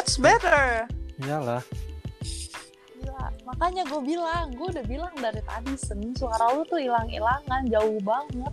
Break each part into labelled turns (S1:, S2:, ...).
S1: Much better.
S2: Iyalah.
S1: Gila. Makanya gue udah bilang dari tadi suara lu tuh hilang-hilangan, jauh banget.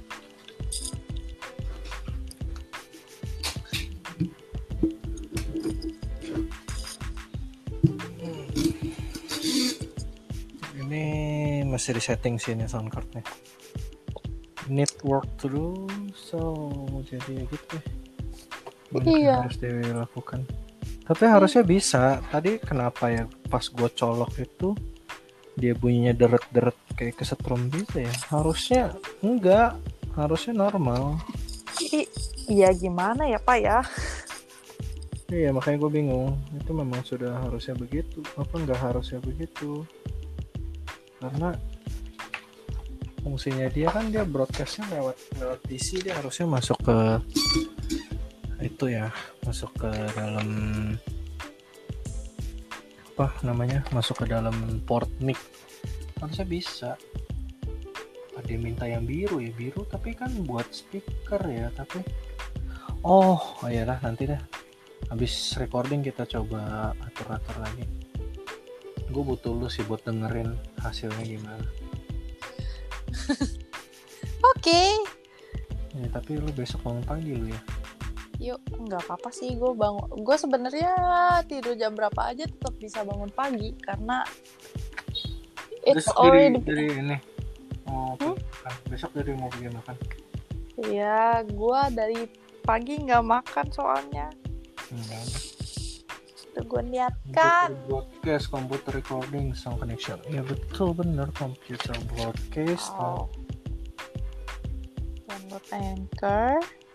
S2: Ini masih di setting sih ini sound cardnya. Need work through, so jadi gitu ya.
S1: Iya.
S2: Harus dilakukan. Tapi harusnya bisa. Tadi kenapa ya pas gue colok itu dia bunyinya deret-deret kayak kesetrum gitu ya? Harusnya enggak. Harusnya normal.
S1: Iya gimana ya Pak ya?
S2: Iya makanya gue bingung. Itu memang sudah harusnya begitu. Apa enggak harusnya begitu? Karena fungsinya dia kan dia broadcastnya lewat PC, dia harusnya masuk ke itu ya, masuk ke dalam apa namanya, masuk ke dalam port mic, harusnya bisa. Dia minta yang biru ya, biru tapi kan buat speaker ya, tapi ayolah nanti dah habis recording kita coba atur-atur lagi. Gue butuh lu sih buat dengerin hasilnya gimana.
S1: Oke.
S2: Ya, tapi lu besok bangun pagi lu ya.
S1: Yuk, nggak apa-apa sih gue sebenarnya tidur jam berapa aja tetap bisa bangun pagi karena it's already
S2: dari ini besok dari mau pergi makan.
S1: Iya, gue dari pagi nggak makan soalnya. Itu gue niatkan.
S2: Broadcast, computer recording, sound connection. Ya betul bener, computer broadcast.
S1: Download Anchor.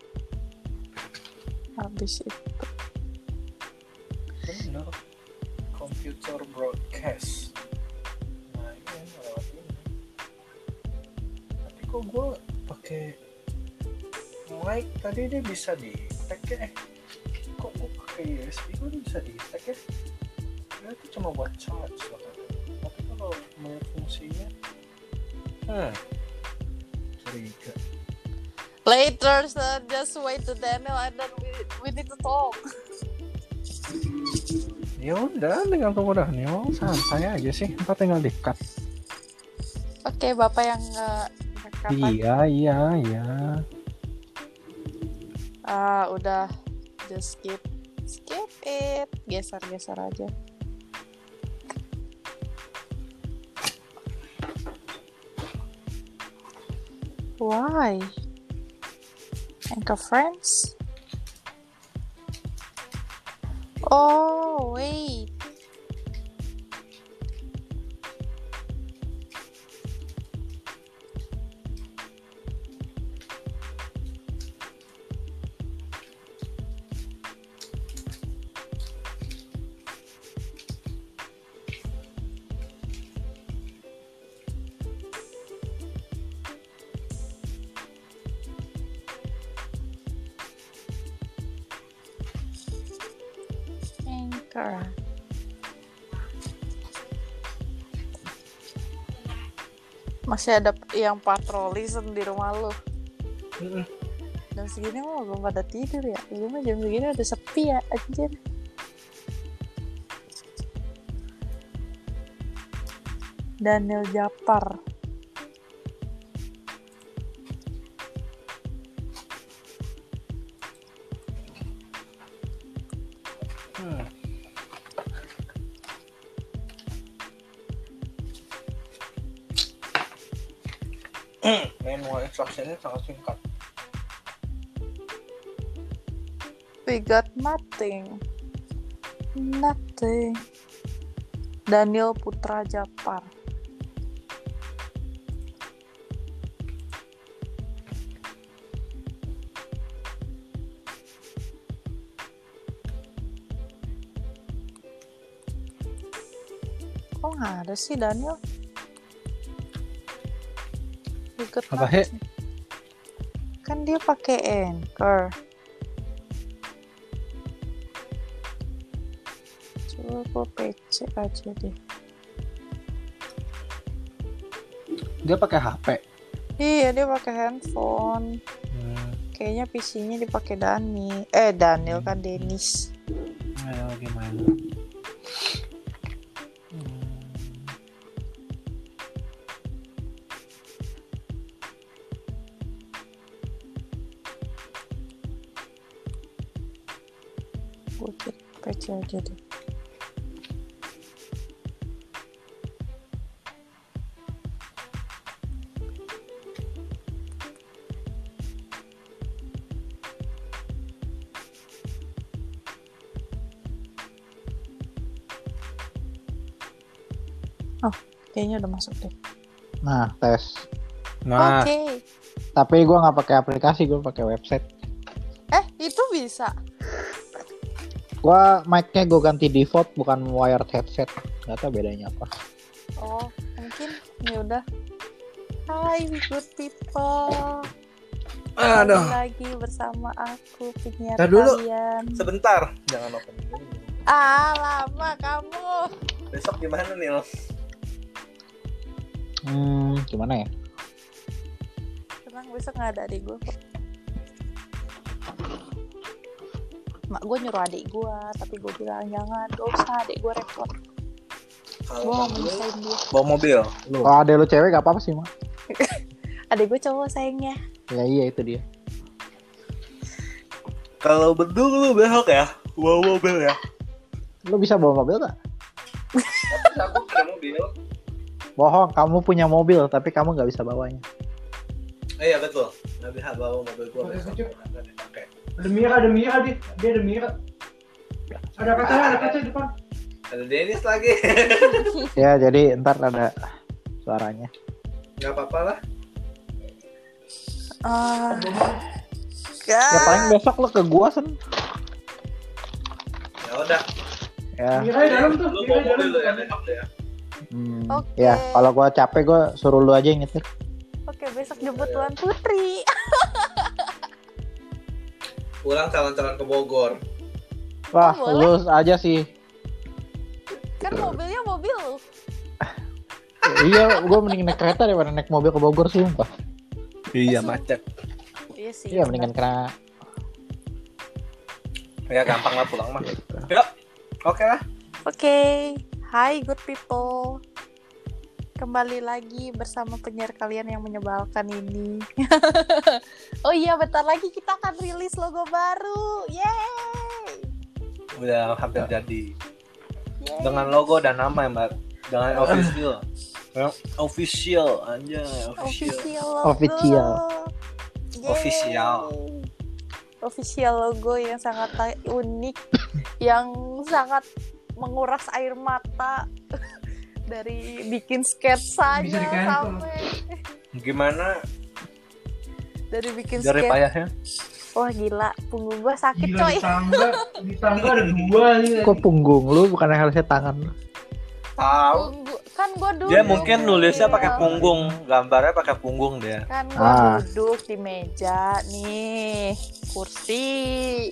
S1: Habis itu.
S2: Bener, computer broadcast. Nah ini lewat ini. Tapi kok gue pakai mic tadi dia bisa di tag ya? Kok gue pakai USB gue bisa di tag ya? Dia itu cuma buat charge loh. Tapi kalau melihat fungsinya, curiga.
S1: Later, sir. Just wait to Daniel and then we need to talk.
S2: Ya udah, tinggal tunggu Daniel, santai aja sih. Ntar tinggal di-cut.
S1: Oke, Bapak yang
S2: Iya.
S1: Udah, just skip it, geser aja. Why? Anchor friends? Oh, wait. Anchor. Masih ada yang patroli di rumah lu. Jam segini mah belum pada tidur ya. Gue mah jam segini udah sepi ya, anjir. Daniel Japar.
S2: Manual instructionnya sangat singkat.
S1: We got nothing. Daniel Putra Japar. Kok nggak ada sih Daniel?
S2: Apa he?
S1: Kan dia pakai Anchor. Coba gue PC aja deh.
S2: Dia pakai HP.
S1: Iya, dia pakai handphone. Kayaknya PC-nya dipakai Daniel kan Dennis.
S2: lagi main.
S1: Gue cek PC aja deh. Oh, kayaknya udah masuk deh.
S3: Nah, tes.
S2: Nah,
S1: Oke.
S3: Tapi gue nggak pakai aplikasi, gue pakai website.
S1: Itu bisa.
S3: Gue mic-nya gue ganti default, bukan wired headset. Nggak tahu bedanya apa.
S1: Oh, mungkin ya udah. Hai good people.
S2: aduh.
S1: Kembali lagi bersama aku penyiar
S2: Ntar dulu.
S1: kalian.
S2: Sebentar, jangan opening dulu.
S1: Lama kamu.
S2: Besok gimana nih lo?
S3: Gimana ya?
S1: Tenang, besok nggak ada adik gue kok. Mak gue nyuruh adik gue, tapi gue bilang jangan, gak usah adik gue repot. Gue mau menyusahin dia.
S2: Bawa mobil. Lu.
S3: Kalau ada lu cewek gak apa-apa sih, Mak.
S1: Adik gue cowok sayangnya.
S3: Ya iya itu dia.
S2: Kalau beduk lu besok ya, bawa mobil ya.
S3: Lu bisa bawa mobil gak?
S2: Tapi aku punya mobil.
S3: Bohong, kamu punya mobil tapi kamu gak bisa bawanya.
S2: Iya betul. Nggak bisa bawa mobil gua besok. Nggak dipakai.
S4: Ada Mira dia ada Mira. Ada kaca depan.
S2: Ada Dennis lagi.
S3: Ya jadi ntar ada suaranya.
S2: Nggak apa-apa lah.
S3: Ya paling besok lu ke gua Sen.
S2: Ya udah.
S3: Ya.
S4: Mira di dalam tuh.
S2: Lu
S4: Mira
S2: bawa
S4: di dalam
S2: mobil
S4: tuh.
S2: ya besok ya.
S1: Oke.
S3: Ya kalau gua capek gua suruh lu aja yang nyetir.
S1: Oke, besok jemput Tuan Putri.
S2: Pulang calon-calon ke Bogor.
S3: Wah,
S1: boleh.
S3: lu aja sih.
S1: Kan mobilnya mobil lu.
S3: Iya, gua mending naik kereta daripada naik mobil ke Bogor sih, sumpah.
S2: Iya macet.
S1: Iya sih.
S3: Iya, mendingan kena.
S2: Ya gampang lah pulang mah. Yuk. Oke lah.
S1: Oke. Hai good people. Kembali lagi bersama penyiar kalian yang menyebalkan ini. Oh iya, bentar lagi kita akan rilis logo baru. Yeay.
S2: Udah hampir jadi.
S1: Yeay.
S2: Dengan logo dan nama ya Mbak. Dengan official. Official aja.
S1: Official logo.
S3: Official.
S1: Yeay. Official logo yang sangat unik, yang sangat menguras air mata. Dari bikin sketsanya
S4: Bisa di-cancel.
S1: sampai
S2: Gimana
S1: dari bikin
S2: dari
S1: sketsa.
S2: payahnya?
S1: Wah gila, punggung gua sakit
S4: Gila
S1: coy.
S4: di tangga ada dua nih.
S3: Kok punggung lu bukan harusnya tangan lu?
S2: Tahu.
S1: Kan gua duduk.
S2: Dia mungkin nulisnya pakai
S1: Iya.
S2: punggung, gambarnya pakai punggung dia.
S1: Kan gua
S3: Ah.
S1: duduk di meja nih, kursi.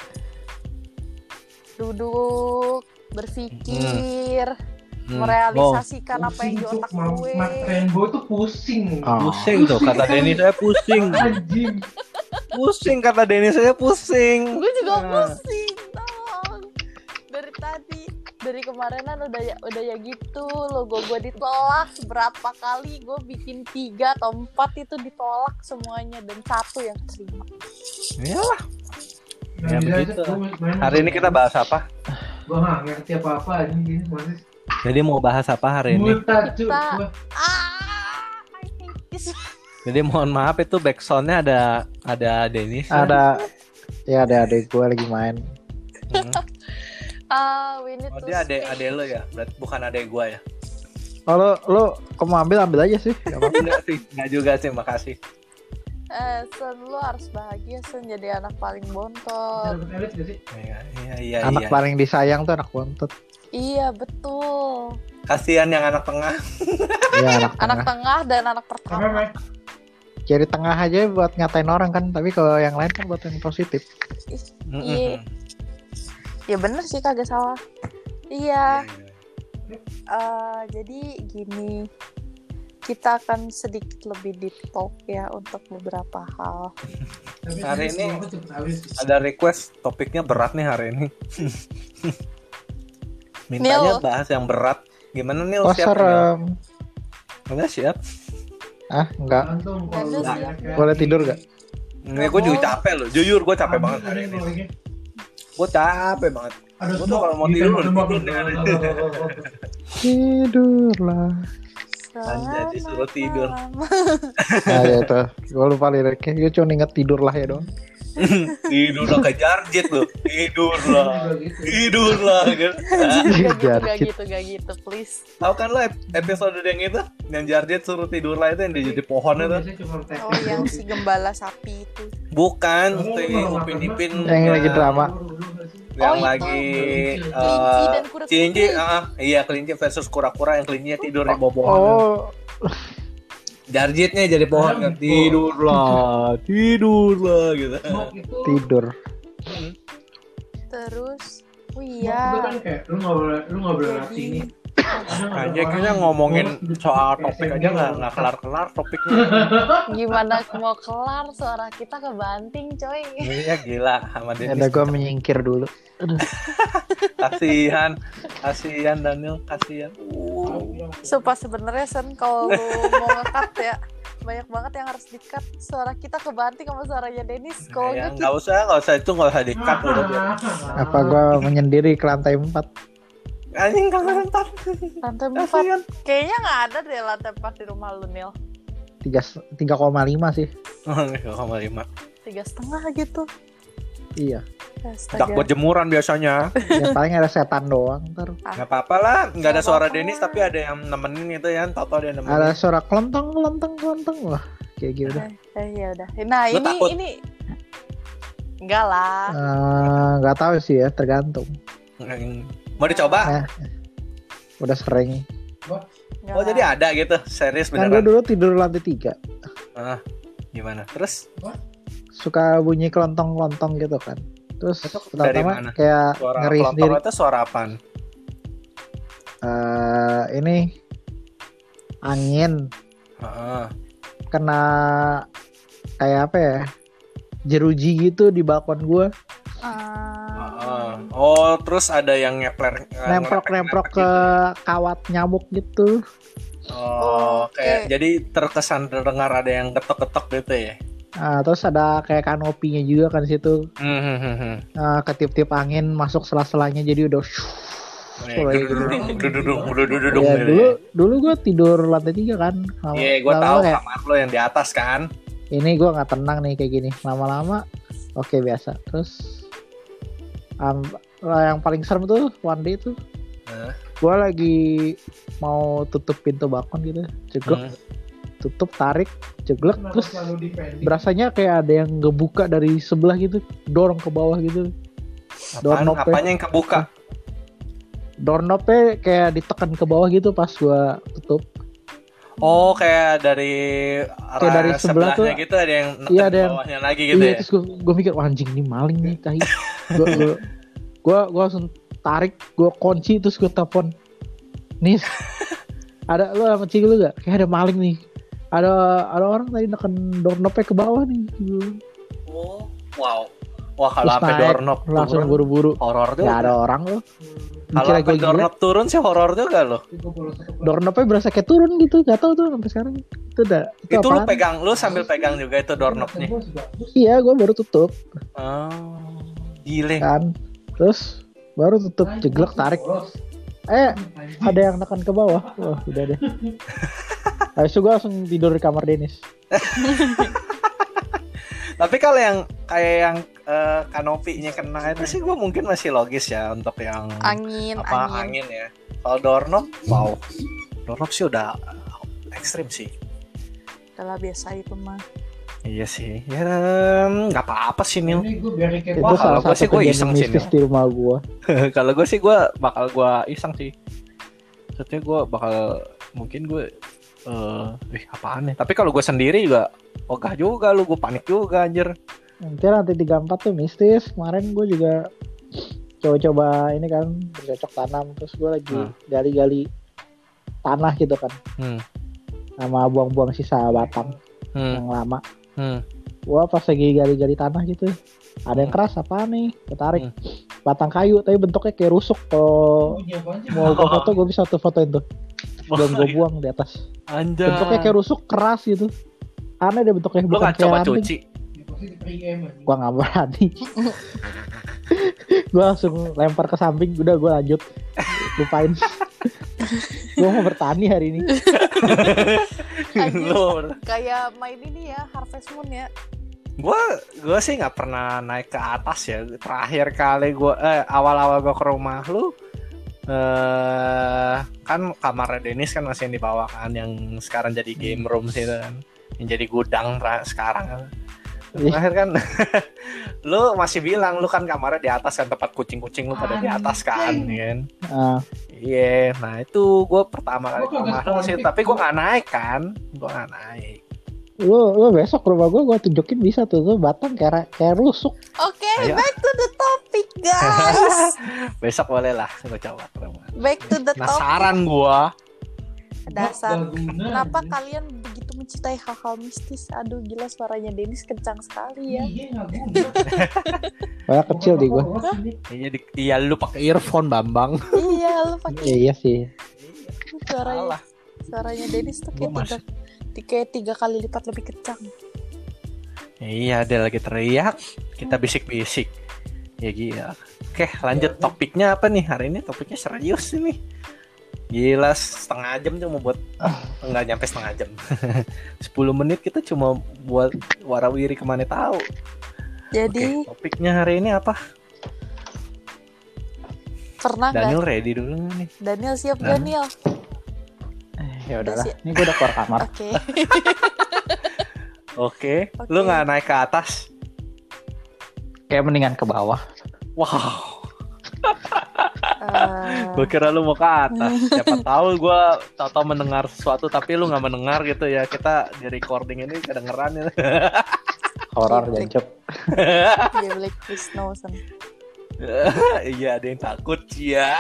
S1: Duduk, berpikir, merealisasikan apa yang di otak gue.
S4: Mat Rainbow tuh pusing.
S3: Oh.
S2: Pusing tuh kata Denny, saya pusing.
S4: Anjing.
S2: Pusing kata Denny, saya pusing.
S1: Gue juga pusing, tolong. Dari tadi, dari kemarinan udah ya gitu, logo gue ditolak berapa kali, gue bikin 3 atau 4 itu ditolak semuanya dan 1 yang terima.
S2: Iyalah.
S4: Nah,
S2: Ya
S4: bisa
S2: begitu.
S4: aja, gua main
S2: Hari ini kita bahas apa?
S4: Gua nggak ngerti apa-apa anjing gini masih.
S2: Jadi mau bahas apa hari ini?
S4: Buta cu.
S1: Kita-
S4: Gua.
S1: I hate this.
S2: Jadi mohon maaf itu backsoundnya ada Dennis.
S3: Ada ada adik gue lagi main.
S1: We need
S2: Oh
S1: to
S2: dia
S1: speak.
S2: adek lo ya, berarti bukan adek gua ya?
S3: Kalau lu kamu ambil aja sih. Gak apa-apa.
S2: Enggak sih, enggak juga sih, makasih.
S1: Sen, lu harus bahagia Sen, jadi anak paling bontot.
S4: Dapat elit gak sih?
S2: Iya.
S3: Anak paling disayang tuh anak bontot.
S1: Iya betul.
S2: Kasihan yang anak tengah.
S3: Iya anak
S1: Anak
S3: tengah.
S1: tengah dan anak
S4: Apa
S1: pertama.
S4: Mike?
S3: Jadi tengah aja buat ngatain orang kan, tapi kalau yang lain kan buat yang positif.
S1: Iya. Ya bener sih, kagak salah. Iya. Jadi gini, kita akan sedikit lebih deep talk ya untuk beberapa hal.
S4: Tapi
S2: Hari
S4: tadi
S2: ini-
S4: semua gua cepet habis.
S2: Ada request topiknya berat nih hari ini. Mintanya
S1: Nil.
S2: bahas yang berat. Gimana nih
S3: Oh
S2: siap?
S3: serem.
S2: Enggak siap.
S3: Ah enggak.
S4: Gantung kalau
S1: Ada
S4: lu
S1: sih.
S4: banyak ya.
S3: Boleh tidur gak?
S2: Ini gue juga capek loh. Jujur gue capek banget
S4: Ambil
S2: hari
S4: ini
S2: ini.
S4: kalau ini.
S2: Gue capek banget.
S4: Ada
S2: Gua tuh
S4: smoke.
S2: kalau mau tidur,
S4: Ditembak-tembak
S2: tidur
S4: lu.
S2: nih hari ini.
S3: Tidurlah.
S2: Anjay, disuruh tidur.
S3: Nah gitu. Gue lupa liriknya. Gue cuma inget tidur lah ya dong.
S2: Tidur lah kayak Jarjit loh. Tidurlah. Tidurlah gitu.
S1: Gak gitu, please.
S2: Tahu kan lo episode yang itu? Yang Jarjit suruh tidur lah itu yang di pohon itu.
S4: Biasanya cuma teknik
S1: Oh, yang
S4: doang.
S1: si gembala sapi itu.
S2: Bukan, si Upin Ipin
S3: Yang lagi drama.
S2: yang
S1: Oh, itu.
S2: lagi
S1: Kelinci dan kura-kura.
S2: kelinci, iya kelinci versus kura-kura yang kelincinya tidur di bawah pohon.
S3: Oh,
S2: Jarjitnya jadi pohon kan tidurlah gitu.
S4: Smoke itu
S3: tidur.
S1: Terus, oh
S4: smoke itu
S1: iya.
S4: kan kayak lu nggak boleh latih ini.
S2: Anjir kita ngomongin soal topik aja nggak kelar topiknya.
S1: Gimana mau kelar, suara kita kebanting, coy.
S2: Iya gila sama
S3: Ada
S2: Dennis.
S3: gue menyingkir dulu.
S2: Kasihan Daniel, kasihan.
S1: Sumpah sebenarnya Sen, kalau lu mau nge-cut ya, banyak banget yang harus di-cut. Suara kita kebanting sama suaranya Dennis. Kalau
S2: Ya,
S1: enggak
S2: nggak usah itu nggak usah di-cut udah biar.
S3: Apa gue menyendiri ke lantai 4?
S2: Anjing kangen entar.
S1: lantai 4.
S2: Kasihan.
S1: Kayaknya nggak ada deh lantai 4 di rumah lu, Nil.
S3: 3,5 sih.
S2: 3,5.
S1: 3,5 gitu.
S3: Iya.
S2: Dak buat jemuran biasanya.
S3: Yang paling ada setan doang ntar.
S2: Nggak apa-apa lah, nggak ada
S1: Nggak
S2: suara
S1: apa-apa.
S2: Dennis tapi ada yang nemenin itu ya, tau dia nemenin.
S3: Ada suara kelontong. Wah, kayak gitu dah.
S1: Ya udah. Nah,
S2: Lu takut?
S1: ini enggak lah.
S3: Nggak tahu sih ya, tergantung.
S2: Mau dicoba?
S3: Nah, udah sering.
S1: Enggak
S2: Oh
S1: lah.
S2: jadi ada gitu, serius
S3: Kan gue
S2: beneran.
S3: dulu tidur lantai 3.
S2: Ah, gimana? Terus
S3: Suka bunyi kelontong gitu kan. Terus
S2: Itu dari
S3: pertama
S2: mana?
S3: kayak
S2: suara
S3: ngeri
S2: kelontong
S3: sendiri.
S2: itu suara apaan?
S3: Ini angin
S2: Heeh.
S3: kena kayak apa ya? Jeruji gitu di balkon gue.
S2: Heeh. Oh, terus ada yang
S3: Nemprok ke kawat nyamuk gitu.
S2: Oh,
S1: Oke.
S2: kayak jadi terkesan terdengar ada yang ketok-ketok gitu ya.
S3: Nah, terus ada kayak kanopinya juga kan di situ.
S2: Hmm.
S3: Ketiup-tiup angin masuk sela-selanya jadi udah
S2: Duduk
S3: ya,
S2: gitu.
S3: dulu gue tidur lantai 3 kan.
S2: Iya, gue
S3: Lama-lama
S2: tahu
S3: kayak,
S2: kamar lo yang di atas kan.
S3: ini gue nggak tenang nih kayak gini. Lama-lama oke biasa. Terus yang paling serem tuh one day tuh
S2: Hah?
S3: gue lagi mau tutup pintu balkon gitu, jeglek, tutup, tarik, jeglek, terus berasanya kayak ada yang ngebuka dari sebelah gitu, dorong ke bawah gitu.
S2: Apanya yang kebuka?
S3: Doorknobnya kayak ditekan ke bawah gitu pas gue tutup.
S2: Oh, kayak dari arah
S3: Kayak dari sebelah
S2: sebelahnya
S3: tuh,
S2: gitu ada yang
S3: iya,
S2: neken
S3: ada yang-
S2: bawahnya lagi gitu
S3: Iya,
S2: ya.
S3: terus gue mikir, wah, anjing ini maling nih tai. Gue langsung tarik, gue kunci, terus gue telepon, Nis, ada lu sama cik lu gak? Kayak ada maling nih. Ada orang tadi neken doorknobnya ke bawah nih.
S2: Oh, wow. Wah, kalau
S3: Terus
S2: sampai
S3: naik,
S2: doorknob
S3: langsung
S2: turun,
S3: buru-buru.
S2: horor tuh.
S3: Gak ada orang loh.
S2: Kalau
S3: Dikira
S2: sampai
S3: gue gila.
S2: doorknob turun sih horor juga loh.
S3: Doorknobnya berasa kayak turun gitu. Gak tau tuh sampai sekarang. Itu
S2: Itu lu
S3: apaan?
S2: lu sambil pegang juga itu doorknobnya.
S3: Iya, gue baru tutup
S2: Oh, gile.
S3: kan. Terus baru tutup, jeglek, tarik. Ada yang nekan ke bawah. Wah, udah deh. Habis itu gue langsung tidur di kamar Dennis.
S2: Tapi kalau yang kayak yang kanopinya kena itu sih gue mungkin masih logis ya untuk yang
S1: Angin.
S2: angin ya. Kalau doorknob, wow. Doorknob sih udah ekstrim sih.
S1: Udah biasa itu mah.
S2: Iya sih. Ya nggak apa-apa sih Nil.
S4: Ini gue biarin kayak
S3: Itu
S2: Wah,
S3: salah
S2: kalau gua sih
S3: satu
S2: gua
S3: kejadian
S2: iseng sih,
S3: mistis
S2: Nil.
S3: di rumah gue.
S2: Kalau gue sih gue bakal iseng sih. Maksudnya gue bakal mungkin gue apaan nih. Tapi kalau gue sendiri juga ogah juga lu, gue panik juga anjir.
S3: Nanti lantai 34 tuh mistis. Kemarin gue juga coba-coba ini kan, bercocok tanam. Terus gue lagi gali-gali tanah gitu kan, sama buang-buang sisa batang yang lama. Gue pas lagi gali-gali tanah gitu, ada yang keras apa nih, ketarik. batang kayu tapi bentuknya kayak rusuk. Kalau
S4: Bunyi apaan sih?
S3: mau gue foto gue bisa tuh fotoin tuh. Belum gue buang di atas.
S5: Anjay.
S3: Bentuknya kayak rusuk keras gitu. Aneh deh bentuknya,
S5: Lu
S3: bukan
S5: nggak coba
S3: kayak ranting.
S5: cuci?
S4: Ya, pasti di 3M aja.
S3: Gua nggak berani. Gua langsung lempar ke samping, udah gua lanjut. Lupain. Gua mau bertani hari ini.
S1: Anjir,
S5: Lu
S1: kayak main ini ya, Harvest Moon ya.
S5: Gua sih nggak pernah naik ke atas ya. Terakhir kali awal-awal gua ke rumah lu, kan kamar Dennis kan masih yang di bawah kan, yang sekarang jadi game room sih kan, yang jadi gudang sekarang. Terakhir kan lu masih bilang lu kan kamarnya di atas kan, tempat kucing-kucing lu pada di atas kan, kan? Iya, nah itu gue pertama kali ke rumah lu sih, tapi gue nggak naik kan,
S3: Lu besok ke rumah gua tunjukin bisa tuh batang kayak rusuk.
S1: Oke,
S5: Ayo.
S1: back to the topic guys.
S5: Besok boleh lah, gue coba ke rumah.
S1: Back to the topic.
S5: Penasaran gue.
S1: Dasar.
S4: Nggak guna,
S1: Kenapa
S4: anjing.
S1: kalian begitu mencintai hal-hal mistis? Aduh gila, suaranya Dennis kencang sekali ya.
S4: Iya nggak guna.
S3: Kayak kecil di gua.
S5: Iya lu pakai earphone Bambang.
S1: Iya, lu pakai
S3: Iya sih.
S1: suaranya. Suaranya Dennis tuh
S5: Gua masih-
S1: kayak tiga kali lipat lebih kencang.
S5: Iya, dia lagi teriak, kita bisik-bisik. Ya gila. Oke, lanjut topiknya apa nih? Hari ini topiknya serius ini. Gila, setengah jam cuma buat enggak nyampe setengah jam. 10 menit kita cuma buat warawiri kemana tahu.
S1: Jadi
S5: Oke, topiknya hari ini apa?
S1: pernah nggak?
S5: Daniel ready dulu nggak nih?
S1: Daniel siap
S5: Nah.
S1: Daniel.
S3: Ya udahlah.
S1: Udah
S3: Ini gua udah keluar kamar.
S1: Oke.
S5: Oke,
S1: Oke.
S5: lu nggak naik ke atas?
S3: Kayak mendingan ke bawah.
S5: Wow,
S1: Eh,
S5: gue kira lu mau ke atas. Siapa tahu gue tau mendengar sesuatu tapi lu nggak mendengar gitu ya. Kita di recording ini kedengeran ya.
S3: Horor
S1: Iya,
S3: jancuk.
S1: dia Black Chris Snowson.
S5: Iya, ada yang takut ya.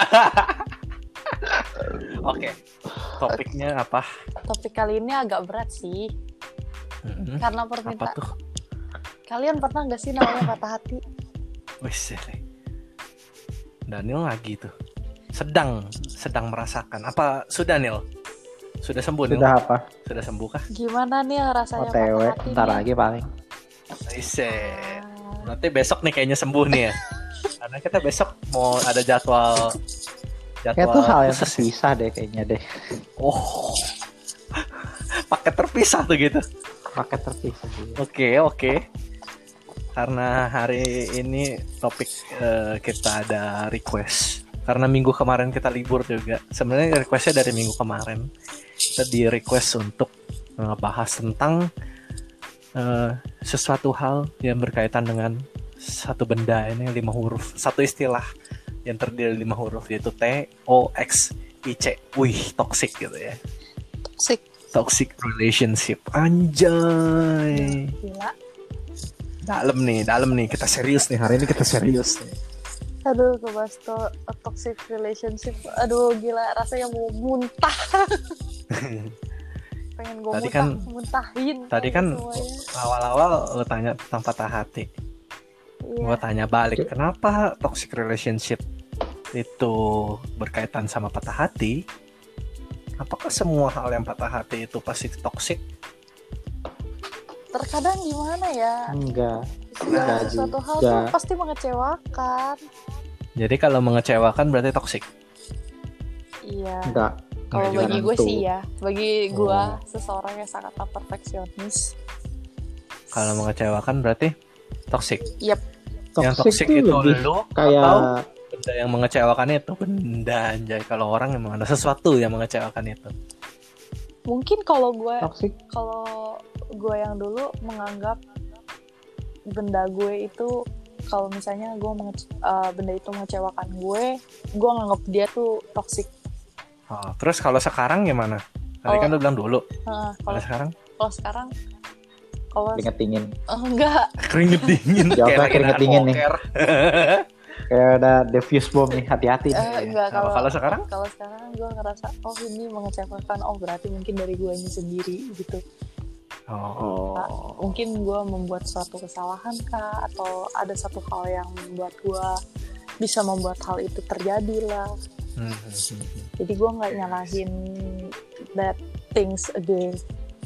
S5: Oke, topiknya apa?
S1: Topik kali ini agak berat sih, karena
S5: Apa
S1: permintaan.
S5: tuh?
S1: Kalian pernah nggak sih namanya patah hati?
S5: Wih, Daniel lagi tuh. Sedang merasakan. Apa sudah Nil? Sudah sembuh Nil?
S3: Sudah apa?
S5: Sudah sembuh kah?
S1: Gimana nih rasanya
S3: OTW
S1: patah hati?
S3: ntar
S1: nih?
S3: lagi paling.
S5: Iset. Nanti besok nih kayaknya sembuh nih ya. Karena kita besok mau ada jadwal
S3: Kayak tuh hal yang
S5: khusus.
S3: terpisah deh kayaknya deh.
S5: Oh. Paket terpisah tuh gitu.
S3: Paket terpisah sih.
S5: Oke. Karena hari ini topik kita ada request. Karena minggu kemarin kita libur juga. Sebenarnya requestnya dari minggu kemarin. Kita di request untuk ngebahas tentang sesuatu hal yang berkaitan dengan satu benda ini 5 huruf. Satu istilah yang terdiri dari 5 huruf, yaitu TOXIC. Wih, toxic gitu ya.
S1: Toxic.
S5: Toxic relationship. Anjay.
S1: Gila.
S5: Dalam nih. Kita serius nih. Hari ini kita serius nih.
S1: Aduh, kebahas toxic relationship. Aduh, gila, rasanya mau muntah. Pengen gue
S5: Tadi kan-
S1: muntahin.
S5: Tadi kan
S1: semuanya.
S5: awal-awal lo tanya tentang patah hati.
S1: Iya.
S5: Gue tanya balik, kenapa toxic relationship itu berkaitan sama patah hati? Apakah semua hal yang patah hati itu pasti toxic?
S1: Terkadang gimana ya?
S3: Enggak.
S1: Segala suatu hal
S3: juga.
S1: tuh pasti mengecewakan.
S5: Jadi kalau mengecewakan berarti toxic.
S1: Iya.
S3: Enggak.
S1: Kalau
S5: Nggak
S1: bagi
S3: juga
S1: gue
S3: tentu.
S1: sih ya, bagi gue
S5: Oh.
S1: seseorang yang sangat perfeksionis.
S5: Kalau mengecewakan berarti toxic.
S1: Yap.
S5: Yang toxic
S3: tuh
S5: itu
S3: lebih
S5: lo
S3: kayak
S5: atau benda yang mengecewakan itu? Benda anjay. Kalau orang emang ada sesuatu yang mengecewakan itu.
S1: Mungkin kalau
S3: toxic.
S1: gue yang dulu menganggap benda gue itu, kalau misalnya benda itu mengecewakan gue nganggap dia tuh toxic.
S5: Oh, terus kalau sekarang gimana? Tadi kan lu bilang dulu.
S1: Nah,
S5: Kalau
S1: kalau sekarang kalau
S3: Keringet dingin.
S1: enggak,
S5: keringet dingin.
S3: Jawabnya
S5: Kayak lagi
S3: keringet
S5: nahan
S3: dingin nih.
S5: poker.
S3: Kayak ada defuse bomb nih, hati-hati.
S1: enggak.
S5: Kalau sekarang?
S1: Kalau sekarang gue ngerasa ini mengecewakan, berarti mungkin dari guanya sendiri gitu.
S5: Oh.
S1: Mungkin gue membuat suatu kesalahan kah, atau ada satu hal yang membuat gue bisa membuat hal itu terjadi lah. Jadi gue nggak nyalahin that things again.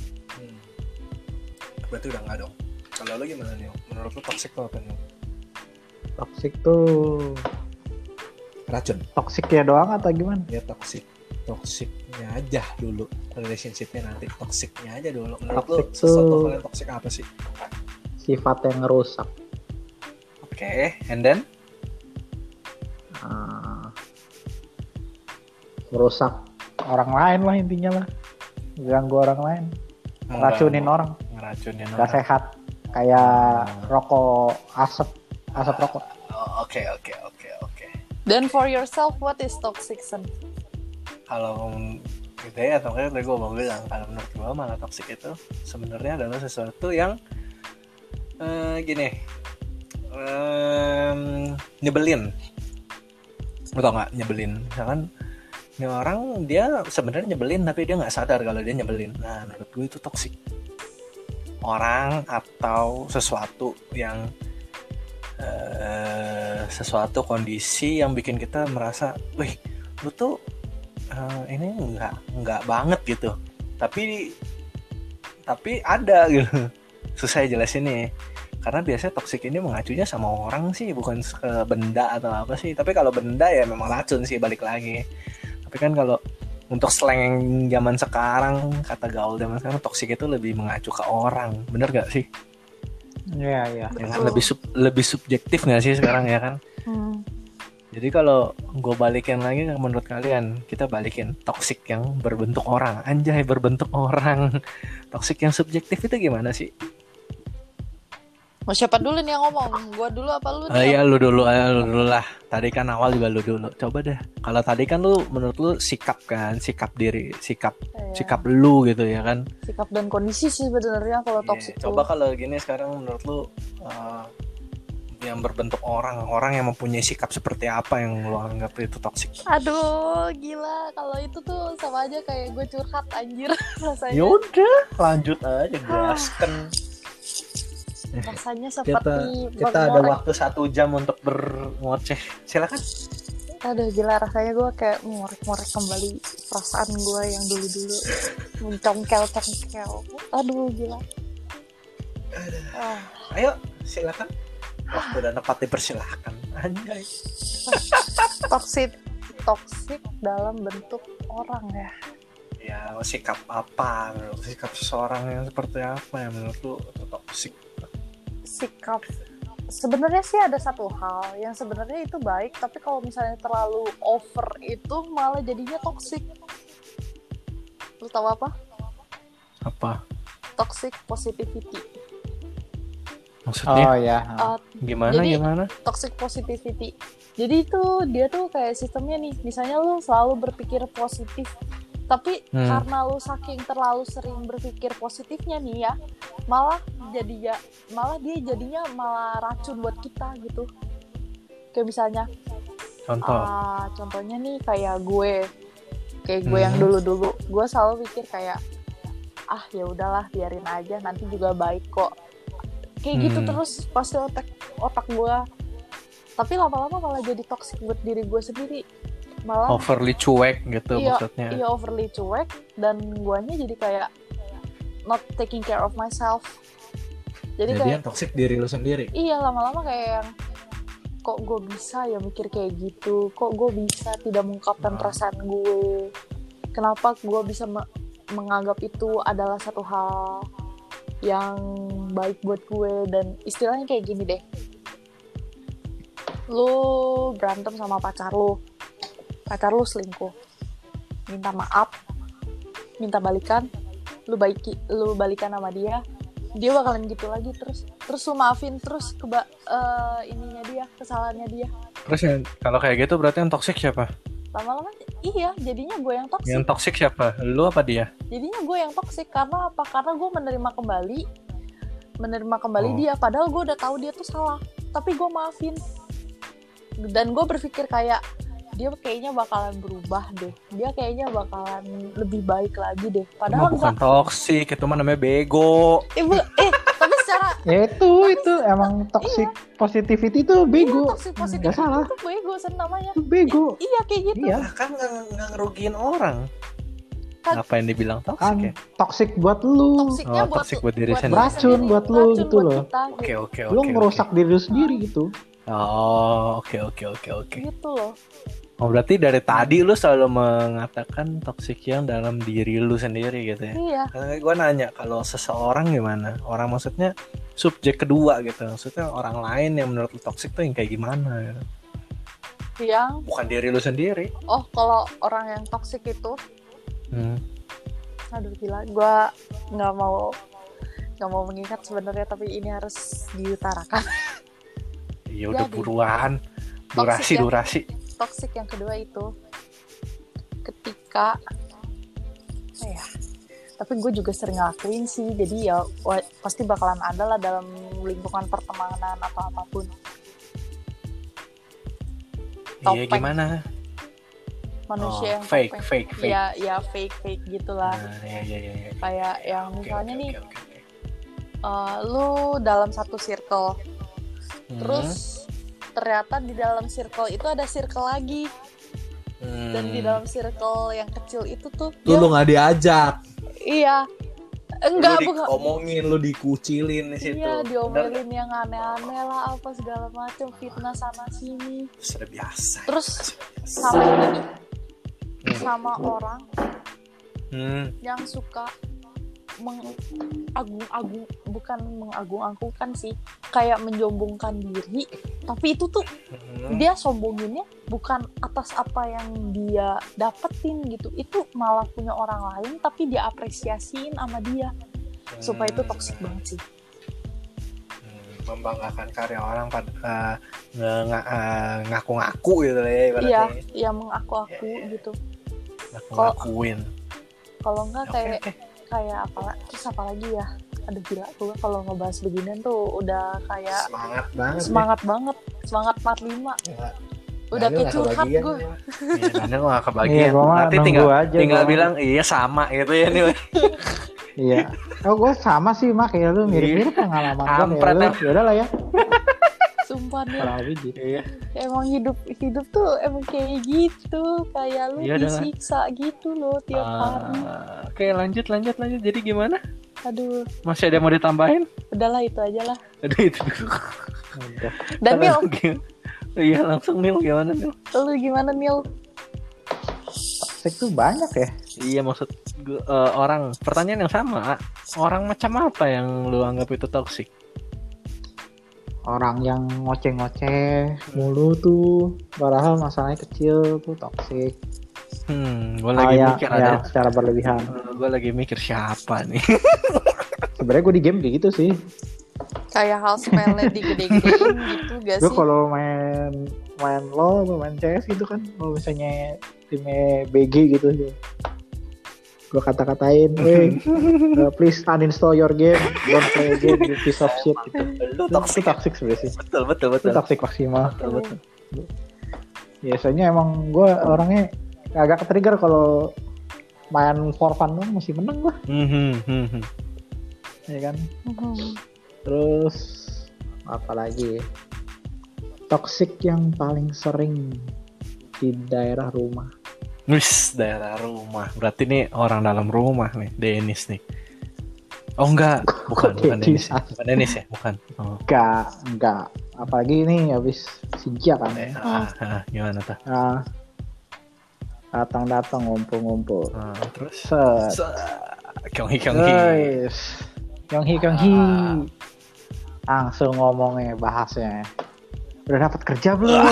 S5: Berarti udah nggak dong. Kalau lo gimana nih? Menurut lo toxic tuh apa nih?
S3: Toxic tuh
S5: Racun.
S3: toksiknya doang atau gimana?
S5: Ya toksiknya aja dulu, relationshipnya nanti toksiknya aja dulu. Menurut lo
S3: Toxic
S5: sesuatu
S3: tuh-
S5: hal yang toksik apa sih?
S3: Sifat yang ngerusak.
S5: Oke, and then
S3: Merusak orang lain lah intinya lah. Ganggu orang lain. Racunin orang.
S5: ngeracunin
S3: Gak
S5: orang.
S3: sehat. Kayak rokok asap rokok.
S5: Oh, Oke.
S1: Then for yourself, what is toxic, Sen?
S5: Kalau gitu ya, atau kayak tadi gue mau bilang, kalau menurut gue malah toxic itu sebenarnya adalah sesuatu yang gini, nyebelin. Lo tau nggak nyebelin? Misalkan ini orang dia sebenarnya nyebelin tapi dia nggak sadar kalau dia nyebelin. Nah, menurut gue itu toxic. Orang atau sesuatu yang sesuatu kondisi yang bikin kita merasa, wih, lu tuh ini nggak banget gitu. Tapi ada gitu. Susah jelasin nih. Karena biasanya toksik ini mengacunya sama orang sih, bukan ke benda atau apa sih. Tapi kalau benda ya memang racun sih, balik lagi. Tapi kan kalau untuk slang zaman sekarang, kata gaul zaman sekarang, toksik itu lebih mengacu ke orang. Bener gak sih?
S3: Iya.
S5: Ya kan? Lebih subjektif gak sih sekarang ya kan? Jadi kalau gue balikin lagi, menurut kalian kita balikin toksik yang berbentuk orang. Anjay, berbentuk orang. Toksik yang subjektif itu gimana sih?
S1: Mau siapa dulu nih yang ngomong? Gua dulu apa lu?
S5: Iya, lu dulu lah. Tadi kan awal juga lu dulu. Coba deh. Kalau tadi kan lu menurut lu sikap diri, sikap lu gitu ya kan.
S1: Sikap dan kondisi sih sebenarnya kalau toksik.
S5: Coba kalau gini sekarang menurut lu yang berbentuk orang yang mempunyai sikap seperti apa yang lu anggap itu toksik?
S1: Aduh, gila. Kalau itu tuh sama aja kayak gue curhat anjir rasanya.
S5: Yaudah, lanjut aja, gaskan.
S1: Rasanya seperti
S5: Kita ada waktu 1 jam untuk berngoceh. Silakan.
S1: Aduh, gila, rasanya gue kayak ngorek-ngorek kembali perasaan gue yang dulu-dulu. Mencongkel-congkel. Aduh, gila.
S5: Ayo, silakan. Waktu dan tempat dipersilahkan. Anjay.
S1: Toksik dalam bentuk orang ya.
S5: Ya, sikap apa? Sikap seseorang yang seperti apa yang menurut lu toksik?
S1: Sikap sebenarnya sih ada satu hal yang sebenarnya itu baik, tapi kalau misalnya terlalu over itu malah jadinya toksik. Lu tahu apa?
S5: Apa?
S1: Toxic positivity.
S5: Maksudnya?
S3: Oh ya.
S5: Gimana?
S1: Toxic positivity. Jadi itu dia tuh kayak sistemnya nih, misalnya lu selalu berpikir positif, tapi karena lu saking terlalu sering berpikir positifnya nih ya, malah dia jadinya malah racun buat kita gitu. Kayak misalnya contohnya nih kayak gue yang dulu gue selalu pikir kayak ya udahlah, biarin aja, nanti juga baik kok, kayak gitu terus pasti otak gue. Tapi lama-lama malah jadi toksik buat diri gue sendiri, malah
S5: overly cuek gitu. Maksudnya
S1: iya, overly cuek, dan guanya jadi kayak not taking care of myself. Jadi kayak
S5: toksik diri lu sendiri.
S1: iya, lama-lama kayak yang kok gue bisa ya mikir kayak gitu, kok gue bisa tidak mengungkapkan perasaan gue, kenapa gue bisa menganggap itu adalah satu hal yang baik buat gue. Dan istilahnya kayak gini deh, lu berantem sama pacar lu selingkuh, minta maaf, minta balikan, lu balikan sama dia bakalan gitu lagi terus lu maafin terus ininya dia, kesalahannya dia.
S5: Terus kalau kayak gitu berarti yang toksik siapa?
S1: Lama-lama iya, jadinya gue yang toksik.
S5: Yang toksik siapa? Lu apa dia?
S1: Jadinya gue yang toksik. Karena apa? Karena gue menerima kembali dia, padahal gue udah tahu dia tuh salah, tapi gue maafin. Dan gue berpikir kayak dia kayaknya bakalan berubah deh, dia kayaknya bakalan lebih baik lagi deh, padahal
S5: bukan toksik, itu mah namanya bego.
S1: Tapi secara
S3: Ya itu emang toxic positivity itu bego.
S1: toxic positif
S3: Nggak salah.
S1: itu bego namanya.
S3: Itu bego.
S1: Iya kayak gitu.
S3: Iya.
S5: Kan nggak ngerugiin orang.
S1: Kan-
S5: Ngapain dibilang toxic
S3: Kan
S5: ya?
S3: toxic buat lu.
S1: Toksiknya
S5: Oh, toxic buat diri sendiri.
S3: Beracun buat lu
S1: Racun
S3: gitu
S1: buat
S3: loh.
S1: kita,
S5: Oke
S1: gitu.
S5: oke
S3: Lu
S5: oke.
S3: ngerusak diri lu sendiri gitu.
S5: Oh oke oke oke oke.
S1: Gitu loh.
S5: Oh berarti dari tadi lu selalu mengatakan toxic yang dalam diri lu sendiri gitu ya?
S1: Iya.
S5: Karena gue nanya kalau seseorang gimana? Orang maksudnya subjek kedua gitu. Maksudnya orang lain yang menurut lu toxic tuh yang kayak gimana? Gitu.
S1: Yang
S5: Bukan diri lu sendiri.
S1: kalau orang yang toksik itu, aduh gila, gue nggak mau mengingat sebenarnya, tapi ini harus diutarakan.
S5: Iya udah
S1: Jadi,
S5: buruan.
S1: toxic ya.
S5: Durasi.
S1: Toksik yang kedua itu ketika tapi gue juga sering ngelakuin sih, jadi ya pasti bakalan ada lah dalam lingkungan pertemanan atau apapun.
S5: Iya
S1: Topeng.
S5: Gimana?
S1: Manusia yang
S5: fake,
S1: topeng.
S5: fake.
S1: ya fake gitulah.
S5: Nah, iya.
S1: Kayak yang misalnya
S5: Oke,
S1: nih
S5: oke.
S1: lu dalam satu circle,
S5: Hmm.
S1: terus ternyata di dalam circle itu ada circle lagi, dan di dalam circle yang kecil itu tuh
S5: Tuh lu nggak diajak.
S1: iya enggak
S5: Lu
S1: bukan
S5: diomongin, lu dikucilin di situ.
S1: iya diomelin yang aneh-aneh lah apa segala macam, fitnah sana sini,
S5: Sudah biasa.
S1: terus sama ini sama orang yang suka bukan mengagung-agungkan sih, kayak menyombongkan diri, tapi itu tuh dia sombonginnya bukan atas apa yang dia dapetin gitu, itu malah punya orang lain tapi dia apresiasiin sama dia, supaya itu toksik banget sih.
S5: Membanggakan karya orang pada ngaku-ngaku gitu ya ibaratnya.
S1: Iya mengaku-aku gitu.
S5: Ngaku-ngakuin.
S1: Kalau enggak kayak apa lagi ya, aduh gila gue kalau ngebahas beginian tuh udah kayak semangat banget 45
S5: Ya.
S1: udah kayak curhat gue.
S5: Daniel gak kebagian.
S3: Iya, gua mah
S5: Nanti
S3: nunggu aja,
S5: tinggal
S3: gua.
S5: bilang iya sama gitu ya nih.
S3: Iya. Oh gue sama sih mak kayak lu, mirip-mirip pengalaman gue
S5: Kampret,
S3: kayak lu. Yaudah lah ya.
S1: Sumpah nih,
S3: Kurang lebih gitu.
S5: Iya.
S1: emang hidup tuh emang kayak gitu, kayak lu
S5: Iya, udah lah.
S1: disiksa gitu loh tiap hari.
S5: Oke, lanjut. Jadi gimana?
S1: Aduh,
S5: Masih ada yang mau ditambahin?
S1: udahlah itu aja lah.
S5: Aduh itu dulu.
S3: Udah.
S1: Dan Nil,
S5: Iya langsung Nil gimana Nil?
S1: lu gimana Nil?
S3: Toxic tuh banyak ya.
S5: Iya maksud orang, pertanyaan yang sama. Orang macam apa yang lu anggap itu toksik?
S3: Orang yang ngoceh-ngoceh mulu tuh, padahal masalahnya kecil tuh toxic.
S5: Gue lagi mikir ada.
S3: secara berlebihan.
S5: Gue lagi mikir siapa nih?
S3: Sebenarnya gue di game kayak gitu sih.
S1: Kayak hal sepele digede-gedein gitu gak
S3: Gue
S1: sih?
S3: kalau main LoL, main CS gitu kan, kalau misalnya timnya BG gitu, gue kata-katain, please uninstall your game, don't play again, you piece of shit gitu.
S5: Lu
S3: Itu
S5: toksik.
S3: toxic sebenarnya sih.
S5: Betul.
S3: Itu toxic maksimal.
S5: Betul.
S3: Biasanya emang gue orangnya agak ke-trigger kalau main for fun doang masih menang gue, ya kan. Terus apa lagi? Toxic yang paling sering di daerah rumah.
S5: Wis, daerah rumah. Berarti nih orang dalam rumah nih, Dennis nih. Oh enggak, bukan Dennis. Bukan Dennis ya, bukan. Oh.
S3: Enggak. Apalagi ini habis Sijia kan.
S5: Gimana tuh?
S3: Nah, datang ngumpul.
S5: Terus
S3: Set.
S5: Kyonghi.
S3: Guys. Kyonghi. Langsung ngomongnya, bahasnya. Udah dapat kerja belum?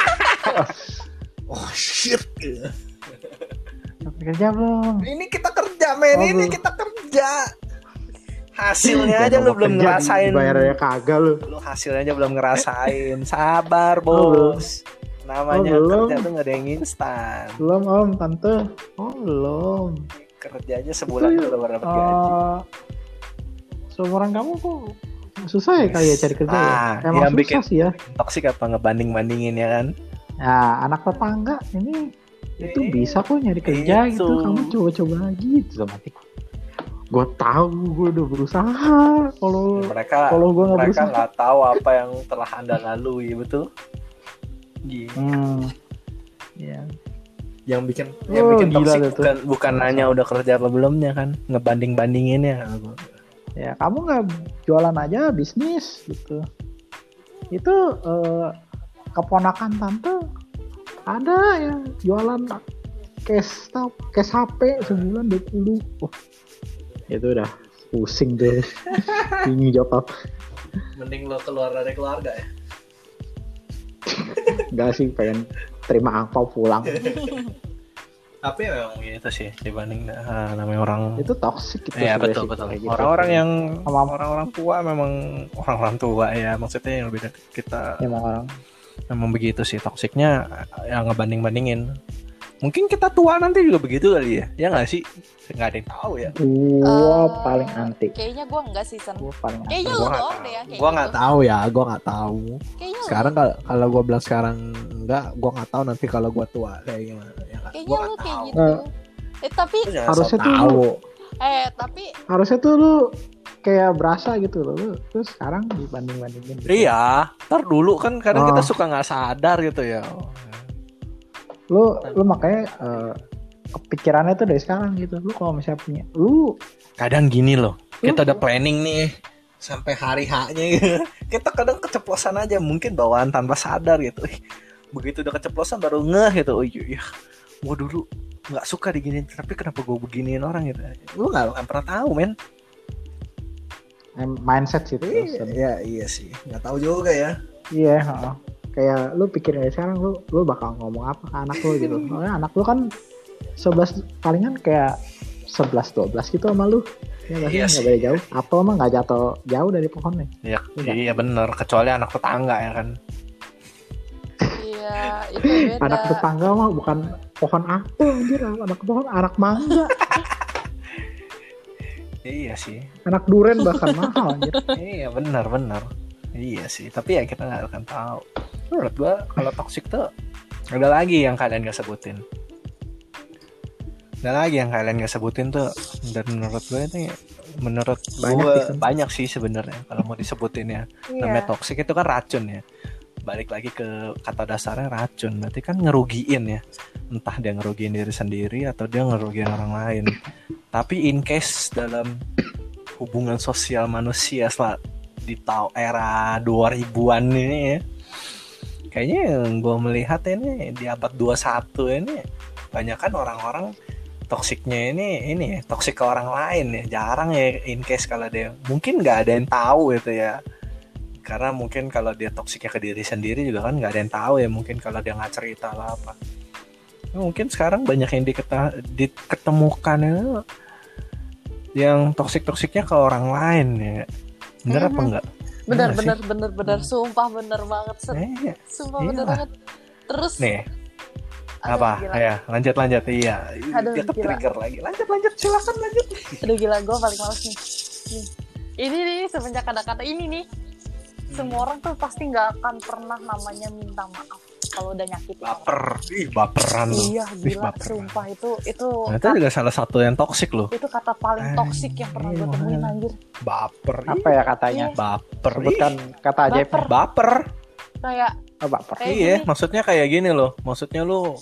S5: Oh shit.
S3: Dapat kerja belum?
S5: Ini kita kerja, men.
S3: Oh,
S5: Ini
S3: belum.
S5: kita kerja. Hasilnya aja lu belum ngerasain.
S3: Bayarnya kagak lu.
S5: Lu hasilnya aja belum ngerasain. Sabar, Bos. Namanya
S3: belum.
S5: kerja tuh gak ada yang instan.
S3: Belum om, tante. Oh belum.
S5: Kerja aja sebulan
S3: Itu,
S5: udah baru dapat gaji.
S3: Seumuran kamu kok susah ya kayak cari kerja ya? Emang
S5: yang
S3: susah
S5: bikin
S3: sih ya.
S5: toksik apa ngebanding-bandingin ya kan?
S3: Ya anak tetangga ini itu bisa kok nyari kerja
S5: Itu.
S3: gitu. Kamu coba-coba lagi gitu sama Tik. Gue tahu, gue udah berusaha. Kalau
S5: Mereka
S3: gue nggak
S5: mereka
S3: berusaha.
S5: nggak tahu apa yang telah Anda lalui, betul? Iya.
S3: Ya.
S5: Yang bikin
S3: Oh, gila
S5: toksik
S3: tuh.
S5: bukan nanya udah kerja apa belumnya kan, ngebanding-bandinginnya.
S3: Ya kamu nggak jualan aja bisnis gitu. Itu keponakan tante ada yang jualan case HP sebulan 20. Wah, itu udah pusing deh. Bingung jawab apa.
S5: Mending lo keluar dari keluarga ya.
S3: Enggak sih, pengen terima angpau pulang.
S5: Tapi memang gitu sih dibanding namanya orang.
S3: Itu toxic gitu.
S5: Iya
S3: sebenarnya
S5: betul
S3: sih,
S5: betul.
S3: kayak gitu.
S5: Orang-orang yang
S3: Sama-
S5: orang-orang tua memang orang-orang tua ya, maksudnya yang lebih dari kita
S3: emang orang
S5: memang begitu sih toksiknya, yang ngebanding-bandingin. Mungkin kita tua nanti juga begitu kali ya nggak sih? Nggak ada yang tahu ya.
S3: gua paling anti.
S1: Kayaknya gue enggak sih, Sen.
S3: Gua paling anti.
S1: Kayaknya lu doang deh ya kayak
S5: Gua
S1: gitu.
S5: nggak tahu ya, gua nggak tahu.
S1: Kayaknya lu.
S5: Sekarang kalau gua bilang sekarang enggak, gua nggak tahu nanti kalau gua tua kayak gimana. Ya, nggak?
S1: Kayaknya
S5: Gua
S1: lu
S5: nggak
S1: kayak
S5: tahu.
S1: gitu. Tapi
S5: Lu jangan
S3: Harusnya
S5: sok
S3: tuh
S5: tahu.
S1: tapi
S3: Harusnya tuh lu kayak berasa gitu loh. Terus sekarang dibanding-bandingin gitu.
S5: Iya, ntar dulu kan kadang
S3: Oh.
S5: kita suka nggak sadar gitu ya.
S3: Lu makanya kepikirannya tuh dari sekarang gitu. Lu kalau misalnya punya lu
S5: Kadang gini loh, kita udah planning nih sampai hari H-nya gitu. Kita kadang keceplosan aja, mungkin bawaan tanpa sadar gitu. Begitu udah keceplosan baru ngeh gitu. Oh iya, gua dulu nggak suka diginiin, tapi kenapa gua beginiin orang gitu. Lu nggak pernah tahu, men.
S3: mindset gitu.
S5: Iya sih, nggak tahu juga ya.
S3: Iya, heeh. Kayak lu pikirin dari sekarang lu bakal ngomong apa ke anak lu gitu. Soalnya anak lu kan 11 palingan kayak 11-12 gitu sama lu. Ya nggak sih,
S5: Iya
S3: nggak
S5: sih.
S3: beda jauh. Apel mah nggak jatuh jauh dari pohonnya.
S5: Iya bener, kecuali anak tetangga ya kan.
S1: iya itu beda.
S3: Anak tetangga mah bukan pohon apel anjir, anak mangga,
S5: Iya sih.
S3: anak duren bahkan mahal anjir.
S5: Iya benar. Iya sih, tapi ya kita nggak akan tahu. Menurut gua kalau toxic tuh ada lagi yang kalian gak sebutin. Ada lagi yang kalian gak sebutin tuh, dan menurut gua itu menurut
S3: Banyak
S5: gua
S3: sih, Sen.
S5: banyak sih sebenarnya kalau mau disebutin ya. Namanya
S1: Iya.
S5: toxic itu kan racun ya. Balik lagi ke kata dasarnya racun, berarti kan ngerugiin ya. Entah dia ngerugiin diri sendiri atau dia ngerugiin orang lain. Tapi in case dalam hubungan sosial manusia di era 2000-an ini ya, kayaknya yang gue melihat ini di abad 21 ini banyak kan orang-orang toksiknya ini toksik ke orang lain ya. Jarang ya in case kalau dia mungkin nggak ada yang tahu gitu ya, karena mungkin kalau dia toksiknya ke diri sendiri juga kan nggak ada yang tahu ya, mungkin kalau dia nggak cerita lah apa. Mungkin sekarang banyak yang diketemukan yang toksik-toksiknya ke orang lain ya. Bener apa enggak?
S1: Bener. Sumpah bener banget, Sen. Sumpah
S5: iya.
S1: bener banget. Terus
S5: Nih,
S1: aduh,
S5: apa?
S1: gila.
S5: Ya, lanjut. Iya.
S1: Aduh,
S5: Dia
S1: gila.
S5: trigger lagi. Lanjut. Silakan lanjut.
S1: Aduh gila, gue paling males nih. Ini nih semenjak kata-kata ini nih, semua orang tuh pasti nggak akan pernah namanya minta maaf kalau udah nyakitin orang.
S5: Baperan lu.
S1: Iya gila,
S5: baperan.
S1: sumpah itu
S5: Nah, itu juga salah satu yang toksik loh.
S1: itu kata paling toksik yang pernah gue temuin anjir.
S5: Baper.
S3: Apa ya katanya?
S5: Baper.
S3: Sebutkan kata ajaib.
S5: Baper.
S1: Kayak
S3: Baper.
S1: kayak
S5: Iya,
S1: gini.
S5: maksudnya kayak gini loh. Maksudnya lu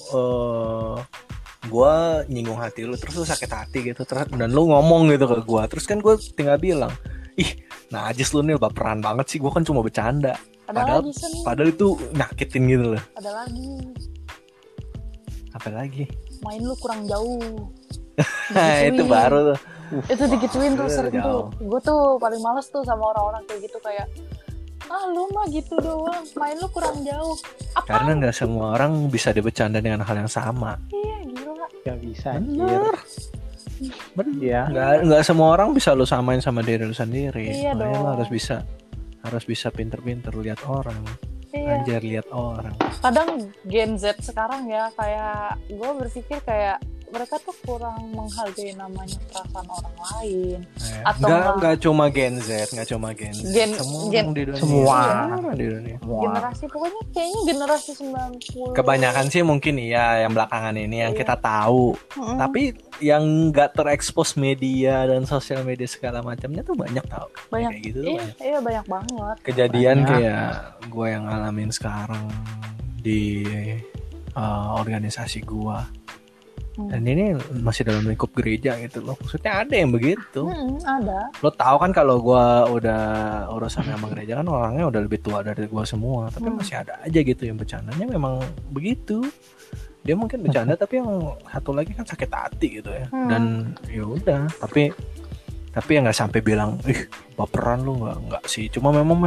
S5: gua nyinggung hati lu terus lu sakit hati gitu terus dan lu ngomong gitu ke gua. Terus kan gua tinggal bilang, "Ih, najis lu nih, baperan banget sih. Gua kan cuma bercanda."
S1: Ada lagi Sen,
S5: Padahal itu nyakitin gitu loh.
S1: ada lagi.
S5: Apa lagi?
S1: Main lu kurang jauh.
S5: Nah, itu baru tuh.
S1: Itu digituin tuh sering
S5: jauh.
S1: tuh. Gue tuh paling males tuh sama orang-orang kayak gitu, kayak lu mah gitu doang, main lu kurang jauh. Apa?
S5: Karena nggak semua orang bisa dibecanda dengan hal yang sama.
S1: Iya gila.
S3: Gak bisa anjir.
S5: Bener.
S3: Iya.
S5: Nggak semua orang bisa lu samain sama diri lu sendiri.
S1: Iya
S5: Makanya lu
S1: dong.
S5: harus bisa pinter-pinter lihat orang.
S1: Iya.
S5: Anjir lihat orang.
S1: Kadang Gen Z sekarang ya, kayak gue berpikir kayak mereka tuh kurang menghargai namanya perasaan orang lain. Atau
S5: Nggak cuma Gen Z, semua
S1: gen-
S5: orang di dunia.
S3: semua.
S5: Orang di dunia.
S1: generasi, pokoknya kayaknya generasi 90.
S5: Kebanyakan sih mungkin iya yang belakangan ini yang kita tahu. Tapi yang nggak terekspos media dan sosial media segala macamnya tuh banyak tau.
S1: Banyak.
S5: Kayak gitu tuh banyak.
S1: Iya, banyak banget.
S5: Kejadian
S3: Banyak.
S5: kayak gue yang ngalamin sekarang di organisasi gue. Dan ini masih dalam lingkup gereja gitu loh. Maksudnya ada yang begitu.
S1: Ada.
S5: Lo tahu kan kalau gue udah urusan sama gereja kan orangnya udah lebih tua dari gue semua. Tapi masih ada aja gitu yang bercandanya memang begitu. Dia mungkin bercanda tapi yang satu lagi kan sakit hati gitu ya. Dan ya udah. Tapi ya nggak sampai bilang, baperan lu nggak sih. Cuma memang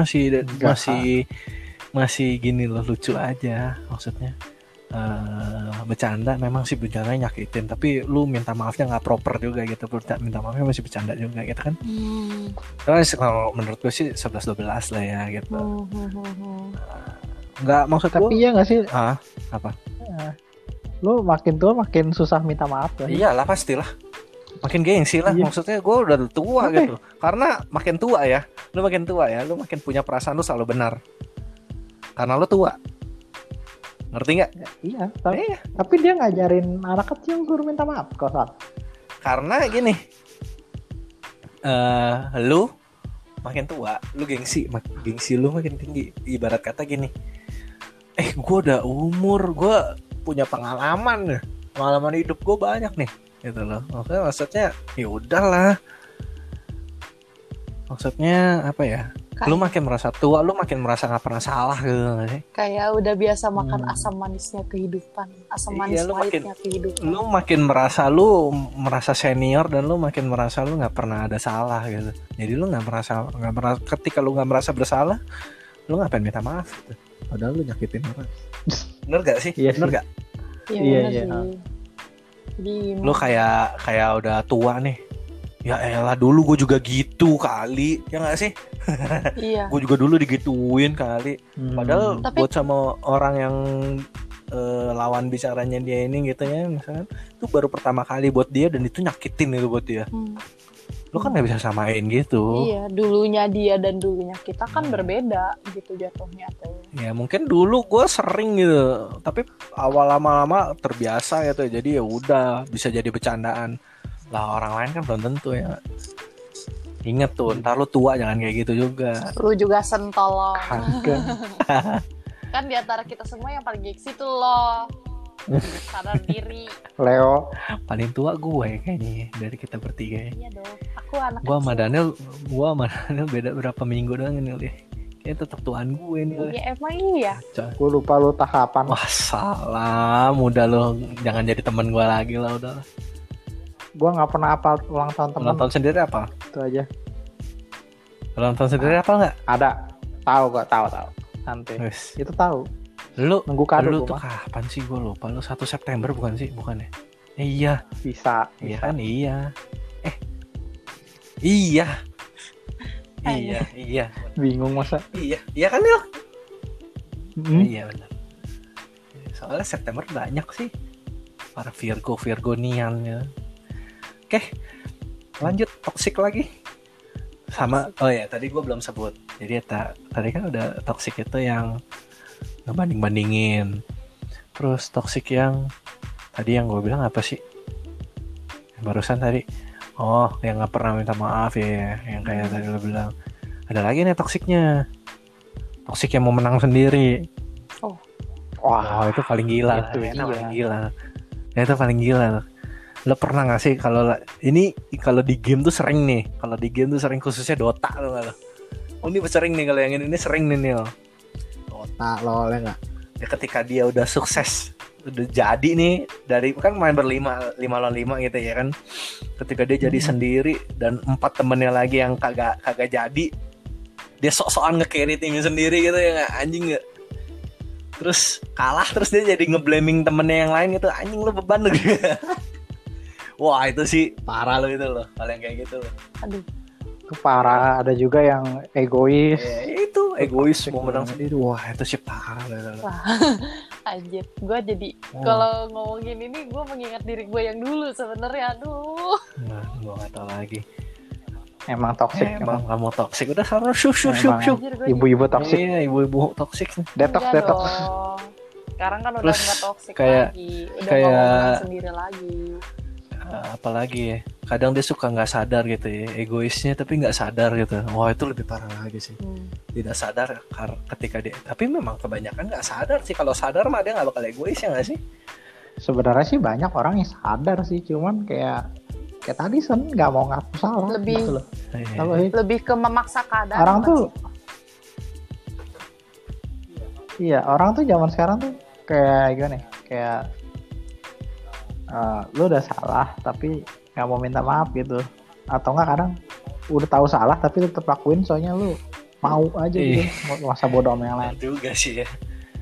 S5: masih gini loh, lucu aja maksudnya. Bercanda memang sih bercandanya nyakitin, tapi lu minta maafnya nggak proper juga gitu, minta maafnya masih bercanda juga gitu kan. Terus kalau menurut gue sih 11-12 lah ya gitu. Nggak maksud
S3: Tapi
S5: gue,
S3: ya nggak sih,
S5: apa?
S3: lu makin tua makin susah minta maaf kan?
S5: Iyalah pastilah. Makin gengsi lah,
S3: Iya.
S5: maksudnya gue udah tua
S3: Oke.
S5: gitu. Karena makin tua ya, lu makin punya perasaan lu selalu benar. Karena lu tua. Ngerti nggak?
S3: Iya, tapi,
S5: Iya.
S3: tapi dia ngajarin anak kecil guru minta maaf kok salah.
S5: Karena gini, lu makin tua, lu gengsi lu makin tinggi. Ibarat kata gini, gue udah umur, gue punya pengalaman hidup gue banyak nih, gitu loh. Maksudnya ya udahlah. Maksudnya apa ya? Lu makin merasa tua, lu makin merasa nggak pernah salah gitu nggak sih?
S1: Kayak udah biasa makan asam manisnya kehidupan, asam manis
S5: Iya, lu
S1: pahitnya kehidupan.
S5: Lu makin merasa senior dan lu makin merasa lu nggak pernah ada salah gitu. Jadi lu nggak merasa ketika lu nggak merasa bersalah, lu ngapain minta maaf gitu. Padahal lu nyakitin orang. Bener gak sih?
S3: Iya
S5: Bener
S3: sih.
S5: gak?
S1: Iya,
S3: Iya,
S1: bener
S3: iya.
S1: sih. Jadi,
S5: Lu kayak udah tua nih. Ya elah dulu gue juga gitu kali, ya nggak sih?
S1: iya.
S5: Gue juga dulu digituin kali. Padahal
S1: Tapi-
S5: buat sama orang yang lawan bicaranya dia ini gitu ya, misalkan itu baru pertama kali buat dia dan itu nyakitin itu buat dia. Lu kan nggak bisa samain gitu.
S1: Iya, dulunya dia dan dulunya kita kan berbeda gitu jatuhnya tuh.
S5: Ya mungkin dulu gue sering gitu, tapi awal lama-lama terbiasa gitu. Jadi ya udah bisa jadi bercandaan. Lah orang lain kan belum tentu ya. Ingat tuh, ntar lu tua jangan kayak gitu juga.
S1: Lu juga sentolong.
S3: Kagak.
S1: Kan di antara kita semua yang paling gengsi tuh lo. Sadar diri.
S3: Leo,
S5: Paling tua gue kayaknya dari kita bertiga ya.
S1: Iya dong. Aku anak
S5: Gua sama
S1: kecil.
S5: Daniel beda berapa minggu doang ini Lih. Kayaknya tetap tuaan gue nih Lih.
S1: Ya emang iya.
S3: gue lupa lu tahapan.
S5: Wah salam, udah lo jangan jadi teman gue lagi lah udah.
S3: Gue nggak pernah apal ulang tahun teman.
S5: Ulang tahun sendiri apa?
S3: Itu aja.
S5: Ulang tahun sendiri apa nggak?
S3: Ada. Tahu gak? Tahu. Nanti.
S5: Wes.
S3: Itu tahu.
S5: Lu
S3: Nunggu kado
S5: lu
S3: gua
S5: tuh
S3: mah.
S5: kapan sih gue lupa. Lu 1 September bukan sih? Bukan ya? Iya.
S3: Bisa.
S5: Iya kan iya. Iya. Iya.
S3: Bingung masa.
S5: Iya kan Nil?
S3: Hmm?
S5: Iya benar. Soalnya September banyak sih para Virgonian ya. Oke, lanjut toxic lagi. Sama, oh ya tadi gue belum sebut. Jadi tadi kan udah toxic itu yang ngebanding-bandingin. Terus toxic yang tadi yang gue bilang apa sih? Yang barusan tadi. Oh, yang nggak pernah minta maaf ya, yang kayak tadi lo bilang. Ada lagi nih toksiknya. Toxic yang mau menang sendiri. Wah, itu paling gila.
S3: Itu
S5: Itu
S3: dia.
S5: paling gila. Itu paling gila. Lo pernah gak sih kalau di game tuh sering nih. Kalau di game tuh sering khususnya Dota lo nggak lo? Oh, ini sering nih kalau yang ini sering nih Nil.
S3: Dota lo oleh nggak?
S5: Ya ketika dia udah sukses, udah jadi nih dari kan main berlima 5 lawan 5 gitu ya kan. Ketika dia jadi sendiri dan 4 temennya lagi yang kagak jadi, dia sok-sokan nge-carry timnya sendiri gitu ya nggak, anjing nggak? Terus kalah terus dia jadi ngeblaming temennya yang lain gitu, anjing lu beban lu gitu. Wah itu sih parah lo itu loh, kalau yang kayak gitu loh.
S1: Aduh.
S3: Itu parah. Ada juga yang egois.
S5: Ya, itu egois mau menang sendiri. Wah itu sih parah loh.
S1: Anjir, gue jadi
S5: Oh.
S1: kalau ngomongin ini gue mengingat diri gue yang dulu sebenarnya. Aduh.
S5: Nah, gue gak tau lagi.
S3: Emang toxic,
S5: Emang
S3: emang
S5: kamu toksik. Udah harus syuk.
S1: Anjir, gue
S3: ibu-ibu toxic.
S5: Iya, ibu-ibu toksik.
S3: Detox,
S1: enggak
S3: detox.
S1: dong. Sekarang kan udah
S5: Terus
S1: nggak toksik
S5: kayak-
S1: lagi, udah
S5: kayak-
S1: ngomong sendiri lagi.
S5: Apalagi ya, kadang dia suka nggak sadar gitu ya, egoisnya tapi nggak sadar gitu. Wah, itu lebih parah lagi sih. Tidak sadar ketika dia, tapi memang kebanyakan nggak sadar sih. Kalau sadar mah dia nggak bakal egois, ya nggak sih?
S3: Sebenarnya sih banyak orang yang sadar sih, cuman kayak tadi Sen nggak mau ngaku salah.
S1: Lebih-
S3: gitu loh.
S5: Iya.
S3: Apa sih?
S1: Lebih ke memaksa keadaan.
S3: Orang
S1: bukan
S3: tuh,
S1: sih?
S3: iya orang tuh zaman sekarang tuh kayak gimana? Ya? Kayak lu udah salah tapi nggak mau minta maaf gitu, atau nggak kadang udah tahu salah tapi tetap lakuin soalnya lu mau aja gitu, masa bodoh sama yang lain.
S5: Juga sih ya.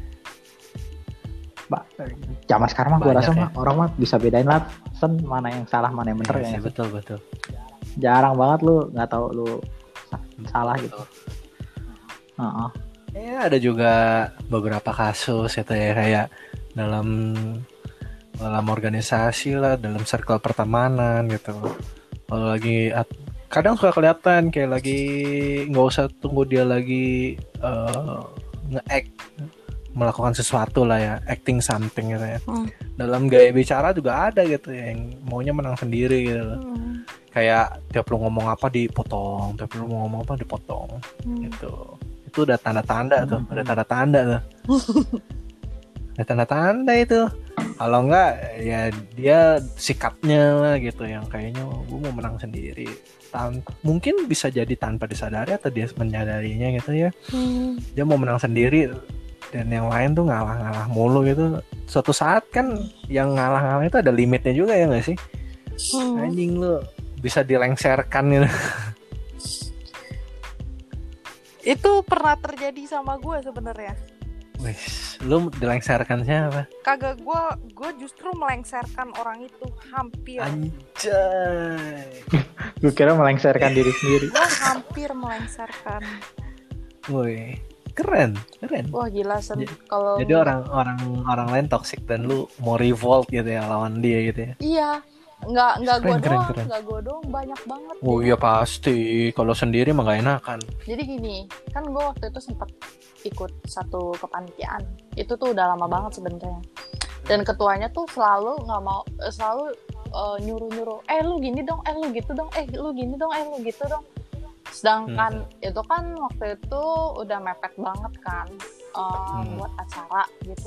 S3: Zaman sekarang mah gue
S5: Banyak
S3: rasa
S5: ya.
S3: mah orang mah bisa bedain lah Sen mana yang salah mana yang bener
S5: Iya
S3: ya.
S5: sih, betul.
S3: Jarang banget lu nggak tahu lu salah gitu. Heeh.
S5: Ya ada juga beberapa kasus itu ya, kayak dalam organisasi lah, dalam circle pertemanan gitu. Kalau lagi kadang suka kelihatan kayak lagi nggak usah tunggu dia lagi nge-act melakukan sesuatu lah ya, acting something gitu ya. Dalam gaya bicara juga ada gitu ya, yang maunya menang sendiri gitu loh. Kayak tiap lu ngomong apa dipotong, tiap lu mau ngomong apa dipotong gitu. Itu udah tanda-tanda tuh, udah tanda-tanda tuh. Udah tanda-tanda itu. Kalau enggak ya dia sikapnya lah gitu, yang kayaknya gue mau menang sendiri. Mungkin bisa jadi tanpa disadari atau dia menyadarinya gitu ya. Dia mau menang sendiri dan yang lain tuh ngalah-ngalah mulu gitu. Suatu saat kan yang ngalah-ngalah itu ada limitnya juga, ya nggak sih? Anjing lu bisa dilengserkan gitu.
S1: Itu pernah terjadi sama gue sebenarnya.
S5: Wih, lu dilengserkan siapa?
S1: Kagak, gue justru melengserkan orang itu hampir.
S5: Anjay.
S3: Gue kira melengsarkan diri sendiri.
S1: Gue hampir melengserkan.
S5: Wih, keren.
S1: Wah gila Sen.
S5: Jadi-
S1: Kalau
S5: Jadi orang lain toxic dan lu mau revolt gitu ya lawan dia gitu ya.
S1: iya, nggak gue
S5: Keren,
S1: doang,
S5: keren.
S1: nggak gue doang, banyak banget.
S5: Oh iya pasti, kalau sendiri mah gak enakan.
S1: Jadi gini, kan gue waktu itu sempat ikut satu kepanitiaan. Itu tuh udah lama banget sebenarnya. Dan ketuanya tuh selalu nggak mau, selalu nyuruh-nyuruh. Lu gini dong, lu gitu dong, lu gini dong, lu gitu dong. Sedangkan itu kan waktu itu udah mepet banget kan buat acara gitu.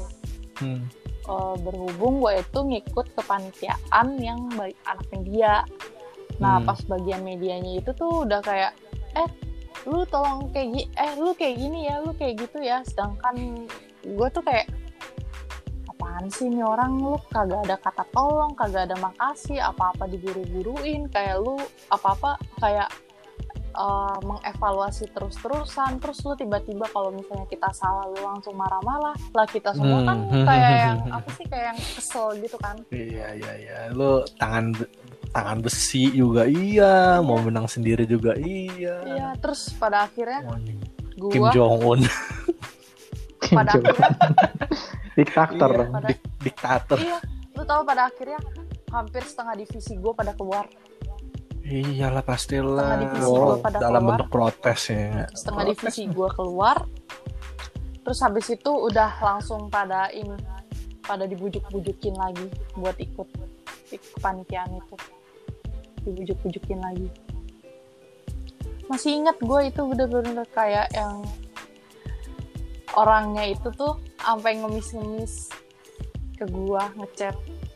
S1: Berhubung gue itu ngikut kepanitiaan yang anaknya dia. Nah pas bagian medianya itu tuh udah kayak lu tolong lu kayak gini ya, lu kayak gitu ya. Sedangkan gue tuh kayak apaan sih nih orang, lu kagak ada kata tolong, kagak ada makasih, apa-apa diburu-buruin, kayak lu apa-apa kayak mengevaluasi terus-terusan, terus lu tiba-tiba kalau misalnya kita salah lu langsung marah-marah lah. Kita semua kan kayak yang apa sih, kayak yang kesel gitu kan.
S5: Iya. Lu tangan besi juga iya, mau menang sendiri juga iya.
S1: Iya, terus pada akhirnya
S5: Kim
S1: gua
S5: Jong Un
S1: pada akhirnya
S3: Diktator
S5: Iya,
S3: dong.
S5: diktator.
S1: iya, lu tahu pada akhirnya hampir setengah divisi gue pada keluar.
S5: Iyalah pastilah.
S1: Setengah divisi gua pada
S5: Dalam
S1: keluar.
S5: bentuk protes ya.
S1: Setengah divisi gue keluar. Terus habis itu udah langsung pada dibujuk-bujukin lagi buat ikut kepanitiaan itu. Dibujuk-bujukin lagi. Masih ingat gue itu bener-bener kayak yang orangnya itu tuh sampai ngemis-ngemis ke gue, ngechat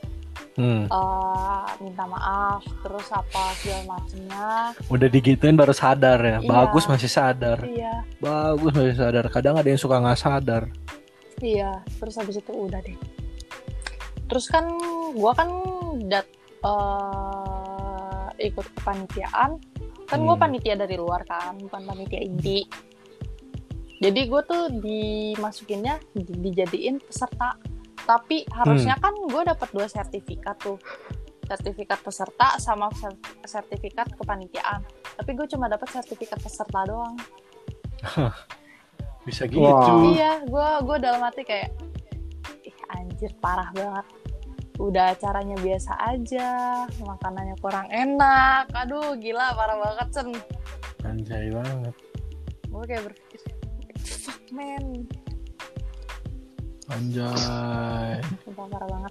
S1: minta maaf, terus apa segala macemnya.
S5: Udah digituin baru sadar ya.
S1: Iya.
S5: Bagus masih sadar.
S1: Iya,
S5: Bagus masih sadar. Kadang ada yang suka nggak sadar.
S1: iya. Terus habis itu udah deh. Terus kan gue kan ikut kepanitiaan. Kan gue panitia dari luar kan, bukan panitia inti. Jadi gue tuh dimasukinnya, dijadiin peserta. Tapi harusnya kan gue dapat 2 sertifikat tuh. Sertifikat peserta sama sertifikat kepanitiaan. Tapi gue cuma dapat sertifikat peserta doang.
S5: Bisa gitu.
S3: Wow.
S1: Iya, gue dalam hati kayak, ih, anjir parah banget. Udah acaranya biasa aja, makanannya kurang enak. Aduh gila parah banget Sen.
S5: Anjay banget.
S1: Gue kayak berpikir fuck man.
S5: Anjay.
S1: Sumpah parah banget.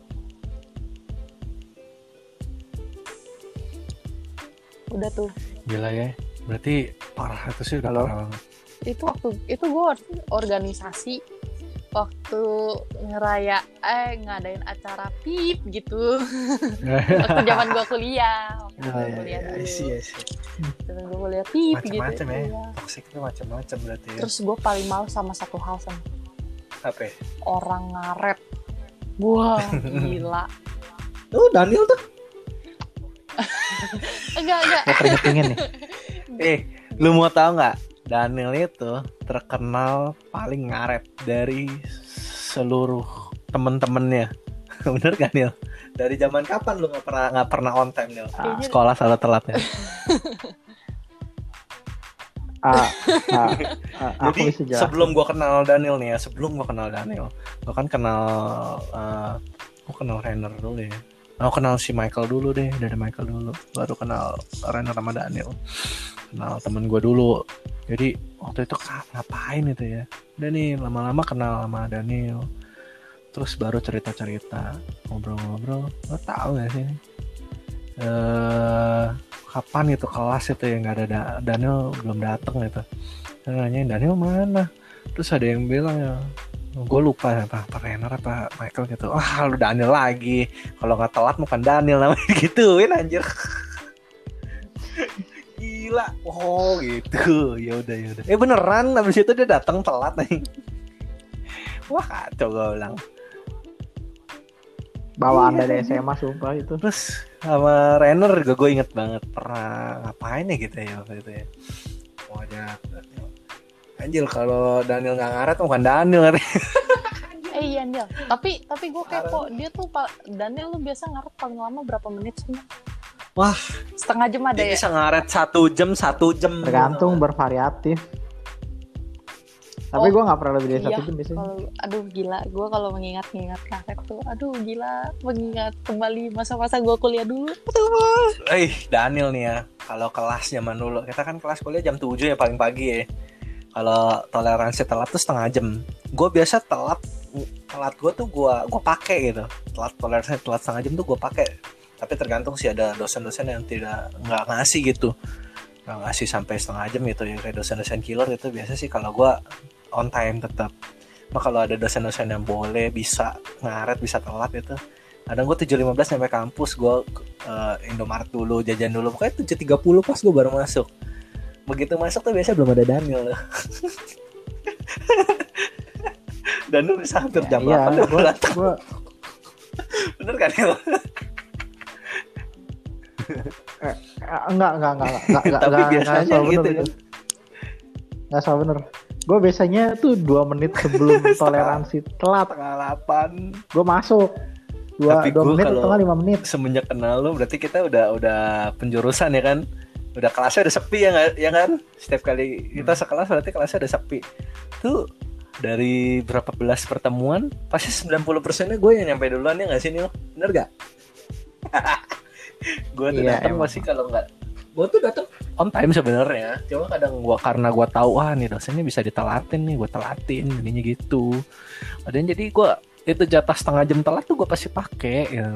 S1: Udah tuh.
S5: Gila ya. Berarti parah itu sih udah parah banget.
S1: Itu gue organisasi waktu ngadain acara PIP gitu. Waktu zaman gue kuliah.
S5: I see.
S1: Zaman gue kuliah PIP gitu.
S5: Macam-macam ya. Toxic itu macam-macam berarti ya.
S1: Terus gue paling males sama satu hal sama
S5: Apa?
S1: orang ngaret. Wah gila.
S2: Tuh Daniel tuh.
S1: Enggak.
S3: Gue keringet-keringet nih.
S5: Lu mau tahu nggak? Daniel itu terkenal paling ngaret dari seluruh temen-temennya. Bener gak Nil? Dari zaman kapan lu nggak pernah on time Nil? Sekolah selalu telat ya. Jadi sebelum gua kenal Daniel nih ya, gua kan gua kenal Rainer dulu ya. Aku kenal si Michael dulu deh, dari Michael dulu, baru kenal Rainer sama Daniel. Kenal temen gue dulu. Jadi waktu itu ngapain itu ya? Udah nih lama-lama kenal sama Daniel. Terus baru cerita-cerita, ngobrol-ngobrol. Lo tau gak sih? Kapan itu kelas itu yang gak ada Daniel belum datang gitu. Nanyain Daniel mana? Terus ada yang bilang ya, gue lupa apa Rainer apa Michael gitu. Wah lu Daniel lagi. Kalau nggak telat bukan Daniel namanya gituin anjir. Gila. Oh gitu. Ya udah. Beneran abis itu dia datang telat nih. Wah kacau gue bilang.
S3: Bawaan dari SMA sumpah itu.
S5: Terus sama Rainer juga gue inget banget pernah ngapain ya gitu ya waktu itu ya. Mau ajak Anjir kalau Daniel nggak ngaret bukan Daniel kan.
S1: Iya Daniel. Tapi gue kepo dia tuh Daniel tuh biasa ngaret paling lama berapa menit sih?
S5: Wah,
S1: setengah jam ada
S5: dia
S1: ya?
S5: Bisa ngaret 1 jam.
S3: Tergantung bervariatif. Tapi gue nggak pernah lebih dari 1 jam biasanya.
S1: Aduh gila, gue kalau mengingat ngaret tuh, aduh gila, mengingat kembali masa-masa gue kuliah dulu.
S5: Daniel nih ya, kalau kelas zaman dulu, kita kan kelas kuliah jam 7 ya paling pagi ya. Kalau toleransi telat tuh setengah jam. Gue biasa telat gue tuh gue pakai gitu. Toleransi telat setengah jam tuh gue pakai. Tapi tergantung sih, ada dosen-dosen yang nggak ngasih gitu, nggak ngasih sampai setengah jam gitu ya, kayak dosen-dosen killer gitu. Biasa sih kalau gue on time tetap. Nah kalau ada dosen-dosen yang boleh bisa ngaret bisa telat gitu, kadang gue 7.15 sampai kampus, gue Indomaret dulu, jajan dulu, pokoknya 7.30 pas gue baru masuk. Begitu masuk tuh biasanya belum ada Daniel loh. Daniel bisa hampir jam 8 gue datang. Bener kan ya?
S3: Enggak.
S5: Tapi biasanya gitu ya.
S3: Nggak salah bener. Gue biasanya tuh 2 menit sebelum toleransi telat.
S5: Setengah 8
S3: gue masuk. 2 menit atau 5 menit.
S5: Semenjak kenal lo berarti kita udah penjurusan ya kan? Udah kelasnya udah sepi ya kan? Setiap kali kita sekelas berarti kelasnya udah sepi. Tuh dari berapa belas pertemuan pasti 90%-nya gue yang nyampe duluan ya nggak sih Nil? Bener gak? Gue tuh datang masih, kalau nggak gue tuh datang on time sebenarnya. Cuma kadang karena gue tahu nih dosennya bisa ditelatin nih, gue telatin ininya gitu. Dan jadi gue itu jatah setengah jam telat tuh gue pasti pakai ya,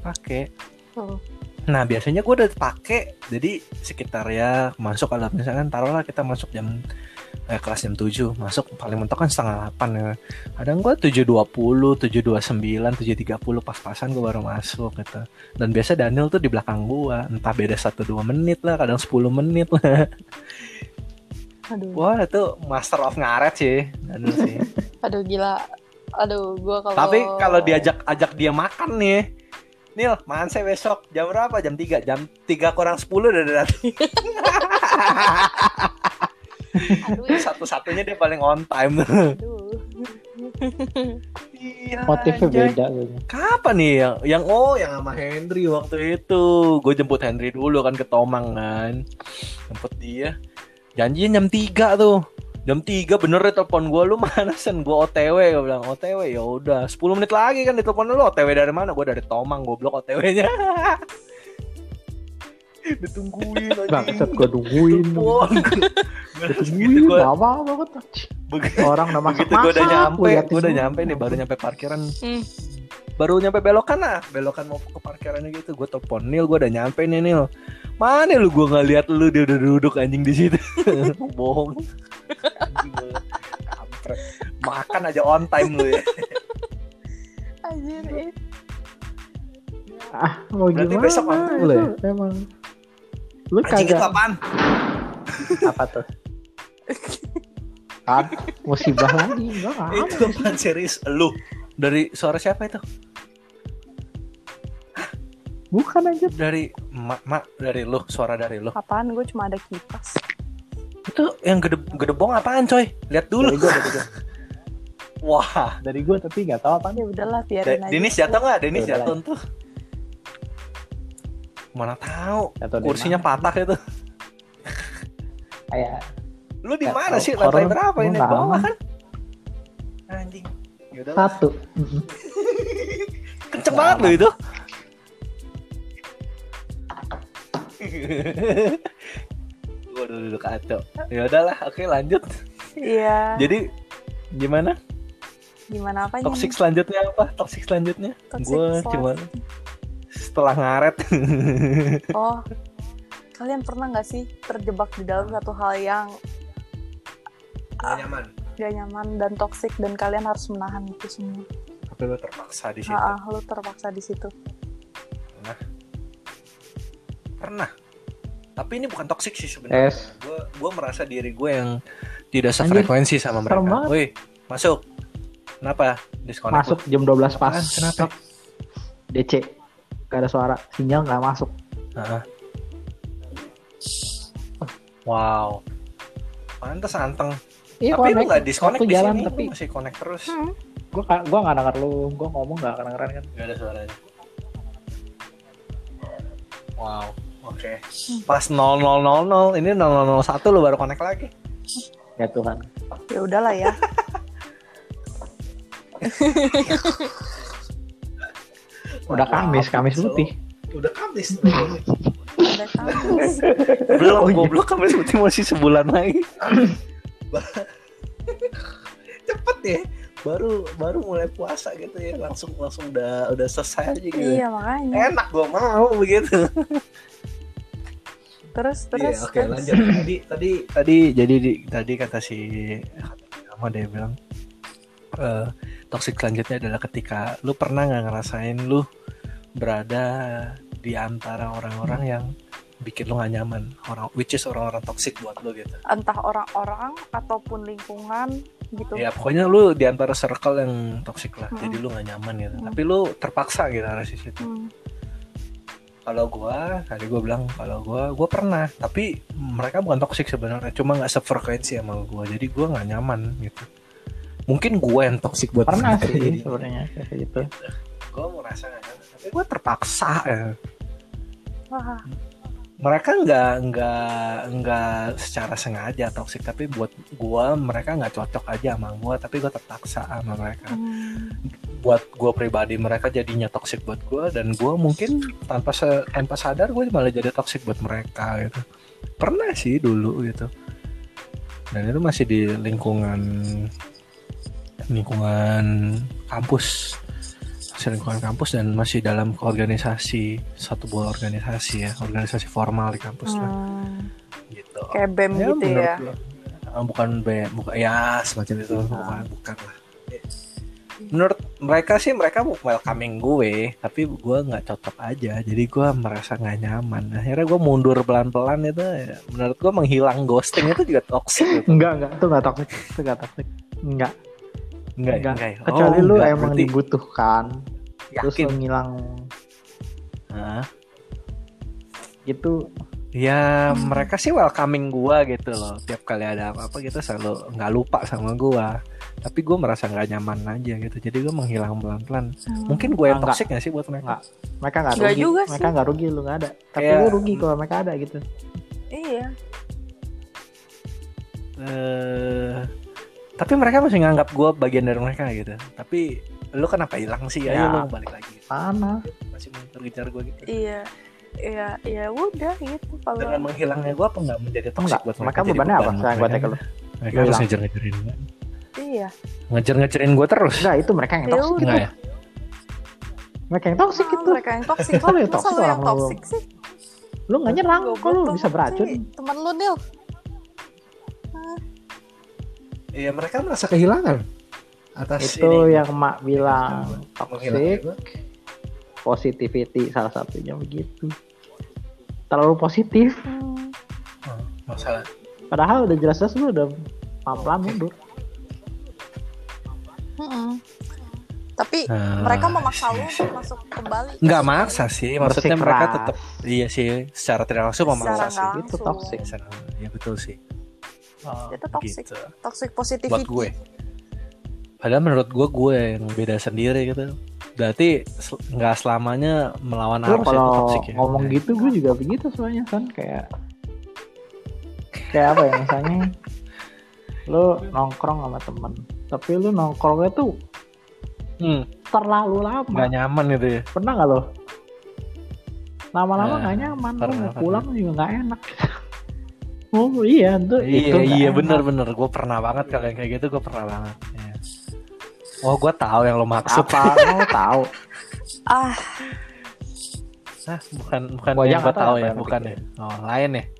S5: Nah biasanya gue udah pakai, jadi sekitar ya masuk, kalau misalkan taruhlah kita masuk kelas jam 7, masuk paling mentok kan setengah 8 ya. Kadang gue 7.20, 7.29, 7.30 pas-pasan gue baru masuk gitu. Dan biasa Daniel tuh di belakang gue, entah beda 1-2 menit lah, kadang 10 menit lah. Aduh. Wah itu master of ngaret sih Daniel sih.
S1: Aduh gila. Aduh gue
S5: Tapi kalau ajak dia makan nih, Nil, makan saya besok. Jam berapa? Jam 3. Jam 3 kurang 10 udah datang. Aduh, satu-satunya dia paling on time. Aduh. Iya,
S3: motifnya beda.
S5: Kapan nih yang sama Henry waktu itu. Gue jemput Henry dulu kan ke Tomang kan. Jemput dia. Janjian jam 3 tuh. Jam 3 bener ya telepon gue, lu mana Sen? Gue OTW, gue bilang OTW, ya udah 10 menit lagi kan ditelepon lu. OTW dari mana? Gue dari Tomang, goblok OTW-nya. Ditungguin aja.
S3: Bangsat gue nungguin.
S5: Gitu gue.
S3: Lama banget. Orang udah masak.
S5: Gue udah nyampe nih, baru nyampe parkiran. Baru nyampe belokan mau ke parkirannya gitu. Gue telepon Nil, gue udah nyampe nih Nil. Mana lu, gue nggak lihat lu, dia udah duduk anjing di situ. Bohong. Kampret. Makan aja on time lu ya.
S1: Anjir.
S3: Mau
S5: Berarti
S3: gimana?
S5: besok mantap lu ya?
S3: Emang. Lu
S5: Anjing itu
S3: kagak
S5: apaan?
S3: apa tuh? Kan musibah lagi. Enggak
S5: Itu apaan serius? Lu dari suara siapa itu?
S3: Bukan aja.
S5: Dari mak dari lu, suara dari lu.
S1: Apaan? Gue cuma ada kipas.
S5: Itu yang gedebong apaan coy? Lihat dulu.
S3: Dari gue.
S5: Wah,
S3: Dari gue tapi nggak tahu apa.
S1: Ya udahlah, biarin aja.
S5: Denis jatuh nggak? Denis
S3: Udah
S5: jatuh tuh. Mana tahu?
S3: Jatuh dari
S5: Kursinya
S3: mana?
S5: patah itu.
S3: Kayak
S5: Lu di
S3: Nggak
S5: mana
S3: tahu.
S5: sih? Lantai
S3: Horor.
S5: berapa ini?
S3: Nggak
S5: Bawah
S3: tahu.
S5: kan? Anjing. Yaudah.
S3: 1.
S5: Kenceng banget lu itu. Gua duduk kacau. Ya udahlah, oke lanjut.
S1: Iya.
S5: Jadi gimana?
S1: Gimana apanya?
S5: Toxic selanjutnya apa? Toxic selanjutnya?
S1: Toxic
S5: Gue cuma setelah ngaret.
S1: Oh, kalian pernah nggak sih terjebak di dalam satu hal yang
S5: nyaman.
S1: gak nyaman dan toksik dan kalian harus menahan itu semua?
S5: Tapi lu terpaksa di situ.
S1: Lu terpaksa di situ.
S5: Pernah. Tapi ini bukan toksik sih sebenarnya.
S3: S.
S5: Gue merasa diri gue yang tidak sefrekuensi sama
S3: serem
S5: mereka.
S3: banget.
S5: Woi, masuk. Kenapa? Disconnect.
S3: Masuk jam 12 pas.
S5: Apaan? Kenapa?
S3: DC. Gak ada suara. Sinyal gak masuk.
S5: Heeh. Wow. Pantes anteng.
S3: Iya,
S5: Tapi lu
S3: connect.
S5: gak disconnect
S3: Waktu
S5: di
S3: jalan
S5: sini,
S3: tapi
S5: lu masih connect terus.
S3: gua gak denger lu. Gua ngomong gak kedengeran kan.
S5: Gak ada suaranya. Wow. Oke. Pas 0000, ini 0001 lu baru connect lagi.
S3: Ya Tuhan.
S1: Ya udahlah ya.
S3: Udah Kamis putih.
S5: Udah Kamis.
S1: Udah Kamis.
S5: Belum, goblok Kamis putih masih sebulan lagi. Cepet ya. Baru mulai puasa gitu ya, langsung udah selesai aja gitu.
S1: Iya, makanya.
S5: Enak, gua mau begitu.
S1: Terus.
S5: Iya, oke, lanjut. Tadi kata si kamu dia bilang toxic selanjutnya adalah ketika lu pernah nggak ngerasain lu berada di antara orang-orang yang bikin lu nggak nyaman, which is orang-orang toxic buat lu gitu.
S1: Entah orang-orang ataupun lingkungan gitu.
S5: Ya pokoknya lu di antara circle yang toxic lah, jadi lu nggak nyaman gitu. Tapi lu terpaksa gitu harus di situ. Kalau tadi gue bilang kalau gue pernah, tapi mereka bukan toxic sebenarnya, cuma nggak sefrekuensi sama gue, jadi gue nggak nyaman gitu. Mungkin gue yang toxic buat
S3: Pernah
S5: mereka,
S3: sih
S5: jadi
S3: sebenarnya kayak gitu.
S5: gue merasa nggak nyaman, tapi gue terpaksa ya.
S1: Wah,
S5: Mereka nggak secara sengaja toxic, tapi buat gue mereka nggak cocok aja sama gue, tapi gue terpaksa sama mereka. Buat gue pribadi mereka jadinya toxic buat gue, dan gue mungkin tanpa sadar gue malah jadi toxic buat mereka gitu. Pernah sih dulu gitu, dan itu masih di lingkungan kampus, dan masih dalam satu buah organisasi formal di kampus lah gitu.
S1: kayak BEM gitu ya.
S5: Bukan ya semacam itu, bukan lah. Menurut mereka sih mereka welcoming gue, tapi gue nggak cocok aja, jadi gue merasa nggak nyaman. Akhirnya gue mundur pelan-pelan itu. Ya, menurut gue menghilang, ghosting itu juga toxic gitu.
S3: Enggak, itu enggak toxic. Enggak. Kecuali lu
S5: enggak,
S3: emang
S5: berarti
S3: dibutuhkan. Terus
S5: yakin.
S3: lu ngilang gitu.
S5: Ya mereka sih welcoming gua gitu loh, tiap kali ada apa-apa gitu selalu nggak lupa sama gua, tapi gua merasa nggak nyaman aja gitu, jadi gua menghilang pelan-pelan. Mungkin gue yang
S3: Enggak.
S5: toxic nggak sih buat mereka?
S3: Enggak. Mereka nggak
S1: Nggak
S3: rugi.
S1: juga
S3: Mereka
S1: sih.
S3: nggak rugi, lu nggak ada. Tapi
S5: Kayak-
S3: lu rugi kalau mereka ada gitu.
S1: Iya.
S5: Tapi mereka masih nganggap gue bagian dari mereka gitu. Tapi lu kenapa hilang sih? Ayo
S3: Ya.
S5: lu balik lagi.
S3: Mana?
S5: Masih mengejar gue gitu.
S1: Iya. Ya udah gitu kalau
S5: Dengan menghilangnya gue apa nggak menjadi toksik
S3: Enggak,
S5: buat
S3: mereka
S5: Jadi
S3: bebannya apa?
S5: beban
S3: Sekarang gue
S5: mereka.
S3: cek lu.
S5: Mereka
S3: Lu
S5: harus
S3: hilang.
S5: ngejar-ngejarin gue.
S1: iya.
S5: Ngejar-ngejarin gue terus.
S3: Enggak, itu mereka yang
S1: Ya
S3: toksik.
S1: udah.
S5: Enggak ya?
S3: Mereka yang toksik
S1: Ah,
S3: itu.
S1: mereka yang toksik.
S3: Kalau yang
S1: Masa
S3: toksik
S1: lu yang
S3: orang lu.
S1: toksik sih?
S3: Lu nggak nyerang,
S1: Goblok
S3: kok lu
S1: banget
S3: bisa beracun.
S1: sih. Temen lu Nil.
S5: Iya mereka merasa kehilangan atas
S3: Itu
S5: ini.
S3: yang mak bilang
S5: Menghilangnya
S3: toxic
S5: gua.
S3: positivity salah satunya begitu. Terlalu positif.
S5: Masalah.
S3: Padahal udah jelas-jelas lu udah pelan-pelan mundur.
S1: Tapi
S5: Nah,
S1: mereka memaksa lu untuk masuk kembali.
S5: Nggak maksa sih, maksudnya
S3: Bersikeras.
S5: mereka tetap iya sih secara tidak langsung memaksa
S1: Secara
S5: sih.
S1: nggak
S3: Itu
S1: langsung.
S3: toxic.
S5: Ya betul sih.
S1: Itu toxic.
S5: Gitu.
S1: Toxic
S5: Buat
S1: positivity.
S5: gue. Padahal menurut gue yang beda sendiri gitu. Berarti nggak selamanya melawan
S3: Lu
S5: arus itu
S3: kalau
S5: toxic ya.
S3: ngomong gitu gue juga begitu soalnya kan kayak apa ya misalnya lu nongkrong sama temen tapi lu nongkrongnya tuh terlalu lama.
S5: Nggak nyaman gitu ya.
S3: Pernah nggak lo? Lama-lama
S5: Nah,
S3: nggak nyaman, lu
S5: pernah,
S3: mau pulang juga nggak enak. Oh iya, itu
S5: Iya
S3: nggak
S5: iya
S3: enak.
S5: bener gue pernah banget kalau yang kayak gitu gue pernah banget. Iya. Oh gue tahu yang lo maksud.
S3: Apa lo tahu?
S1: Ah,
S5: bukan
S3: Gua
S5: yang
S3: aja
S5: gue
S3: nggak tahu
S5: tahu
S3: apa
S5: ya,
S3: yang
S5: bukan
S3: bikin.
S5: ya. Oh lain ya.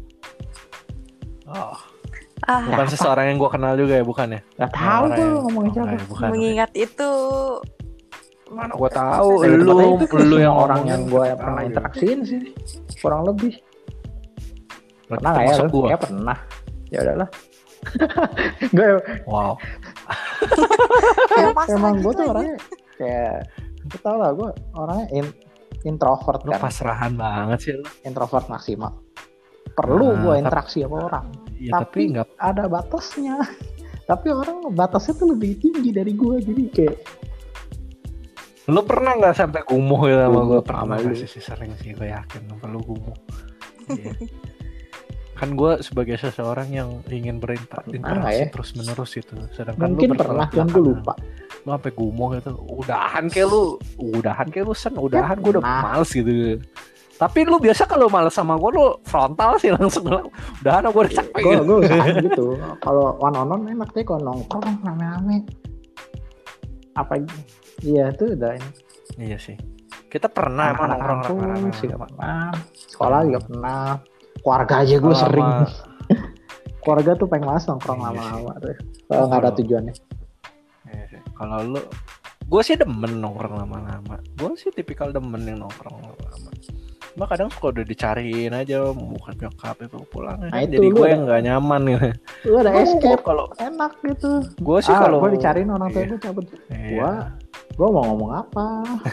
S5: Oh bukan
S3: Apa?
S5: seseorang yang gue kenal juga ya, bukan ya?
S3: Nggak tahu
S5: Orang
S3: tuh
S5: yang-
S3: ngomongin
S5: oh,
S3: siapa.
S5: nggak ya, bukan.
S1: mengingat itu.
S5: Mana gue tahu
S3: Ya,
S5: lu
S3: tempatnya itu kayak
S5: lu yang
S3: semua orang
S5: ngomongin
S3: yang gue
S5: tahu
S3: pernah
S5: gitu.
S3: interaksiin sih, kurang lebih.
S5: Berarti
S3: Pernah nggak ya
S5: termasuk
S3: lu?
S5: gua.
S3: Ya pernah. Ya udahlah. Gue
S5: Wow.
S1: Kayak pasrah
S3: emang
S1: gitu
S3: gue tuh
S1: aja.
S3: orangnya kayak lu tau lah gue orangnya introvert
S5: Lu
S3: kan,
S5: pasrahan banget sih lu.
S3: introvert maksimal. Perlu
S5: Nah,
S3: gue
S5: tapi-
S3: interaksi sama orang,
S5: Iya tapi
S3: tapi
S5: nggak.
S3: ada batasnya. Tapi orang batasnya tuh lebih tinggi dari gue, jadi kayak
S5: Lu pernah nggak sampai kumuh gitu sama gue?
S3: Kumuh
S5: Pernah
S3: sama lu.
S5: sih sering sih gue yakin sampai lu kumuh. Iya. Kan gue sebagai seseorang yang ingin berinteraksi
S3: ya?
S5: terus menerus gitu. Sedangkan
S3: mungkin
S5: lu
S3: pernah,
S5: bertolak
S3: cuman gue
S5: belakang.
S3: lupa.
S5: Lu sampai kumuh gitu. Udahan kayak lu sen, udahan gue udah
S3: pernah.
S5: males gitu. Tapi lu biasa kalau males sama gue lu frontal sih langsung bilang, udahan gue udah capek gitu.
S3: Gue usahain gitu. Kalau one on one enak deh, kalau nongkrong rame-rame. Apa? Iya itu udah ini.
S5: Iya sih. Kita pernah emang
S3: Anak-anak
S5: nongkrong
S3: kampus
S5: rame-rame.
S3: juga pernah. Sekolah juga pernah. Keluarga aja gue
S5: Kalau
S3: sering.
S5: sama-
S3: Keluarga tuh pengen males nongkrong
S5: Iya
S3: lama-lama tuh. Kalau nggak ada
S5: Kalau-
S3: tujuannya.
S5: Iya sih. Kalau lu, gue sih demen nongkrong lama-lama. Gue sih tipikal demen yang nongkrong lama-lama. Cuma kadang suka udah dicariin aja, bukan nyokap itu pulang.
S3: Nah, itu
S5: jadi
S3: lu
S5: gue
S3: ada-
S5: yang nggak nyaman gitu.
S3: Lu ada
S5: Gua
S3: escape
S5: kalau
S3: enak gitu.
S5: gue sih kalau
S3: gue dicariin orang tua
S5: Iya.
S3: gue cabut.
S5: Iya.
S3: Gue mau ngomong apa?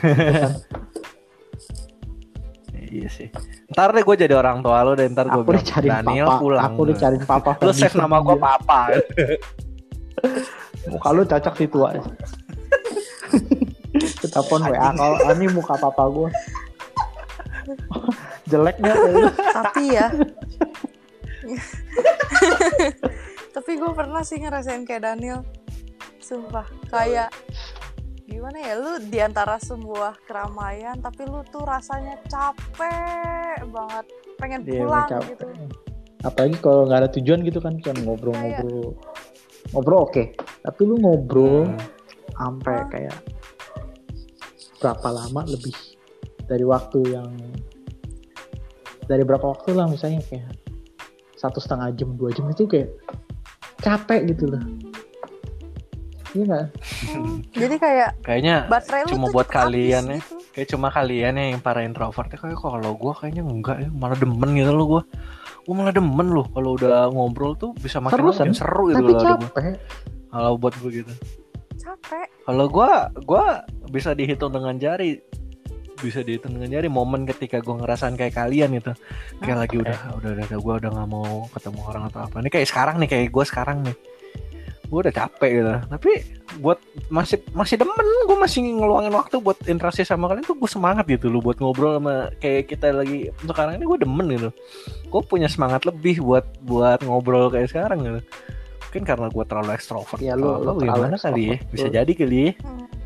S5: Iya sih. Ntar deh gue jadi orang tua lu dan ntar gue
S3: Aku
S5: bilang
S3: dicariin
S5: Daniel
S3: papa.
S5: pulang.
S3: Aku dicariin papa.
S5: Lu save nama gue papa.
S3: Muka lu cocok sih tua. Telepon WA kalau ini muka papa gue. Jelek nggak?
S1: Tapi ya. Tapi gue pernah sih ngerasain kayak Daniel. Sumpah. Kayak gimana ya, lu diantara sebuah keramaian tapi lu tuh rasanya capek banget, pengen
S3: Iya,
S1: pulang
S3: capek.
S1: gitu.
S3: Apalagi kalau nggak ada tujuan gitu kan ngobrol oke. Tapi lu ngobrol sampai kayak berapa lama lebih dari waktu yang dari berapa waktu lah, misalnya kayak 1,5 jam 2 jam itu kayak capek gitu loh. Iya nggak?
S1: Jadi kayak
S5: Kayaknya
S1: baterai lu
S5: cuma
S1: tuh
S5: buat
S1: cepet habis
S5: kalian ya.
S1: gitu.
S5: Kayak cuma kalian ya yang para introvert. Kayak kalau gue kayaknya enggak ya, malah demen gitu loh gue. Gue malah demen loh kalau udah ngobrol tuh bisa makin
S3: Seru,
S5: seru gitu
S3: Tapi
S5: loh ada gue.
S3: capek.
S5: Kalau buat gue gitu.
S1: Capek.
S5: Kalau gue bisa dihitung dengan jari. Bisa dihitung dengan jari momen ketika gue ngerasain kayak kalian gitu. Kayak lagi udah gue udah nggak mau ketemu orang atau apa. Ini kayak sekarang nih, kayak gue sekarang nih. gue udah capek gitu. Tapi buat masih demen, gue masih ngeluangin waktu buat interaksi sama kalian tuh gue semangat gitu loh, buat ngobrol sama kayak kita lagi sekarang ini, gue demen gitu. Gue punya semangat lebih buat ngobrol kayak sekarang gitu. Mungkin karena gue terlalu ekstrovert.
S3: Ya lu
S5: gimana kali ya? Bisa jadi kali ya.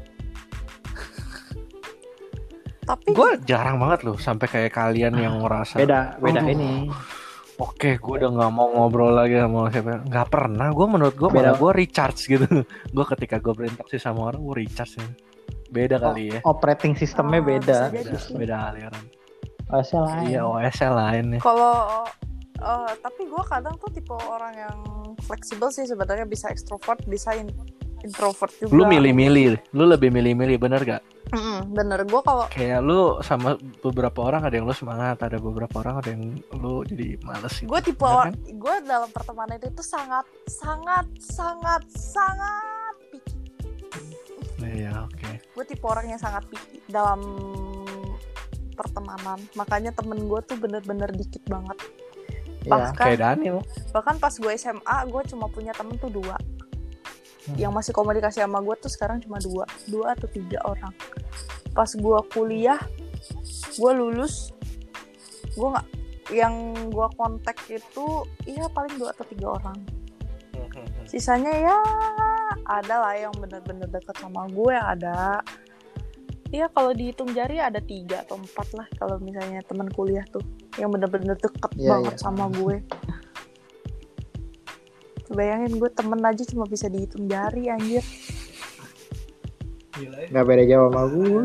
S1: Tapi
S5: Gue jarang banget loh sampai kayak kalian yang ngerasa
S3: beda ini.
S5: Oke, gue udah nggak mau ngobrol lagi sama siapa. Nggak pernah. Gue menurut gue malah gue recharge gitu. Gue ketika gue berinteraksi sama orang, gue recharge ya. Beda kali ya.
S3: Operating sistemnya beda.
S5: Beda aliran.
S3: OS lain.
S5: Iya, OS lain ya.
S1: kalau tapi gue kadang tuh tipe orang yang fleksibel sih sebenarnya, bisa ekstrovert, bisa introvert juga.
S5: Lu milih-milih. Lu lebih milih-milih, bener gak?
S1: Bener, gue kalau
S5: Kayak lu sama beberapa orang ada yang lu semangat, ada beberapa orang ada yang lu jadi males gitu.
S1: gue tipe
S5: Bener kan?
S1: gue dalam pertemanan itu sangat picky.
S5: Iya, oke.
S1: Gue tipe orang yang sangat picky dalam pertemanan, makanya temen gue tuh bener-bener dikit banget.
S3: Ya,
S5: Kayak Daniel.
S1: Bahkan pas gue SMA gue cuma punya temen tuh 2 yang masih komunikasi sama gue tuh sekarang cuma 2 atau 3 orang. Pas gue kuliah, gue lulus, gue nggak, yang gue kontak itu iya paling 2 atau 3 orang. Sisanya ya ada lah yang bener-bener deket sama gue, ada. Iya kalau dihitung jari ada 3 atau 4 lah kalau misalnya teman kuliah tuh yang bener-bener deket banget sama gue. Bayangin gue temen aja cuma bisa dihitung jari anjir.
S3: Nggak beda jauh sama gue.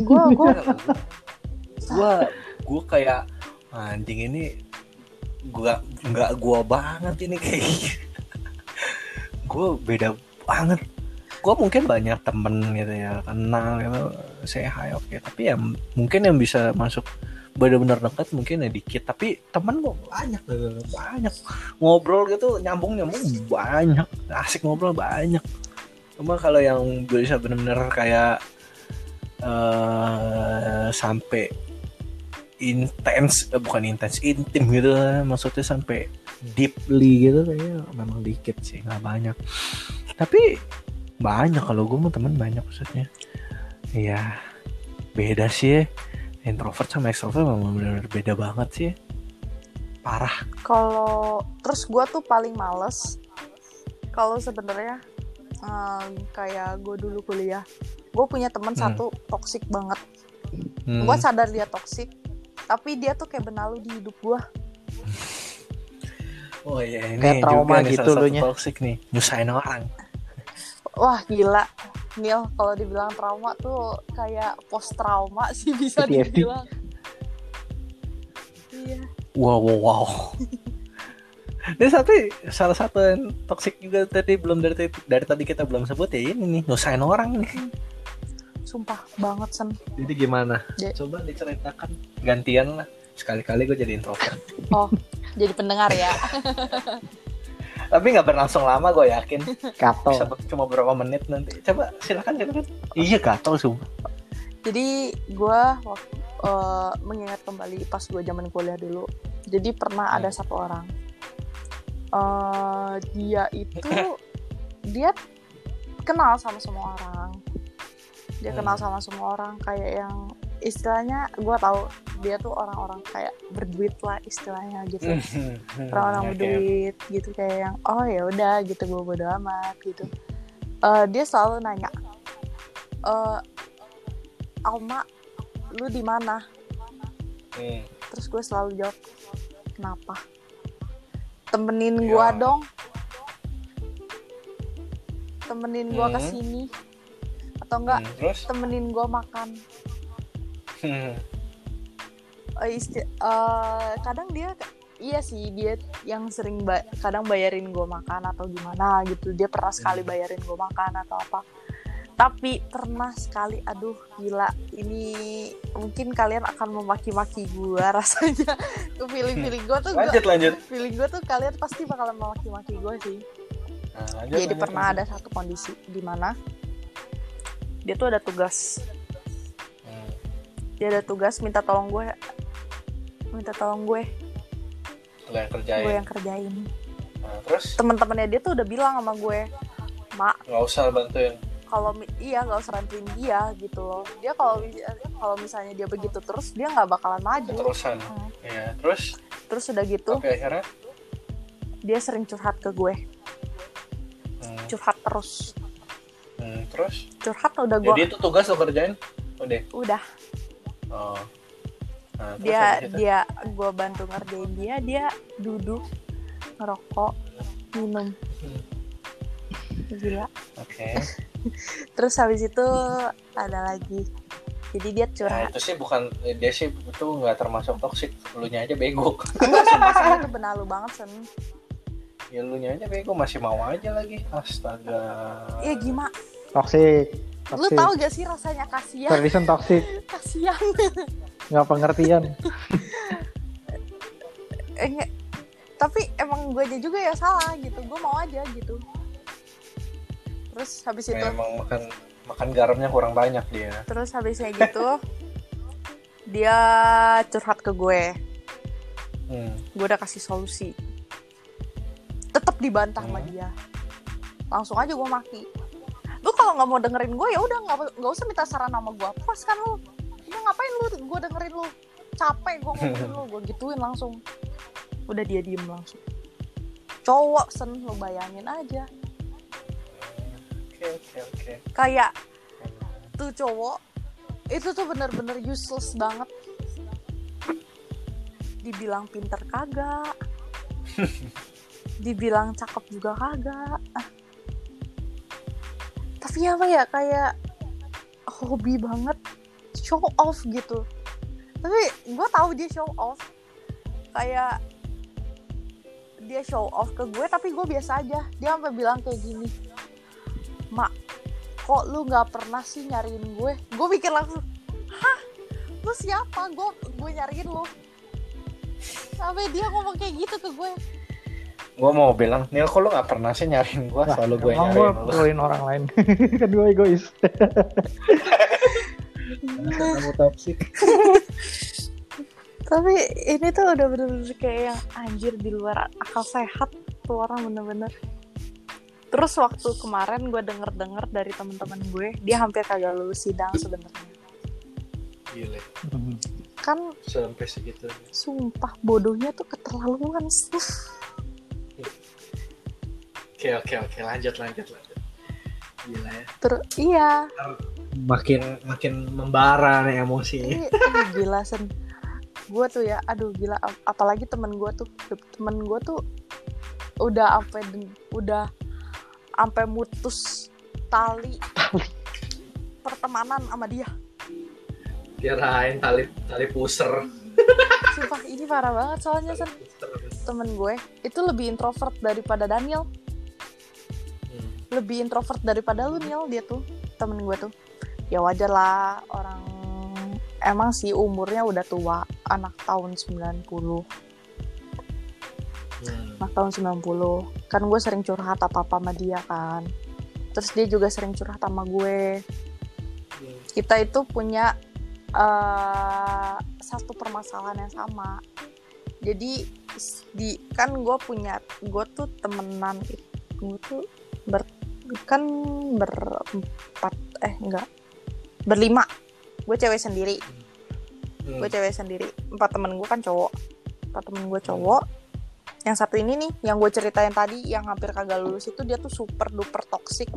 S5: Gue kayak anjing ini nggak gue banget ini kayak gue beda banget. Gue mungkin banyak temen gitu ya, kenal gitu, say hi oke. Tapi ya mungkin yang bisa masuk benar-benar dekat mungkin ya dikit, tapi temen gue banyak ngobrol gitu, nyambung banyak, asik ngobrol banyak. Cuma kalau yang bisa benar-benar kayak sampai intim gitu, maksudnya sampai deeply gitu kayaknya memang dikit sih, nggak banyak. Tapi banyak kalau gue mau temen banyak maksudnya. Iya, beda sih ya. Introvert sama extrovert memang benar-benar beda banget sih. Parah.
S1: Kalau terus gue tuh paling males kalau sebenarnya kayak gue dulu kuliah, gue punya teman satu toksik banget. Gue sadar dia toksik, tapi dia tuh kayak benalu di hidup gue.
S5: Oh iya, ini
S3: kayak trauma
S5: juga
S3: gitu lu nya.
S5: Toksik nih, nyusahin orang.
S1: Wah gila, Neil, kalau dibilang trauma tuh kayak post trauma sih bisa
S3: PTSD.
S1: dibilang. Iya.
S5: Wow. Ini salah satu yang toksik juga tadi belum dari tadi kita belum sebut ya, ini nih nyusahin orang nih.
S1: Sumpah banget Sen.
S5: Jadi gimana? Coba diceritakan, gantian lah. Sekali-kali gue jadi introvert.
S1: Oh, jadi pendengar ya.
S5: Tapi nggak berlangsung lama, gue yakin.
S3: Kato.
S5: Bisa cuma beberapa menit nanti. Coba silakan. Iya gatel sumpah.
S1: Jadi gue mengingat kembali pas gue zaman kuliah dulu. Jadi pernah ada satu orang. Dia itu dia kenal sama semua orang. Dia kenal sama semua orang, kayak yang istilahnya gue tahu dia tuh orang-orang kayak berduit lah istilahnya gitu. Orang-orang berduit gitu, kayak yang oh ya udah gitu, gue bodo amat gitu. Dia selalu nanya, Alma, lu di mana? Terus gue selalu jawab, kenapa? Temenin gue dong, temenin gue kesini, atau enggak temenin gue makan. Kadang dia iya sih, dia yang sering kadang bayarin gue makan atau gimana gitu. Dia pernah sekali bayarin gue makan atau apa. Tapi pernah sekali, aduh gila, ini mungkin kalian akan memaki-maki gue rasanya. Feeling gue tuh
S5: lanjut.
S1: Feeling gue tuh kalian pasti bakalan memaki-maki gue sih. Jadi pernah ada satu kondisi di mana dia tuh ada tugas. Dia ada tugas minta tolong gue.
S5: Lo yang kerjain.
S1: Gue yang kerjain.
S5: Nah, terus
S1: Teman-temannya dia tuh udah bilang sama gue, mak
S2: nggak usah bantuin.
S1: iya nggak usah bantuin dia gitu loh. Dia kalau misalnya dia begitu terus dia nggak bakalan maju.
S2: Terusan. Ya, terus
S1: udah gitu
S2: oke, akhirnya
S1: dia sering curhat ke gue, curhat terus.
S2: Terus
S1: Curhat udah gue
S2: jadi itu tugas lo kerjain
S1: udah
S2: oh. Nah, terus
S1: dia
S2: habis itu?
S1: gue bantu ngerjain dia duduk ngerokok minum gila.
S2: Oke.
S1: Terus habis itu ada lagi, jadi dia
S2: Nah,
S1: curhat.
S2: itu sih bukan dia sih itu nggak termasuk toksik, lu nya aja bego.
S1: Enggak, sumpah itu benalu banget Sen.
S2: Ya lu nya aja bego, masih mau aja lagi, astaga.
S1: Iya gimana,
S3: Toxic.
S1: lu tahu gak sih rasanya kasihan
S3: Tradition toxic.
S1: kasihan
S3: Nggak pengertian.
S1: enggak, tapi emang gue aja juga ya salah gitu, gue mau aja gitu. Terus habis itu
S2: Emang makan garamnya kurang banyak dia.
S1: terus habisnya gitu dia curhat ke gue udah kasih solusi, tetap dibantah sama dia. Langsung aja gue maki, lu kalau nggak mau dengerin gue ya udah nggak usah minta saran sama gue, puas kan lu ngapain lu gue dengerin lu, capek gue ngomongin lu, gue gituin langsung. Udah dia diem langsung. Cowok Sen, lu bayangin aja
S2: Oke.
S1: kayak tuh cowok itu tuh bener-bener useless banget. Dibilang pinter kagak, dibilang cakep juga kagak. Tapi apa ya, kayak hobi banget show off gitu. Tapi gue tahu dia show off, kayak dia show off ke gue tapi gue biasa aja. Dia sampai bilang kayak gini, mak kok lu nggak pernah sih nyariin gue. Gue mikir langsung, hah lu siapa, gue nyariin lu. Sampai dia ngomong kayak gitu ke gue.
S2: Gue mau bilang, Nil kok lu gak pernah sih nyariin gue, selalu gue
S3: Emang
S2: nyariin
S3: gue
S2: lu.
S3: perluin orang lain. Kan gue egois.
S2: Kamu toksik.
S1: Tapi ini tuh udah bener-bener kayak yang anjir di luar akal sehat tuh orang bener-bener. Terus waktu kemarin gue denger dari teman-teman gue, dia hampir kagak lulus sidang sebenarnya.
S2: Gile.
S1: Kan
S2: Sampai segitu.
S1: sumpah bodohnya tuh keterlaluan sih.
S2: Oke, lanjut. Gila ya.
S1: Iya.
S2: Makin membara nih emosinya.
S1: Gila Sen. Gue tuh ya, aduh gila. Apalagi temen gue tuh udah sampai mutus tali pertemanan sama dia.
S2: Kirain tali puser.
S1: Sumpah ini parah banget soalnya Sen. Temen gue itu lebih introvert daripada Daniel. Lebih introvert daripada lu Niel, dia tuh temen gue tuh. Ya wajar lah, orang emang sih umurnya udah tua, anak tahun 90. Anak tahun 90. Kan gue sering curhat apa-apa sama dia kan. Terus dia juga sering curhat sama gue. Kita itu punya satu permasalahan yang sama. Jadi kan gue tuh temenan, gue tuh berlima. Gue cewek sendiri. 4 temen gue kan cowok. 4 temen gue cowok. Yang satu ini nih, yang gue ceritain tadi, yang hampir kagak lulus itu, dia tuh super duper toxic.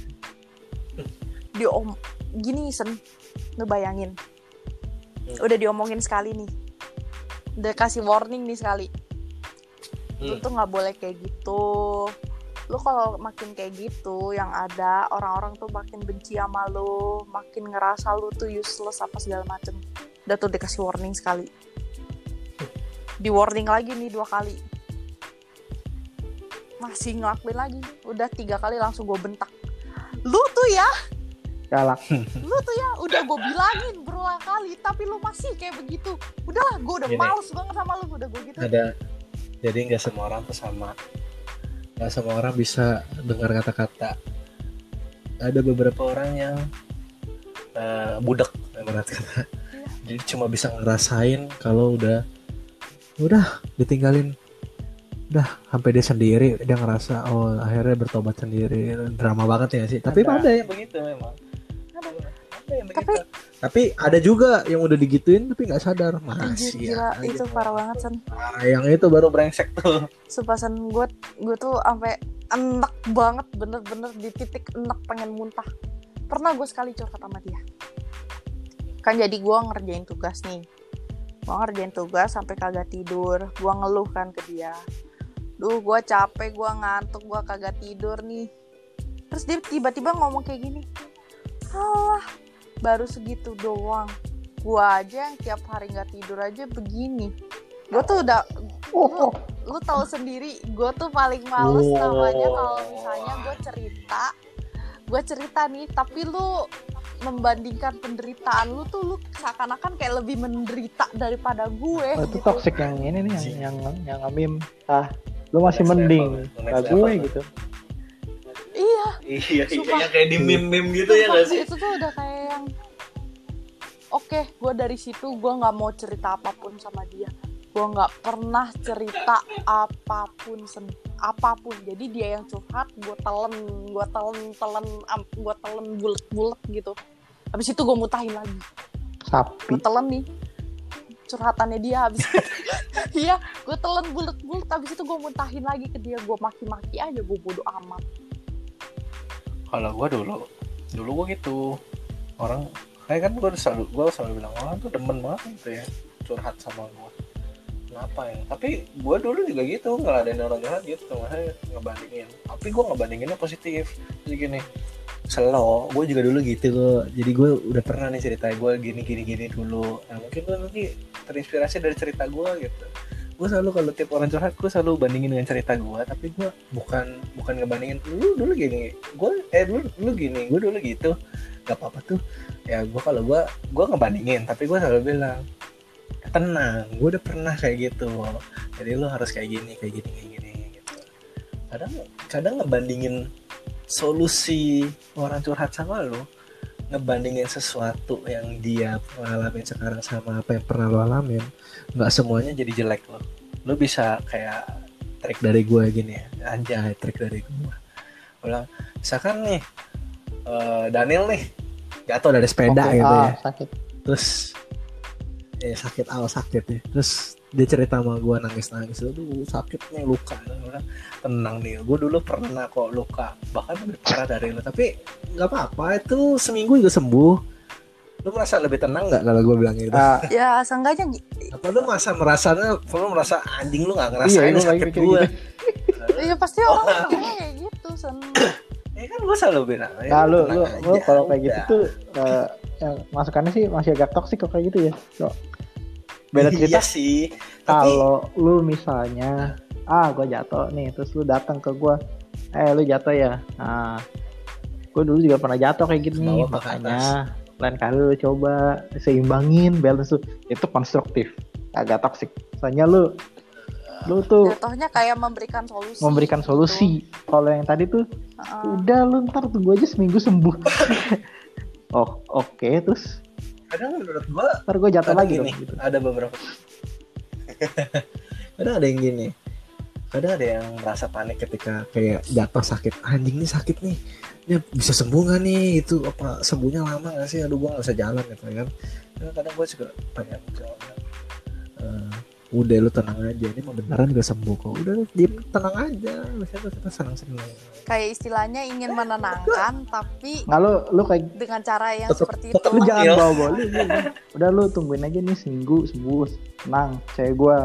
S1: Gini Sen, lu bayangin. Udah diomongin sekali nih. Udah kasih warning nih sekali. Lu tuh gak boleh kayak gitu. Lu kalau makin kayak gitu, yang ada orang-orang tuh makin benci sama lu, makin ngerasa lu tuh useless apa segala macem. Udah tuh dikasih warning sekali. Di warning lagi nih 2 kali. Masih ngelakuin lagi. Udah 3 kali langsung gue bentak. Lu tuh ya
S3: Galak.
S1: Lu tuh ya udah gue bilangin berulang kali, tapi lu masih kayak begitu. Udahlah, gue udah males banget sama lu. Udah gue gitu.
S2: Jadi gak semua orang tuh sama. Gak semua orang bisa dengar kata-kata. Ada beberapa orang yang budak, ibarat kata. Jadi cuma bisa ngerasain kalau udah ditinggalin Udah sampai dia sendiri, dia ngerasa oh akhirnya bertobat sendiri. Drama banget ya sih. Tapi ada yang begitu memang. Ada yang begitu. Tapi ada juga yang udah digituin tapi nggak sadar.
S1: Anjir,
S2: Masih
S1: gila,
S2: aja.
S1: itu parah banget Sen.
S2: Nah, yang itu baru brengsek tuh.
S1: Sumpah Sen, gue tuh sampai enak banget, bener-bener di titik enak pengen muntah. Pernah gue sekali curhat sama dia. Kan jadi gue ngerjain tugas nih. Gue ngerjain tugas sampai kagak tidur. Gue ngeluh kan ke dia. Duh, gue capek, gue ngantuk, gue kagak tidur nih. Terus dia tiba-tiba ngomong kayak gini. Alah, baru segitu doang. Gue aja yang tiap hari gak tidur aja begini. Gue tuh udah... Lu tahu sendiri, gue tuh paling males namanya kalau misalnya gue cerita nih, tapi lu membandingkan penderitaan lu tuh lu seakan-akan kayak lebih menderita daripada gue.
S3: Itu
S1: gitu.
S3: toxic yang ini nih yang Amim. Lu masih mending gue gitu.
S1: Iya.
S5: Iya kayak di meme-meme gitu ya nggak sih?
S1: Itu tuh udah kayak yang oke, gue dari situ gue nggak mau cerita apapun sama dia. Gue nggak pernah cerita apapun. Jadi dia yang curhat, gue telen bulet gitu. Habis itu gue mutahin lagi.
S3: Sapi.
S1: Gue telen nih curhatannya dia habis. Iya, gue telen bulet. Habis itu gue muntahin lagi ke dia. Gue maki-maki aja, gue bodo amat.
S5: Kalau gue dulu gue gitu, orang kayak kan gue selalu bilang orang tuh demen banget gitu ya curhat sama gue. Kenapa ya? Tapi gue dulu juga gitu, ngeladein orang curhat gitu, makanya ngebandingin. Tapi gue ngebandinginnya positif. Jadi gini, selo, gue juga dulu gitu kok. Jadi gue udah pernah nih cerita gue gini dulu. Nah mungkin gue nanti terinspirasi dari cerita gue gitu. Gue selalu kalau tiap orang curhat gue selalu bandingin dengan cerita gue, tapi gue bukan ngebandingin lu dulu gini, lu gini, gue dulu gitu, gak apa-apa tuh ya. Gue ngebandingin, tapi gue selalu bilang tenang, gue udah pernah kayak gitu, jadi lu harus kayak gini gitu. Kadang ngebandingin solusi orang curhat sama lu, ngebandingin sesuatu yang dia ngalamin sekarang sama apa yang pernah lo alamin, nggak semuanya jadi jelek lo. Lo bisa kayak trik dari gue gini ya, anjay trik dari gue. Bilang, misalkan nih Daniel nih jatuh dari sepeda gitu ya,
S3: sakit.
S5: Terus sakit ya. Terus dia cerita sama gue nangis, aduh sakit nih, luka. Tenang nih, gue dulu pernah kok luka, bahkan lebih parah dari lo, tapi nggak apa-apa, itu seminggu juga sembuh. Lu merasa lebih tenang nggak kalau gue bilang gitu?
S1: Ya seenggaknya
S5: Apa lu merasa anjing, lu nggak ngerasain sakit gue?
S1: Iya pasti orang kayak gitu Sen.
S5: Ya kan gue selalu bilang.
S3: Nah lu kalau kayak gitu tuh yang masukannya sih masih agak toksik kok kayak gitu ya. So, beda cerita.
S5: Iya sih.
S3: Kalau lu misalnya gue jatuh nih, terus lu datang ke gue, lu jatuh ya. Nah, gue dulu juga pernah jatuh kayak gini, makanya lain kali lu coba seimbangin balance lu. Itu konstruktif, agak toksik. Soalnya lu tuh
S1: jatuhnya kayak memberikan solusi
S3: gitu. Kalau yang tadi tuh udah lu ntar tunggu aja seminggu sembuh. Oke, terus
S5: kadang menurut gue
S3: ntar gue jatuh lagi
S5: gini,
S3: gitu.
S5: ada beberapa kadang ada yang gini, kadang ada yang merasa panik ketika kayak jatuh sakit, anjing nih sakit nih, ya bisa sembuh nggak nih, itu apa sembuhnya lama nggak sih, aduh gue nggak bisa jalan gitu kan. Kadang gue juga pengen jawab, udah lu tenang aja, ini mau beneran juga sembuh kok, udah lu tenang aja, kita senang-senang.
S1: Kayak istilahnya ingin menenangkan, tapi
S3: nggak lu kayak
S1: dengan cara yang seperti itu.
S3: Lu jangan bawa lu. Udah lu tungguin aja nih seminggu sembuh, tenang, saya gue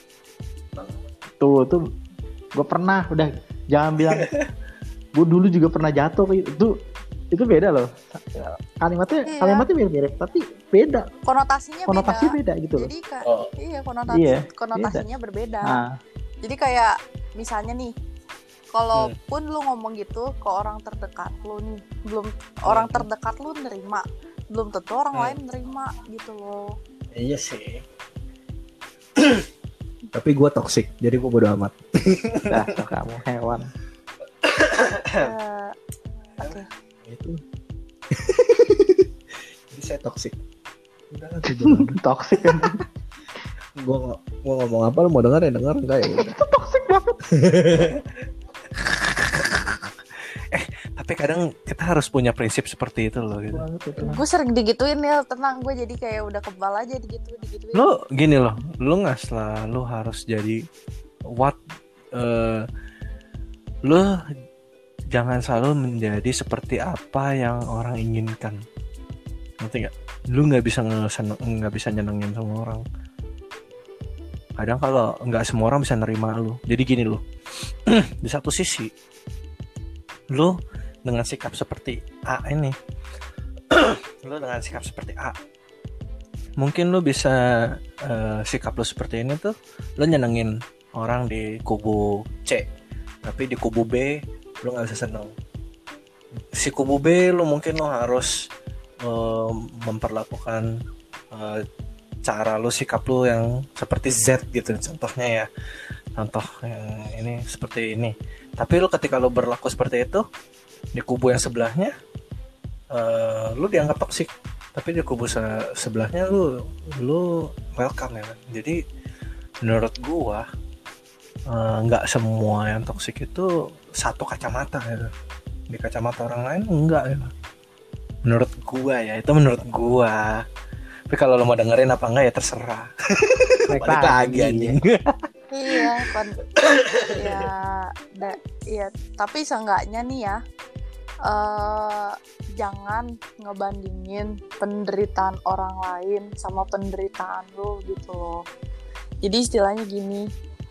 S3: tuh gue pernah, udah jangan bilang gue dulu juga pernah jatuh itu beda loh, kalimatnya mirip-mirip tapi beda, konotasinya beda gitu loh.
S1: Jadi konotasinya berbeda. Jadi kayak misalnya nih, kalaupun lu ngomong gitu ke orang terdekat lu nih, belum orang terdekat lu nerima, belum tentu orang lain nerima gitu loh.
S5: Iya sih. Tapi gue toksik, jadi gue bodo amat.
S3: Dah, kamu hewan.
S1: Oke.
S5: Itu. Jadi saya toksik. Udah
S3: Toksik kan.
S5: Gue ngomong apa, lu mau denger ya denger, enggak ya.
S3: Itu toksik banget.
S5: Tapi kadang kita harus punya prinsip seperti itu loh gitu.
S1: Gue sering digituin ya, tenang, gue jadi kayak udah kebal aja digituin.
S5: Lo gini loh, lo nggak selalu harus jadi lo jangan selalu menjadi seperti apa yang orang inginkan. Ngerti nggak? Lu nggak bisa nyenengin semua orang. Kadang kalau nggak semua orang bisa nerima lu. Jadi gini lo, di satu sisi lu dengan sikap seperti A ini, lu dengan sikap seperti A, mungkin lu bisa sikap lu seperti ini tuh, lu nyenengin orang di kubu C, tapi di kubu B lu nggak bisa seneng. Si kubu B lu mungkin lu harus memperlakukan cara lu, sikap lu yang seperti Z gitu contohnya ya. Contoh yang ini seperti ini. Tapi lu ketika lu berlaku seperti itu di kubu yang sebelahnya, lu dianggap toksik. Tapi di kubu sebelahnya lu welcome ya. Jadi menurut gua nggak semua yang toksik itu satu kacamata ya. Di kacamata orang lain enggak ya. Menurut gua ya, itu menurut gua. Tapi kalau lo mau dengerin apa enggak ya terserah. Balik lagi anjing.
S1: Iya, ya, tapi seenggaknya nih ya, jangan ngebandingin penderitaan orang lain sama penderitaan lo gitu loh. Jadi istilahnya gini,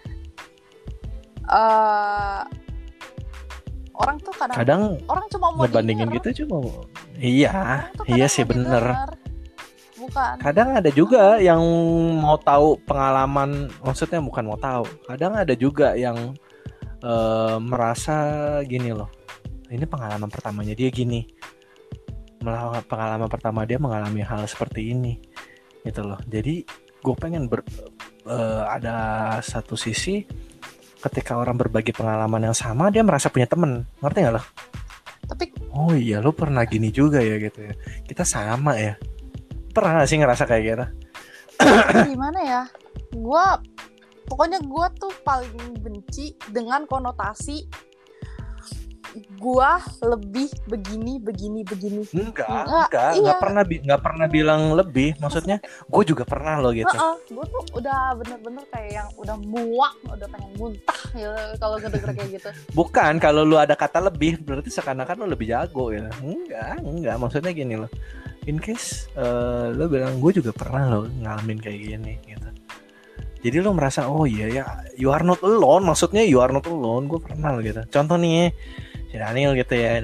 S1: orang tuh kadang orang cuma mau
S5: ngebandingin
S1: denger.
S5: gitu cuma iya sih bener.
S1: Bukan.
S5: Kadang ada juga yang mau tahu pengalaman, maksudnya bukan mau tahu. Kadang ada juga yang merasa gini loh. Ini pengalaman pertamanya dia gini. Pengalaman pertama dia mengalami hal seperti ini. Gitu loh. Jadi gue pengen ada satu sisi ketika orang berbagi pengalaman yang sama, dia merasa punya temen. Ngerti gak lo?
S1: Tapi
S5: oh iya, lo pernah gini juga ya gitu ya. Kita sama ya. Pernah gak sih ngerasa kayak gitu?
S1: gimana ya? Pokoknya gue tuh paling benci dengan konotasi gue lebih begini.
S5: Enggak pernah bilang lebih. Maksudnya gue juga pernah lo gitu.
S1: Gue tuh udah bener-bener kayak yang udah muak, udah pengen muntah gitu kalau ngedenger kayak gitu.
S5: Bukan, kalau lu ada kata lebih berarti seakan-akan lu lebih jago gitu. Enggak, maksudnya gini loh. In case lo bilang gue juga pernah lo ngalamin kayak gini gitu. Jadi lo merasa oh iya ya, you are not alone. Maksudnya you are not alone, gue pernah lo gitu. Contoh nih si Daniel gitu ya,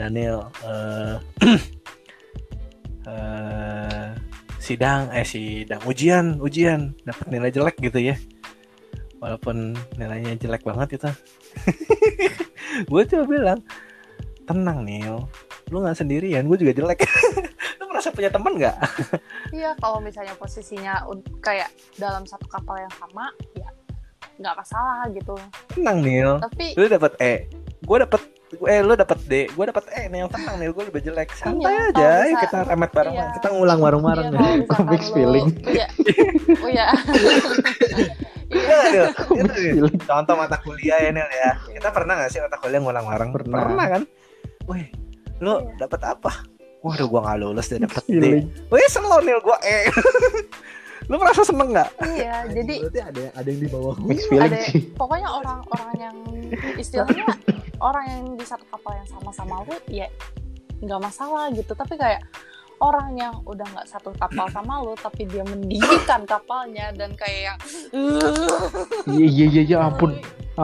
S5: sidang ujian dapat nilai jelek gitu ya. Walaupun nilainya jelek banget itu. Gue coba bilang, tenang Nil, lu nggak sendirian, gue juga jelek. Lu merasa punya teman nggak?
S1: Iya, kalau misalnya posisinya kayak dalam satu kapal yang sama, ya nggak masalah gitu.
S5: Tenang Nil,
S1: tapi
S5: lu dapat E, lu dapat D, gue dapat E. Nil, tenang Nil, gue lebih jelek. Santai aja, kita remet bareng, kita ngulang bareng-bareng ya.
S3: Mix feeling.
S1: Iya.
S5: Iya, contoh mata kuliah ya Nil ya. Kita pernah nggak sih mata kuliah ngulang bareng? Pernah kan? Wih, lu dapat apa? Waduh, gua nggak lulus deh, dapat D. Wih, seneng Nil, gua E. Lu merasa seneng nggak?
S1: Iya, jadi
S2: berarti ada yang di bawah
S3: Mix feeling sih.
S1: Pokoknya orang yang istilahnya orang yang di satu kapal yang sama lu ya nggak masalah gitu. Tapi kayak orang yang udah nggak satu kapal sama lu tapi dia mendirikan kapalnya dan kayak
S3: Iya, ampun.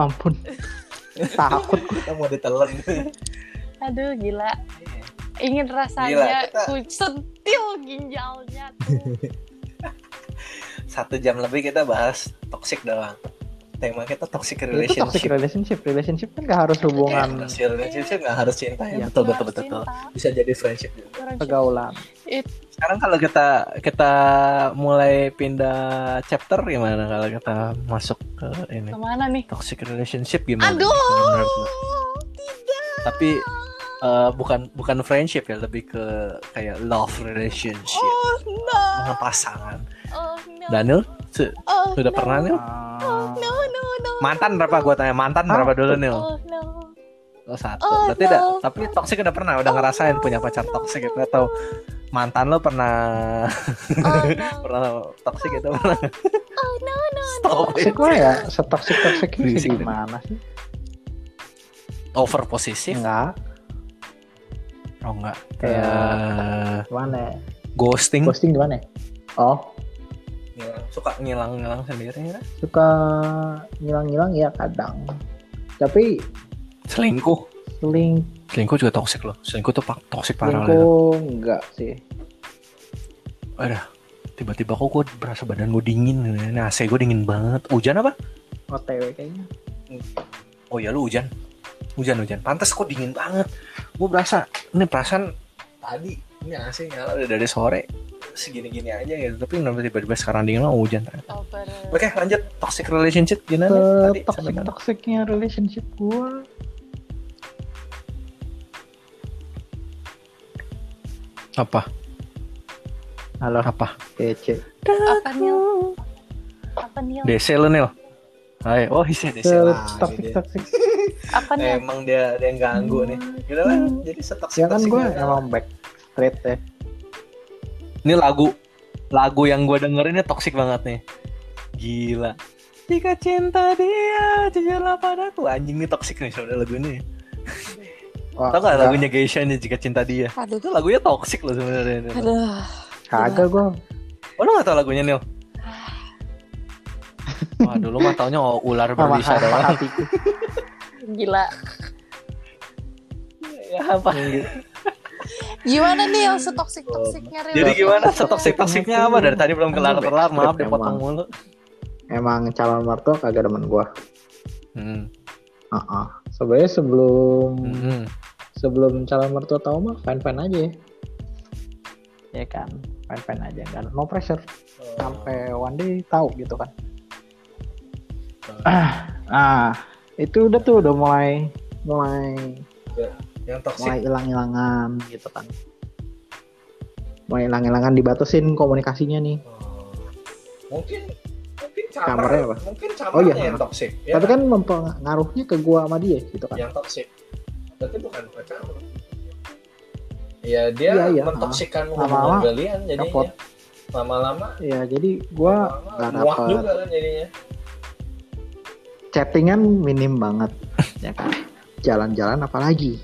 S3: Takut
S5: kita mau ditelan.
S1: Aduh, gila. Ingin rasanya ku sentil ginjalnya tuh.
S5: 1 jam lebih kita bahas toxic doang. Tema kita toxic relationship.
S3: Relationship kan gak harus hubungan.
S5: Relationship gak harus cinta ya. Betul. Bisa jadi friendship juga.
S3: Pergaulan.
S5: Sekarang kalau kita mulai pindah chapter gimana kalau kita masuk ke ini?
S1: Kemana nih?
S5: Toxic relationship gimana?
S1: Aduh,
S5: tidak. Tapi bukan friendship ya, lebih ke kayak love relationship.
S1: Oh no.
S5: Dengan pasangan.
S1: Oh no.
S5: Daniel sudah pernah nih?
S1: No.
S5: Mantan berapa? Gue tanya mantan berapa dulu nih?
S1: Oh no.
S5: Oh, 1.
S1: Oh,
S5: Berarti
S1: no.
S5: tapi toksik udah pernah, udah ngerasain punya pacar toksik gitu, atau mantan lo pernah
S1: Oh no.
S5: pernah toksik gitu pernah?
S1: Oh no no.
S5: Stop
S3: Toxic
S5: it.
S3: mah ya, setoksik
S5: Berisik.
S3: sih gimana sih?
S5: Over posesif?
S3: Enggak,
S5: Oh enggak.
S3: Kayak- gimana ya?
S5: Ghosting?
S3: Ghosting gimana ya? Oh,
S5: Suka ngilang-ngilang sendiri ya?
S3: suka ngilang-ngilang ya kadang. Tapi
S5: Selingkuh?
S3: selingkuh
S5: Selingkuh juga toksik loh. Selingkuh tuh toksik parah loh.
S3: enggak sih.
S5: Aduh, tiba-tiba kok gue berasa badan gue dingin. Nah, AC gue dingin banget. Hujan apa?
S3: OTW kayaknya.
S5: Oh ya lu hujan. Hujan. Pantes kok dingin banget. Gue berasa, ini perasaan tadi ini AC nyala udah dari sore segini-gini aja gitu. Tapi kenapa tiba-tiba sekarang dingin lah hujan ternyata.
S1: Over.
S5: Oke, lanjut. Toxic relationship gimana? Tadi sampai mana?
S3: Toksiknya relationship gua.
S5: Apa?
S3: Halo,
S5: Apa?
S3: kece.
S1: Apa Nil? Apa Nil?
S5: DC lu Nil. Hai, oh iya DC lah.
S3: Toksik.
S1: Apa Nil?
S5: Emang dia yang ganggu nih. Gitu lah. Jadi setoksik.
S3: Ya kan gua emang back straight ya.
S5: Ini lagu yang gue dengerin ini toksik banget nih. Gila. Jika cinta dia jujurlah padaku. Anjing nih toksik nih sebenarnya lagu ini.
S3: Wah,
S5: Tau gak
S3: enggak.
S5: lagunya Geisha nih Jika Cinta Dia?
S1: Aduh.
S5: Itu lagunya toksik loh sebenarnya.
S1: Aduh.
S3: Kagak gua.
S5: Oh lu gak tau lagunya Nil? Wah dulu mah taunya ular
S3: Sama
S5: berbisa doang.
S3: hatiku.
S1: Gila.
S5: Ya apa?
S1: Gimana nih yang setoksik-toksiknya Ril?
S5: Jadi gimana setoksik-toksiknya apa? Dari tadi belum kelar-kelar. Maaf dipotong
S3: Emang.
S5: mulu.
S3: Emang calon mertua kagak demen gua.
S5: Hmm.
S3: Sebenarnya
S5: Hmm.
S3: sebelum calon mertua tahu mah fine aja ya. Ya kan, fine aja kan, no pressure. Sampai one day tahu gitu kan. Itu udah mulai
S5: Yang toksik.
S3: hilang-hilangan gitu kan. Mulai hilang-hilangan, dibatasin komunikasinya nih.
S5: Mungkin
S3: Kamarnya apa?
S5: Mungkin
S3: Oh, iya.
S5: yang toksik.
S3: Tapi kan mempengaruhnya ke gua sama dia gitu kan.
S5: Yang toksik. Berarti bukan pacar. Ya dia
S3: Iya.
S5: mentoksikkan
S3: Lama-lama
S5: hubungan kalian jadinya.
S3: Kapot.
S5: Lama-lama
S3: Ya jadi gua nggak
S5: muak
S3: dapet
S5: juga kan jadinya.
S3: chattingan minim banget ya kan. Jalan-jalan apalagi.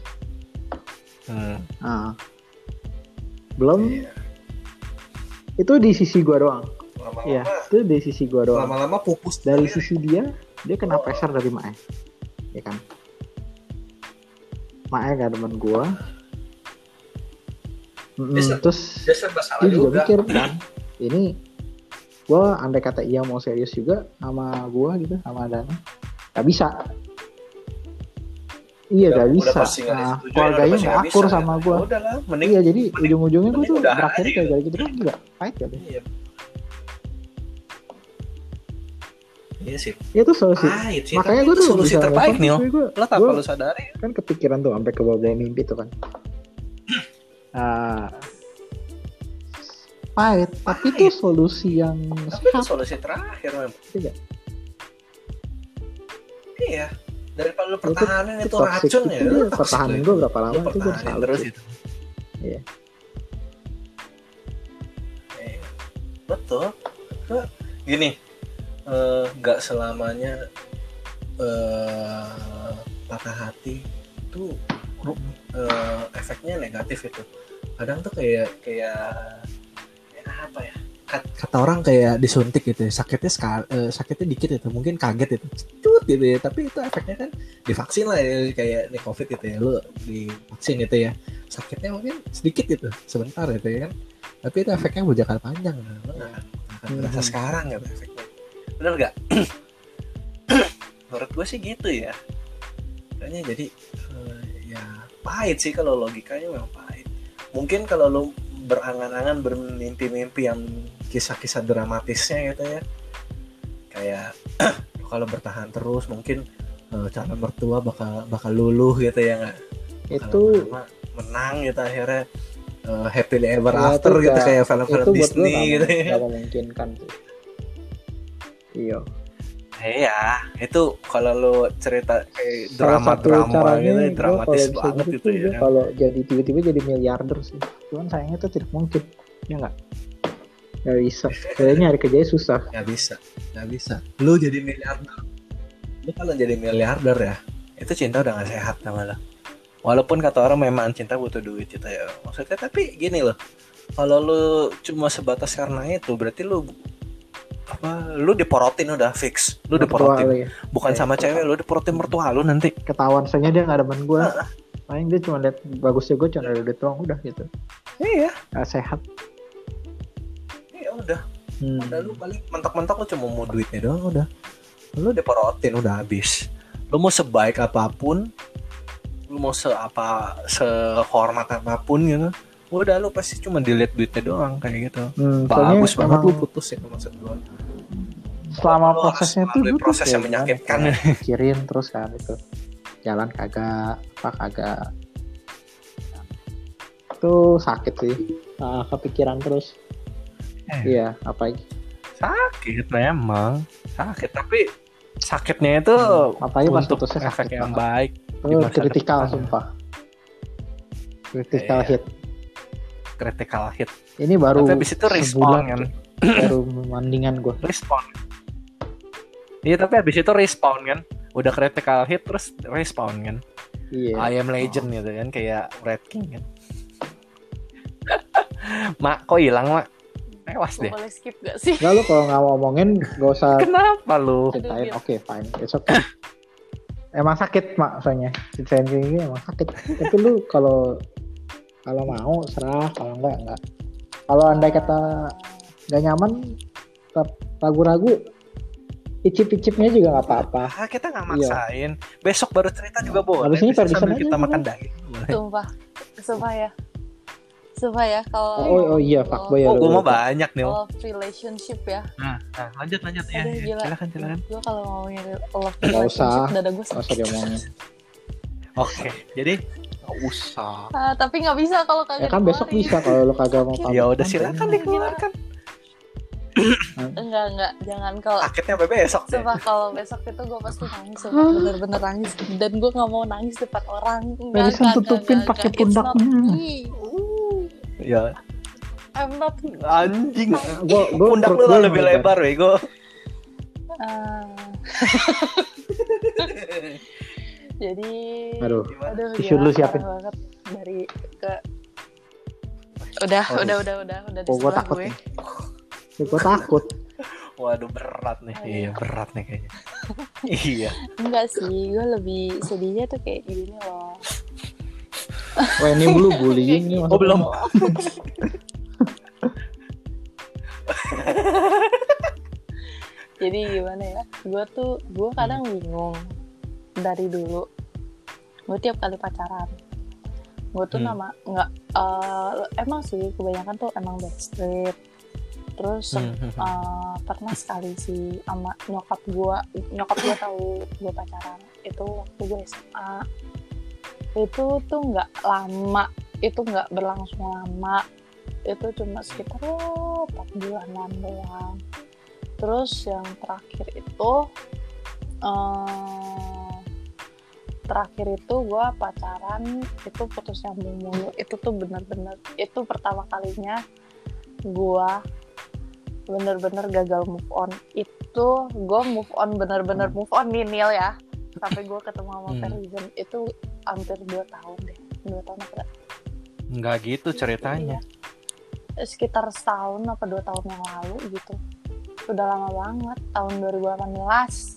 S3: Belum
S5: Iya.
S3: itu di sisi gua doang.
S5: Lama-lama,
S3: Ya, itu di sisi gua doang.
S5: lama-lama pupus
S3: Dari
S5: sendiri.
S3: sisi dia kena pressure dari Mae. Ya kan. Mae gak demen gua. Terus
S5: Dia serba salah
S3: dia juga
S5: juga.
S3: mikir kan, ini gua andai kata iya mau serius juga sama gua gitu, sama Dana, gak bisa. Iya
S5: Udah
S3: gak bisa.
S5: pasti nggak
S3: Nah,
S5: disetujui,
S3: keluarganya
S5: udah pasti
S3: gak
S5: nggak
S3: akur
S5: bisa,
S3: sama
S5: ya.
S3: gua.
S5: Udah lah, mending
S3: Iya, jadi ujung-ujungnya gua
S5: mending
S3: tuh
S5: udahan
S3: berakhirnya
S5: aja
S3: kayak kayak gitu doang, gak pahit gak deh.
S5: Iya. Iya sih.
S3: Itu solusi.
S5: Pahit sih.
S3: Makanya
S5: tapi
S3: gua
S5: itu
S3: tuh
S5: solusi
S3: bisa
S5: terbaik nih.
S3: gua,
S5: Lo tak
S3: gua
S5: perlu sadari.
S3: kan kepikiran tuh sampai ke bawah mimpi tuh kan. Pahit, tapi itu solusi yang
S5: Tapi itu
S3: sehat.
S5: solusi terakhir memang.
S3: Iya.
S5: Iya. Daripada lu pertahanin itu
S3: toxic.
S5: racun
S3: Itu
S5: ya.
S3: dia
S5: Lu toxic
S3: pertahanin
S5: lu
S3: gua
S5: itu.
S3: berapa lama,
S5: Lu
S3: itu gua
S5: pertahanin
S3: salut
S5: terus
S3: sih.
S5: itu.
S3: Iya.
S5: Iya. Betul. Gini, nggak selamanya patah hati itu efeknya negatif itu. Kadang tuh kayak apa ya? Kata orang kayak disuntik gitu ya. Sakitnya dikit itu, mungkin kaget itu. Cut gitu ya. Tapi itu efeknya kan divaksin lah ya, kayak nih Covid gitu ya. Lu divaksin gitu ya. Sakitnya mungkin sedikit gitu, sebentar gitu ya kan. Tapi itu efeknya berjangka panjang. Lu nggak akan merasa sekarang gitu efeknya. Bener nggak? Menurut gue sih gitu ya. Kayaknya jadi ya pahit sih kalau logikanya memang pahit. Mungkin kalau lu berangan-angan bermimpi-mimpi yang kisah-kisah dramatisnya gitu ya. Kayak kalau bertahan terus mungkin calon mertua bakal luluh gitu ya nggak?
S3: Itu
S5: Lama-lama menang gitu akhirnya happily ever
S3: ya,
S5: after
S3: itu
S5: gitu
S3: nggak-
S5: kayak film-film
S3: itu buat gua
S5: Disney gitu ya.
S3: nggak memungkinkan sih. Iya.
S5: Iya, itu kalau lu cerita kayak
S3: Salah satu
S5: drama-drama
S3: caranya
S5: gitu,
S3: gue
S5: dramatis
S3: kalau bisa
S5: banget
S3: gitu
S5: itu
S3: tuh
S5: ya.
S3: gue
S5: Kan?
S3: kalau jadi tiba-tiba jadi miliarder sih. Cuman sayangnya tuh tidak mungkin, ya nggak? Nggak bisa. Kayaknya nyari kerjanya susah.
S5: Nggak bisa. Lu jadi miliarder. Lu kalau jadi miliarder ya, itu cinta udah nggak sehat sama lo. Walaupun kata orang memang cinta butuh duit gitu ya. Maksudnya tapi gini loh, kalau lu cuma sebatas karena itu, berarti lu diporotin udah fix. Lu
S3: Mertua
S5: diporotin.
S3: lu ya.
S5: Bukan sama cewek, lu diporotin mertua lu nanti.
S3: Ketahuan soalnya dia nggak ada temen gue. Paling dia cuma lihat bagusnya gue cuma ada duit doang udah gitu.
S5: Iya.
S3: Nggak sehat.
S5: Iya udah. Udah lu paling mentok-mentok lu cuma mau duitnya doang udah. Lu diporotin udah habis. Lu mau sebaik apapun, lu mau sehormat apapun gitu, udah lu pasti cuma dilihat duitnya doang kayak gitu. Bagus banget lu putus ya maksud gua.
S3: Selama
S5: Lu
S3: prosesnya
S5: harus
S3: tuh
S5: melalui
S3: lu tuh
S5: proses yang
S3: kayak
S5: menyakitkan.
S3: gimana, kayak mikirin terus kan itu. Jalan kagak, apa kagak. Itu sakit sih. Kepikiran terus. Iya, apa lagi?
S5: Sakit memang. Sakit tapi sakitnya itu
S3: apalagi pas
S5: untuk
S3: putusnya
S5: efek
S3: sakit
S5: yang
S3: banget.
S5: baik. di
S3: Itu
S5: masa
S3: kritikal
S5: depan.
S3: sumpah. Critical
S5: Iya.
S3: hit.
S5: Critical hit.
S3: Ini baru
S5: Tapi habis itu respon
S3: sebulan
S5: kan.
S3: baru mendingan gue.
S5: Respon. Iya tapi habis itu respon kan. Udah critical hit terus respon kan.
S3: Iya.
S5: I am legend gitu kan kayak Red King kan. Mak kok hilang mak? Tewas
S1: Gue
S5: deh.
S1: boleh skip gak sih?
S3: Nggak, lu kalau nggak mau ngomongin gak usah
S5: Kenapa lu?
S3: ceritain.
S1: Aduh,
S3: Oke, fine, it's okay. Emang sakit mak soalnya ceritain kayak gini emang sakit. Tapi lu kalau mau serah, kalau enggak. Kalau andai kata nggak nyaman, tetap ragu-ragu, icip-icipnya juga nggak apa-apa.
S5: Kita nggak maksain. Besok baru cerita juga boleh.
S3: Habis ini
S5: Bisa
S3: Ferguson
S5: sambil
S3: aja
S5: kita
S3: boleh.
S5: makan daging. Boleh.
S1: Sumpah ya kalau
S3: Oh iya, fuckboy ya.
S5: Oh, gue
S3: lu.
S5: mau banyak nih.
S1: love relationship ya.
S5: Nah, lanjut ya.
S1: Aduh, gila.
S5: Silakan.
S1: Gue kalau ngomongin love
S3: Nggak usah.
S1: relationship dada gue
S3: Nggak usah diomongin.
S5: Oke, jadi nggak usah.
S1: tapi nggak bisa kalau kagak
S3: Ya kan besok
S1: dikeluarin.
S3: bisa kalau lu kagak mau pamit.
S5: Ya udah silakan dikeluarkan.
S1: Enggak jangan kalau
S5: Sakitnya sampai besok deh.
S1: sumpah kalau besok itu gue pasti nangis sumpah, bener-bener nangis dan gue nggak mau nangis depan orang.
S3: Ferguson tutupin pakai pundaknya.
S5: Ya,
S1: I'm not
S5: anjing.
S3: Gua
S5: Pundak lu lebih lebar, Wego.
S1: jadi
S3: Aduh.
S1: gila,
S3: Tisu dulu siapin.
S1: parah banget dari ke udah di
S3: Oh, gua
S1: sebelah
S3: takut
S1: gue.
S3: nih. Gue takut.
S5: Waduh, berat nih. Iya, berat nih kayaknya. Iya.
S1: Enggak sih, gue lebih sedihnya tuh kayak gini loh.
S3: Wah ini lu bullying nih.
S5: Oh, belum.
S1: Jadi gimana ya, gue kadang bingung dari dulu. Gue tiap kali pacaran, gue tuh emang sih kebanyakan tuh emang backstreet. Terus pernah sekali sih sama nyokap gue tahu gue pacaran itu waktu gue SMA. Itu tuh nggak lama, itu nggak berlangsung lama, itu cuma sekitar 4 bulanan doang. Terus yang terakhir itu gue pacaran itu putus nyambung mulu. Itu tuh bener-bener itu pertama kalinya gue bener-bener gagal move on. Itu gue move on bener-bener move on nih Nil ya, sampai gue ketemu sama Ferguson itu hampir 2 tahun deh. 2 tahun apa?
S5: Enggak gitu ceritanya.
S1: Sekitar setahun apa 2 tahun yang lalu gitu. Udah lama banget, tahun 2018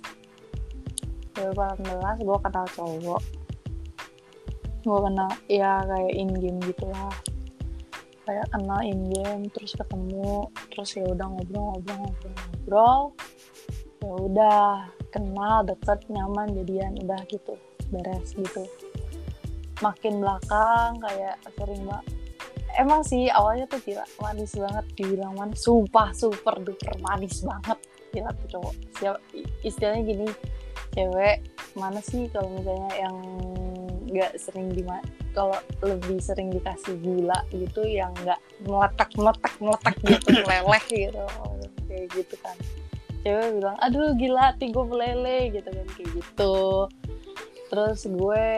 S1: gue kenal cowok. Gue kenal ya kayak in game gitulah, kayak kenal in game terus ketemu, terus ya udah ngobrol, ya udah kenal, deket, nyaman, jadian, udah gitu, beres gitu. Makin belakang kayak sering banget. Emang sih awalnya tuh gila manis banget, dibilang manis, sumpah super duper manis banget, gila tuh cowok. Istilahnya gini, cewek mana sih kalau misalnya yang nggak sering kalau lebih sering dikasih gula gitu, yang nggak meletak gitu, meleleh gitu, kayak gitu kan. cewek bilang aduh gila hati gue meleleh gitu kan, kayak gitu. Terus gue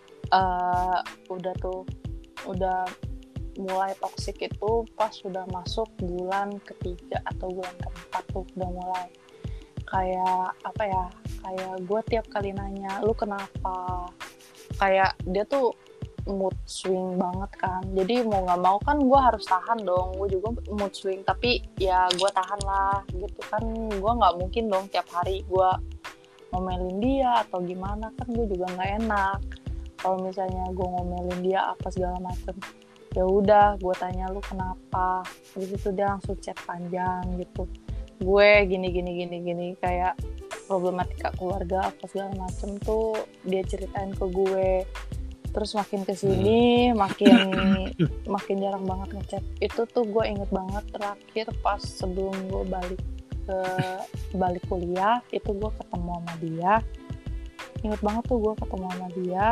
S1: udah mulai toksik itu pas sudah masuk bulan ketiga atau bulan keempat tuh udah mulai kayak apa ya, kayak gue tiap kali nanya lu kenapa, kayak dia tuh mood swing banget kan, jadi mau nggak mau kan gue harus tahan dong, gue juga mood swing tapi ya gue tahan lah gitu kan, gue nggak mungkin dong tiap hari gue ngomelin dia atau gimana, kan gue juga nggak enak kalau misalnya gue ngomelin dia apa segala macem. Ya udah gue tanya lu kenapa, habis itu dia langsung chat panjang gitu, gue gini kayak problematika keluarga apa segala macem tuh dia ceritain ke gue. Terus makin kesini makin jarang banget ngechat. Itu tuh gue inget banget terakhir pas sebelum gue balik kuliah itu gue ketemu sama dia. Inget banget tuh gue ketemu sama dia.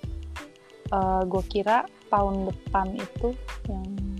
S1: Gue kira tahun depan itu yang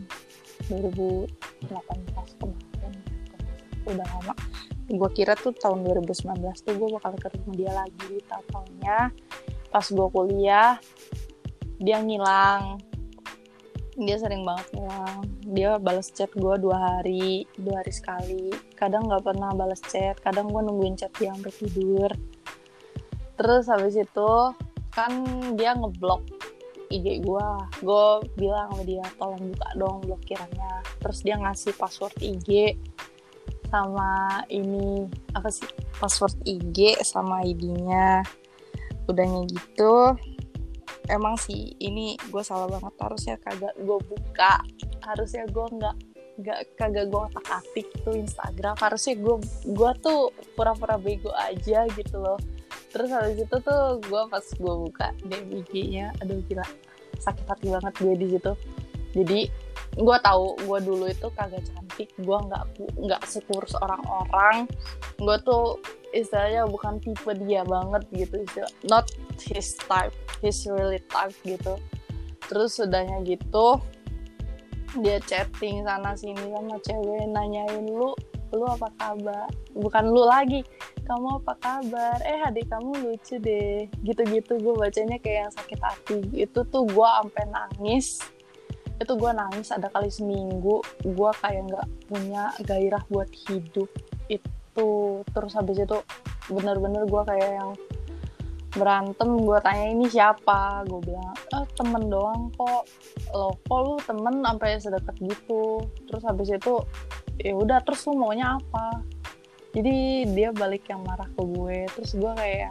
S1: 2018 kemarin, udah lama. Gue kira tuh tahun 2019 tuh gue bakal ketemu dia lagi. Tahunnya pas gue kuliah dia ngilang. Dia sering banget ngilang. Dia balas chat gue 2 hari sekali. Kadang nggak pernah balas chat. Kadang gue nungguin chat dia sampai tidur. Terus habis itu kan dia ngeblok IG gue bilang sama dia tolong buka dong blokirannya. Terus dia ngasih password IG sama ini apa sih, password IG sama ID-nya. Udahnya gitu, emang sih ini gue salah banget, harusnya kagak gue buka, harusnya gue kagak gue otak-atik tuh Instagram, harusnya gue tuh pura-pura bego aja gitu loh. Terus habis itu tuh gue pas gue buka DM IG-nya, aduh gila sakit hati banget gue di situ. Jadi gue tahu gue dulu itu kagak cantik, gue nggak sekurus orang-orang, gue tuh istilahnya bukan tipe dia banget gitu, not his type, his really type gitu. Terus sudahnya gitu dia chatting sana sini sama cewek, nanyain lu apa kabar, bukan lu lagi, kamu apa kabar, adik kamu lucu deh, gitu-gitu. Gue bacanya kayak yang sakit hati. Itu tuh gue sampai nangis. Itu gue nangis ada kali seminggu. Gue kayak nggak punya gairah buat hidup itu. Terus habis itu bener-bener gue kayak yang berantem. Gue tanya ini siapa, gue bilang temen doang kok. Kok lu temen sampai sedekat gitu. Terus habis itu ya udah, terus lu maunya apa? Jadi dia balik yang marah ke gue. Terus gue kayak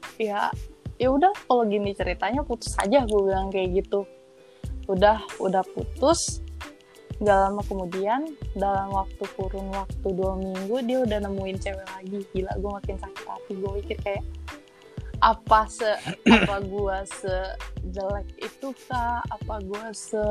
S1: ya udah kalau gini ceritanya putus aja, gue bilang kayak gitu. Udah putus. Gak lama kemudian dalam kurun waktu 2 minggu dia udah nemuin cewek lagi. Gila, gue makin sakit hati. Gue pikir kayak apa gue sejelek itu kah? Apa gue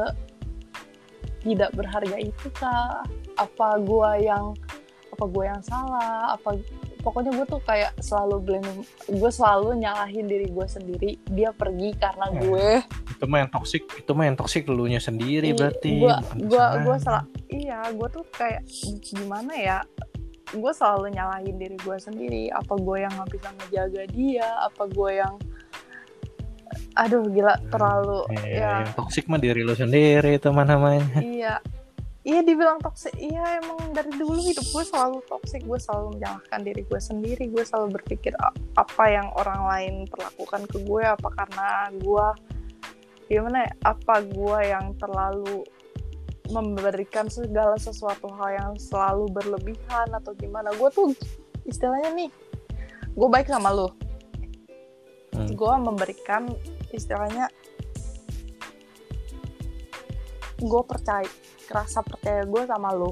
S1: tidak berharga itu kah? Apa gue yang salah? Pokoknya gue tuh kayak selalu blaming, gue selalu nyalahin diri gue sendiri. Dia pergi karena gue.
S5: Itu mah yang toksik elunya sendiri berarti.
S1: Gue salah. Iya, gue tuh kayak gimana ya? Gue selalu nyalahin diri gue sendiri. Apa gue yang nggak bisa ngejaga dia? Apa gue yang aduh gila terlalu ya.
S5: Yang toksik mah diri lo sendiri itu mah namanya.
S1: Iya dibilang toksik. Iya emang dari dulu hidup gue selalu toksik. Gue selalu menyalahkan diri gue sendiri. Gue selalu berpikir apa yang orang lain perlakukan ke gue, apa karena gue gimana ya, apa gue yang terlalu memberikan segala sesuatu hal yang selalu berlebihan atau gimana. Gue tuh istilahnya nih, gue baik sama lo, gue memberikan istilahnya, gue rasa percaya gue sama lo.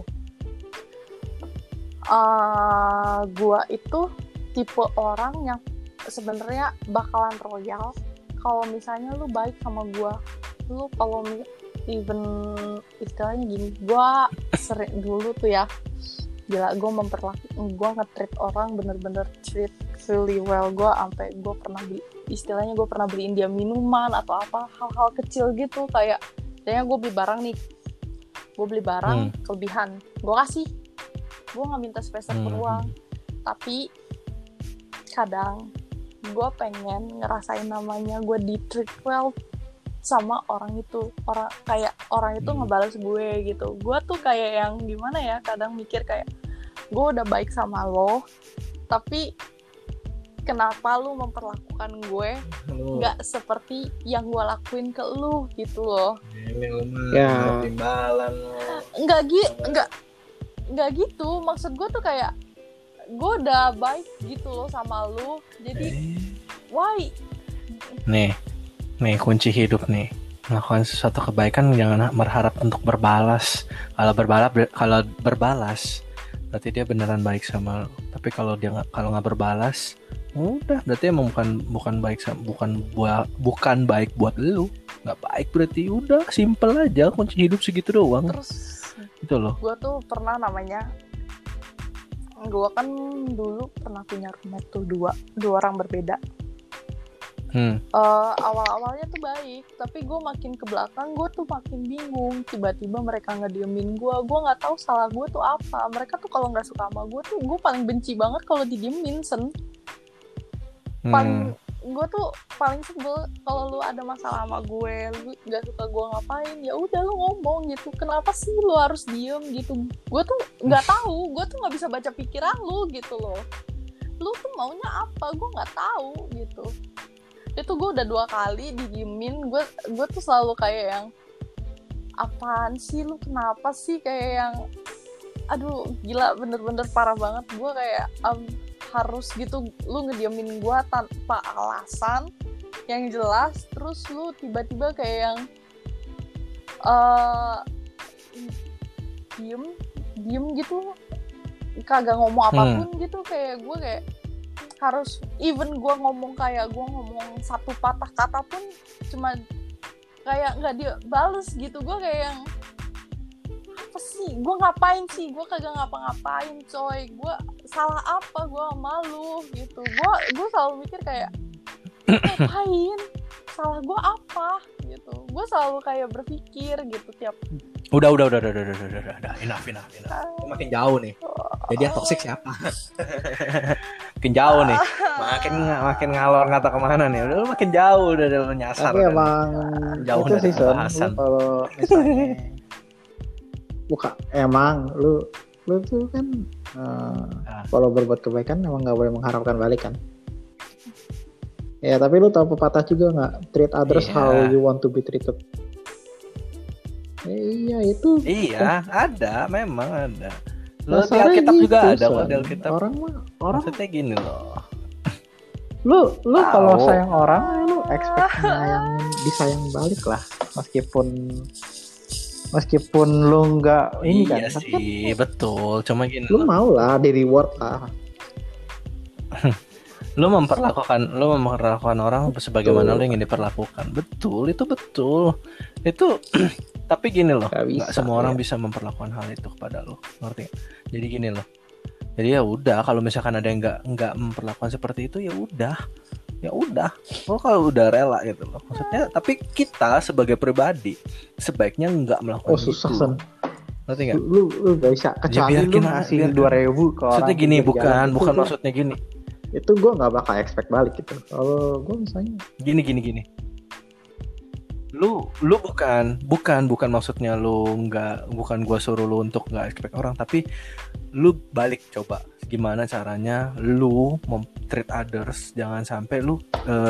S1: Gue itu tipe orang yang sebenarnya bakalan royal kalau misalnya lu baik sama gue. Lu kalau even istilahnya gini, gue sering dulu tuh ya, gila gue nge-treat orang bener-bener treat really well. Gue sampai gue pernah beliin dia minuman atau apa, hal-hal kecil gitu. Kayak misalnya gue beli barang kelebihan, gue kasih, gue nggak minta sepeser pun uang. Tapi kadang gue pengen ngerasain namanya gue di treat well sama orang itu, orang itu ngebales gue gitu. Gue tuh kayak yang gimana ya, kadang mikir kayak gue udah baik sama lo, tapi kenapa lu memperlakukan gue nggak seperti yang gue lakuin ke lu gitu loh.
S5: Ini lu mah
S3: Ya.
S5: timbalan.
S1: Nggak gitu, maksud gue tuh kayak gue udah baik gitu loh sama lu, jadi why?
S5: Nih kunci hidup nih. Melakukan sesuatu kebaikan jangan berharap untuk berbalas. Kalau berbalas berarti dia beneran baik sama lo. Tapi kalau nggak berbalas, udah berarti emang bukan baik buat lu. Nggak baik berarti udah simple aja, kunci hidup segitu doang.
S1: Terus
S5: Itu loh.
S1: gue tuh pernah gue kan dulu pernah punya roommate tuh dua orang berbeda. Awal-awalnya tuh baik, tapi gue makin ke belakang gue tuh makin bingung. Tiba-tiba mereka ngediemin gue nggak tahu salah gue tuh apa. Mereka tuh kalau nggak suka sama gue tuh, gue paling benci banget kalau didiemin, gue tuh paling sebel kalau lu ada masalah sama gue, lu nggak suka gue ngapain, ya udah lu ngomong gitu. Kenapa sih lu harus diem gitu? Gue tuh nggak tahu, gue tuh nggak bisa baca pikiran lu gitu loh. Lu tuh maunya apa? Gue nggak tahu gitu. Itu gue udah 2 kali didiemin. Gue tuh selalu kayak yang, apaan sih lu, kenapa sih, kayak yang aduh gila, bener-bener parah banget. Gue kayak harus gitu lu ngediemin gue tanpa alasan yang jelas, terus lu tiba-tiba kayak yang diem gitu, kagak ngomong apapun gitu. Kayak gue kayak harus, even gue ngomong satu patah kata pun cuma kayak nggak dia bales gitu. Gue kayak yang, apa sih, gue ngapain sih, gue kagak ngapa-ngapain coy, gue salah apa gue sama lu gitu. Gue selalu mikir kayak, ngapain, salah gue apa gitu. Gue selalu kayak berpikir gitu tiap.
S5: Udah, enough. Makin jauh nih. Jadi yang toksik siapa? Makin jauh nih. Makin ngalor ngata kemana nih. Udah lu makin jauh, udah lu nyasar.
S3: Tapi emang
S5: jauh
S3: itu
S5: dari
S3: sih Son,
S5: pembahasan.
S3: lu kalau misalnya emang lu tuh kan kalau berbuat kebaikan emang nggak boleh mengharapkan balik kan. Ya tapi lu tahu pepatah juga nggak, treat others how you want to be treated. Iya itu.
S5: Iya, ada, memang ada. Lu di
S3: Dasarnya
S5: Alkitab juga
S3: gitu,
S5: ada kok,
S3: Son.
S5: di Alkitab.
S3: Orang
S5: Maksudnya gini loh.
S3: lu kalau
S5: Tahu.
S3: sayang orang lu expect disayang balik lah, meskipun lu nggak ini
S5: Iya
S3: kan, tapi
S5: sih, betul. Cuma gini
S3: lu
S5: loh.
S3: mau lah di reward lah.
S5: Lu memperlakukan orang sebagaimana lu ingin diperlakukan. Betul, itu betul. Itu tapi gini loh,
S3: Gak bisa,
S5: nggak semua orang
S3: ya.
S5: bisa memperlakukan hal itu kepada lu. Ngerti gak? Jadi gini loh. Jadi ya udah, kalau misalkan ada yang nggak memperlakukan seperti itu, ya udah. Lo kalau udah rela gitu loh. Maksudnya, tapi kita sebagai pribadi sebaiknya nggak melakukan
S3: Susah
S5: itu.
S3: Son.
S5: Ngerti nggak?
S3: Lu gak bisa, kecuali lu ngasih 2.000 ke orang.
S5: Maksudnya gini,
S3: pinggir jalan.
S5: bukan
S3: Itu
S5: maksudnya gini.
S3: itu gue nggak bakal expect balik gitu. Kalau gue misalnya
S5: Gini. Lu bukan maksudnya bukan gua suruh lu untuk nggak expect orang, tapi lu balik coba gimana caranya lu treat others, jangan sampai lu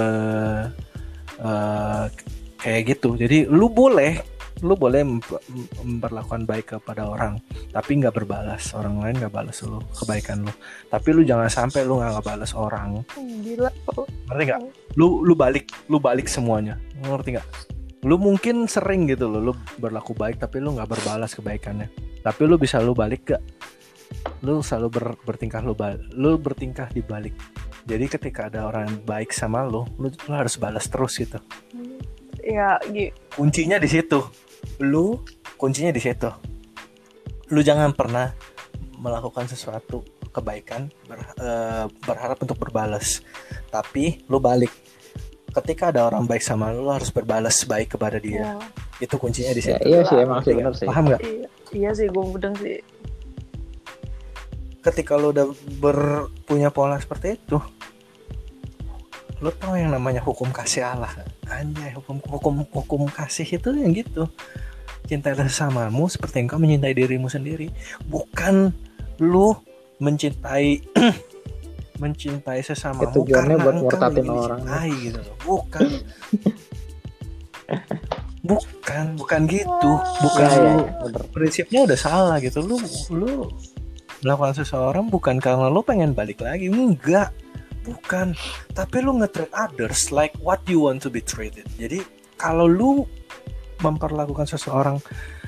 S5: kayak gitu. Jadi lu boleh memperlakukan baik kepada orang, tapi nggak berbalas. Orang lain nggak balas lu kebaikan lu, tapi lu jangan sampai lu nggak balas orang.
S1: Gila.
S5: Ngerti nggak? Lu balik semuanya. Ngerti nggak? Lu mungkin sering gitu loh, lu berlaku baik tapi lu nggak berbalas kebaikannya. Tapi lu bisa lu balik gak? Lu selalu bertingkah lu bertingkah di balik. Jadi ketika ada orang yang baik sama lu harus balas terus gitu.
S1: Ya,
S5: Kuncinya di situ. Kuncinya di situ. Lu jangan pernah melakukan sesuatu kebaikan berharap untuk berbalas. Tapi lu balik. Ketika ada orang baik sama lu harus berbalas baik kepada dia.
S1: ya.
S5: Itu kuncinya di situ.
S3: iya sih, emang sih benar sih.
S5: Paham nggak?
S1: Iya sih, gue mudeng sih.
S5: ketika lu udah punya pola seperti itu, lu tahu yang namanya hukum kasih Allah. Anjay, hukum kasih itu yang gitu. Cintailah sesamamu seperti engkau mencintai dirimu sendiri. Bukan lu mencintai sesamamu
S3: tujuannya
S5: karena
S3: buat
S5: engkau
S3: murtatin
S5: ingin
S3: orang.
S5: dicintai gitu loh. Bukan gitu. Bukan
S3: Ya,
S5: lu.
S3: bener.
S5: Prinsipnya udah salah gitu. Lu melakukan seseorang bukan karena lu pengen balik lagi, enggak. Bukan, tapi lu nge-treat others like what you want to be treated. Jadi kalau lu memperlakukan seseorang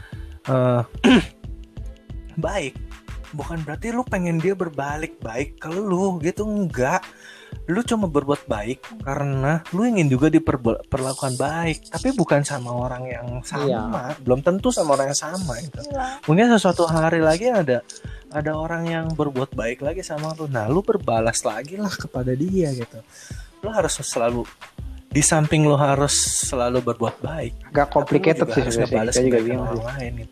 S5: baik, bukan berarti lu pengen dia berbalik baik ke lu gitu, enggak. Lu cuma berbuat baik karena lu ingin juga diperlakukan baik, tapi bukan sama orang yang sama. Belum tentu sama orang yang sama itu. Mungkin sesuatu hari lagi ada orang yang berbuat baik lagi sama lu. Nah, lu berbalas lagi lah kepada dia gitu. Lu harus selalu di samping lu harus selalu berbuat baik.
S3: Agak complicated sih
S5: sebenarnya.
S3: saya juga bingung
S5: orang lain gitu.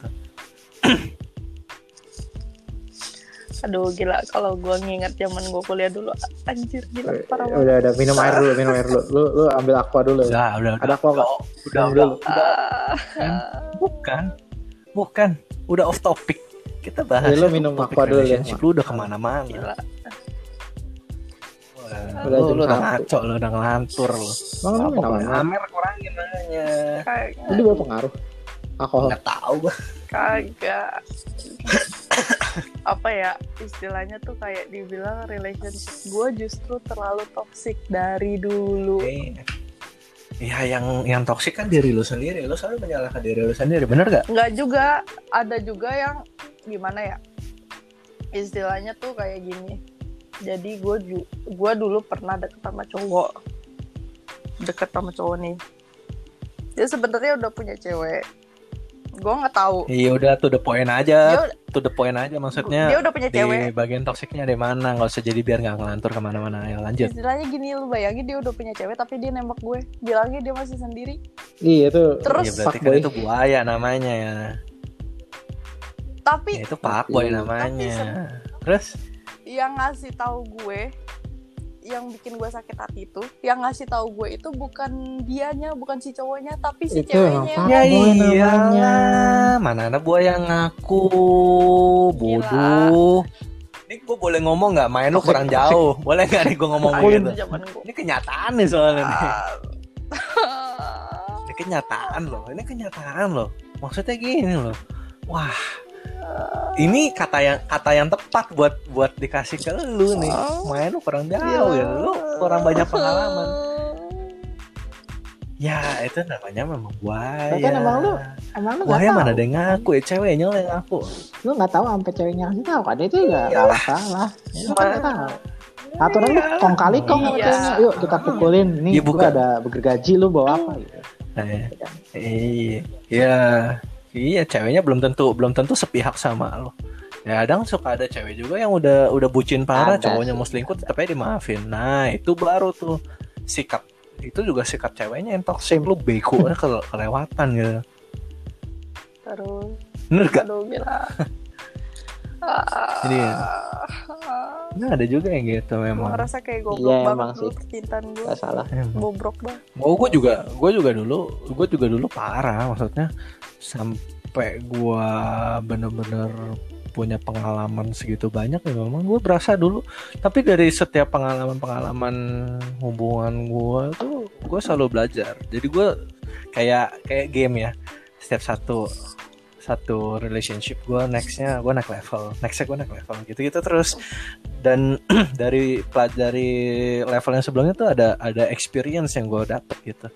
S1: Aduh gila, kalau gue nginget zaman gue kuliah dulu, anjir gila parah banget.
S3: Udah minum air dulu. Lu ambil aqua dulu.
S5: Udah.
S3: Ada aqua enggak?
S5: Udah. Bukan. Udah off topic. Kita bahas.
S3: Lu minum aqua dulu ya.
S5: Lu udah kemana-mana.
S1: Gila.
S5: Lu udah ngaco, lu udah ngelantur lu.
S3: Emang lu minum apa?
S5: Amer kurangin nanya.
S3: Itu berpengaruh. Alkohol.
S5: Nggak tahu gua.
S1: Kagak. Apa ya istilahnya tuh kayak dibilang relationship gue justru terlalu toksik dari dulu.
S5: Iya, yang toksik kan diri lu sendiri. Lu selalu menyalahkan diri lu sendiri, bener gak?
S1: Nggak juga, ada juga yang gimana ya? Istilahnya tuh kayak gini. Jadi gue dulu pernah deket sama cowok nih. Dia sebenarnya udah punya cewek. Gue nggak tahu.
S5: Iya udah to the point aja. To the point aja maksudnya.
S1: Dia udah punya cewek.
S5: Di bagian toksiknya di mana? Nggak usah jadi biar nggak ngelantur kemana-mana. Ya lanjut.
S1: Istilahnya gini, lu bayangin dia udah punya cewek tapi dia nembak gue. Bilangnya dia masih sendiri.
S3: Iya itu.
S1: Terus
S5: ya, berarti kan itu buaya namanya ya.
S1: Tapi
S5: ya, itu fuckboy namanya. Terus?
S1: Yang ngasih tahu gue, yang bikin gue sakit hati itu, yang ngasih tahu gue itu bukan dianya, bukan si cowoknya, tapi si
S3: itu
S1: ceweknya.
S5: Ya iyalah, mana ada buaya ngaku, bodoh. Ini gue boleh ngomong nggak? Main lu kurang jauh, boleh nggak nih gue ngomong gitu? Ini kenyataan nih soalnya nih. Ini kenyataan loh. Maksudnya gini loh. Wah, ini kata yang tepat buat dikasih ke lu nih. Main lu kurang jauh ya, lu kurang banyak pengalaman. Ya itu namanya memang buaya.
S3: Kan emang lu
S5: buaya mana ada yang ngaku ya, ceweknya yang ngaku.
S3: Lu nggak tahu sampai ceweknya ngasih tahu kan, itu nggak salah. Lu kan nggak tahu. Aturan lu kong kali kong ceweknya, yuk kita pukulin. Nih gua ada bergaji, lu bawa apa gitu.
S5: Iya, ceweknya belum tentu sepihak sama lo. Ya kadang suka ada cewek juga yang udah bucin parah, cowoknya mau selingkuh tapi dimaafin. Nah itu baru tuh sikap, itu juga sikap ceweknya yang toksik. Lu bego kelewatan gitu.
S1: Terus
S5: bener gak?
S1: aduh gila.
S5: Jadi nah ada juga yang gitu memang.
S1: Gue ngerasa kayak goblok banget
S3: sih.
S1: percintaan gue.
S3: Gak salah.
S1: Bobrok banget.
S5: Gue juga dulu parah, maksudnya sampai gue bener-bener punya pengalaman segitu banyak ya memang gue berasa dulu. Tapi dari setiap pengalaman hubungan gue tuh gue selalu belajar. Jadi gue kayak game ya. Setiap satu relationship gue nextnya gue naik level gitu terus. Dan dari level yang sebelumnya tuh ada experience yang gue dapet gitu.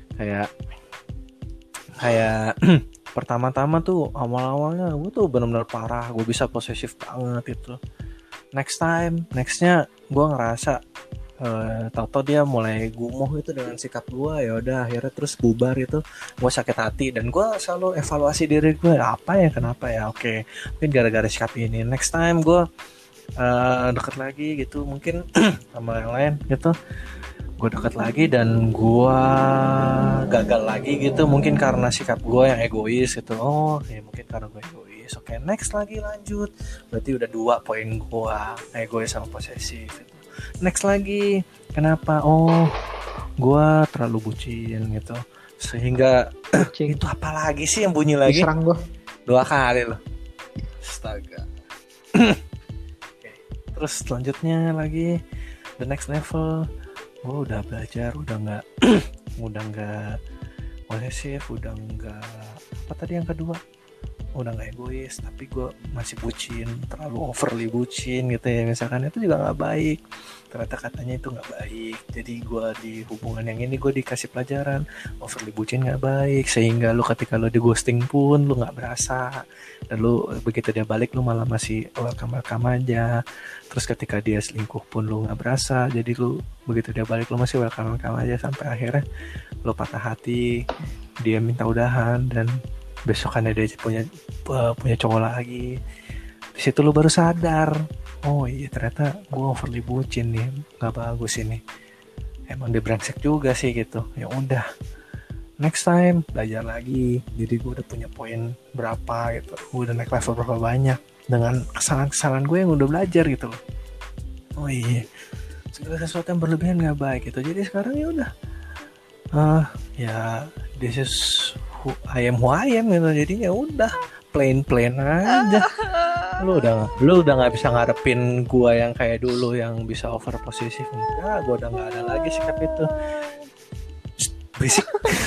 S5: Kayak pertama-tama tuh awalnya gue tuh benar-benar parah, gue bisa posesif banget gitu. Nextnya gue ngerasa tau dia mulai gumuh itu dengan sikap gue, ya udah akhirnya terus bubar itu. Gue sakit hati dan gue selalu evaluasi diri gue, kenapa ya, oke, mungkin gara-gara sikap ini. Next time gue deket lagi gitu mungkin sama yang lain gitu, gue deket lagi dan gue gagal lagi gitu, mungkin karena sikap gue yang egois gitu. Mungkin karena gue egois egois. Oke, next lagi lanjut. Berarti udah 2 poin gua, egois sama posesif. Next lagi, kenapa? Oh, gua terlalu bucin gitu. Sehingga
S3: Kucing.
S5: itu apa lagi sih yang bunyi lagi?
S3: Diserang gue.
S5: 2 kali loh. Astaga. Oke. Terus selanjutnya lagi the next level, gue udah belajar, udah nggak posesif, udah nggak apa tadi yang kedua, udah nggak egois, tapi gue masih bucin, terlalu overly bucin gitu ya misalkan, itu juga nggak baik. Ternyata katanya itu nggak baik. Jadi gue di hubungan yang ini gue dikasih pelajaran, overly bucin nggak baik, sehingga lu ketika lu di ghosting pun lu nggak berasa, dan lu begitu dia balik lu malah masih welcome aja. Terus ketika dia selingkuh pun lu nggak berasa, jadi lu begitu dia balik lu masih welcome aja, sampai akhirnya lu patah hati, dia minta udahan, dan besokannya dia punya cowok lagi. Di situ lu baru sadar, oh iya ternyata gue overly bucin nih, nggak bagus ini. Emang dia brengsek juga sih gitu. Ya udah, next time belajar lagi. Jadi gue udah punya poin berapa gitu, gue udah naik level berapa banyak dengan kesalahan-kesalahan gue yang udah belajar gitu loh. Oh iya, segala sesuatu yang berlebihan nggak baik gitu. Jadi sekarang ya udah, ya this is who I am gitu. Jadi ya udah plain aja. Lu udah nggak bisa ngarepin gua yang kayak dulu yang bisa over posesif. Enggak, gua udah nggak ada lagi sikap itu. Berisik.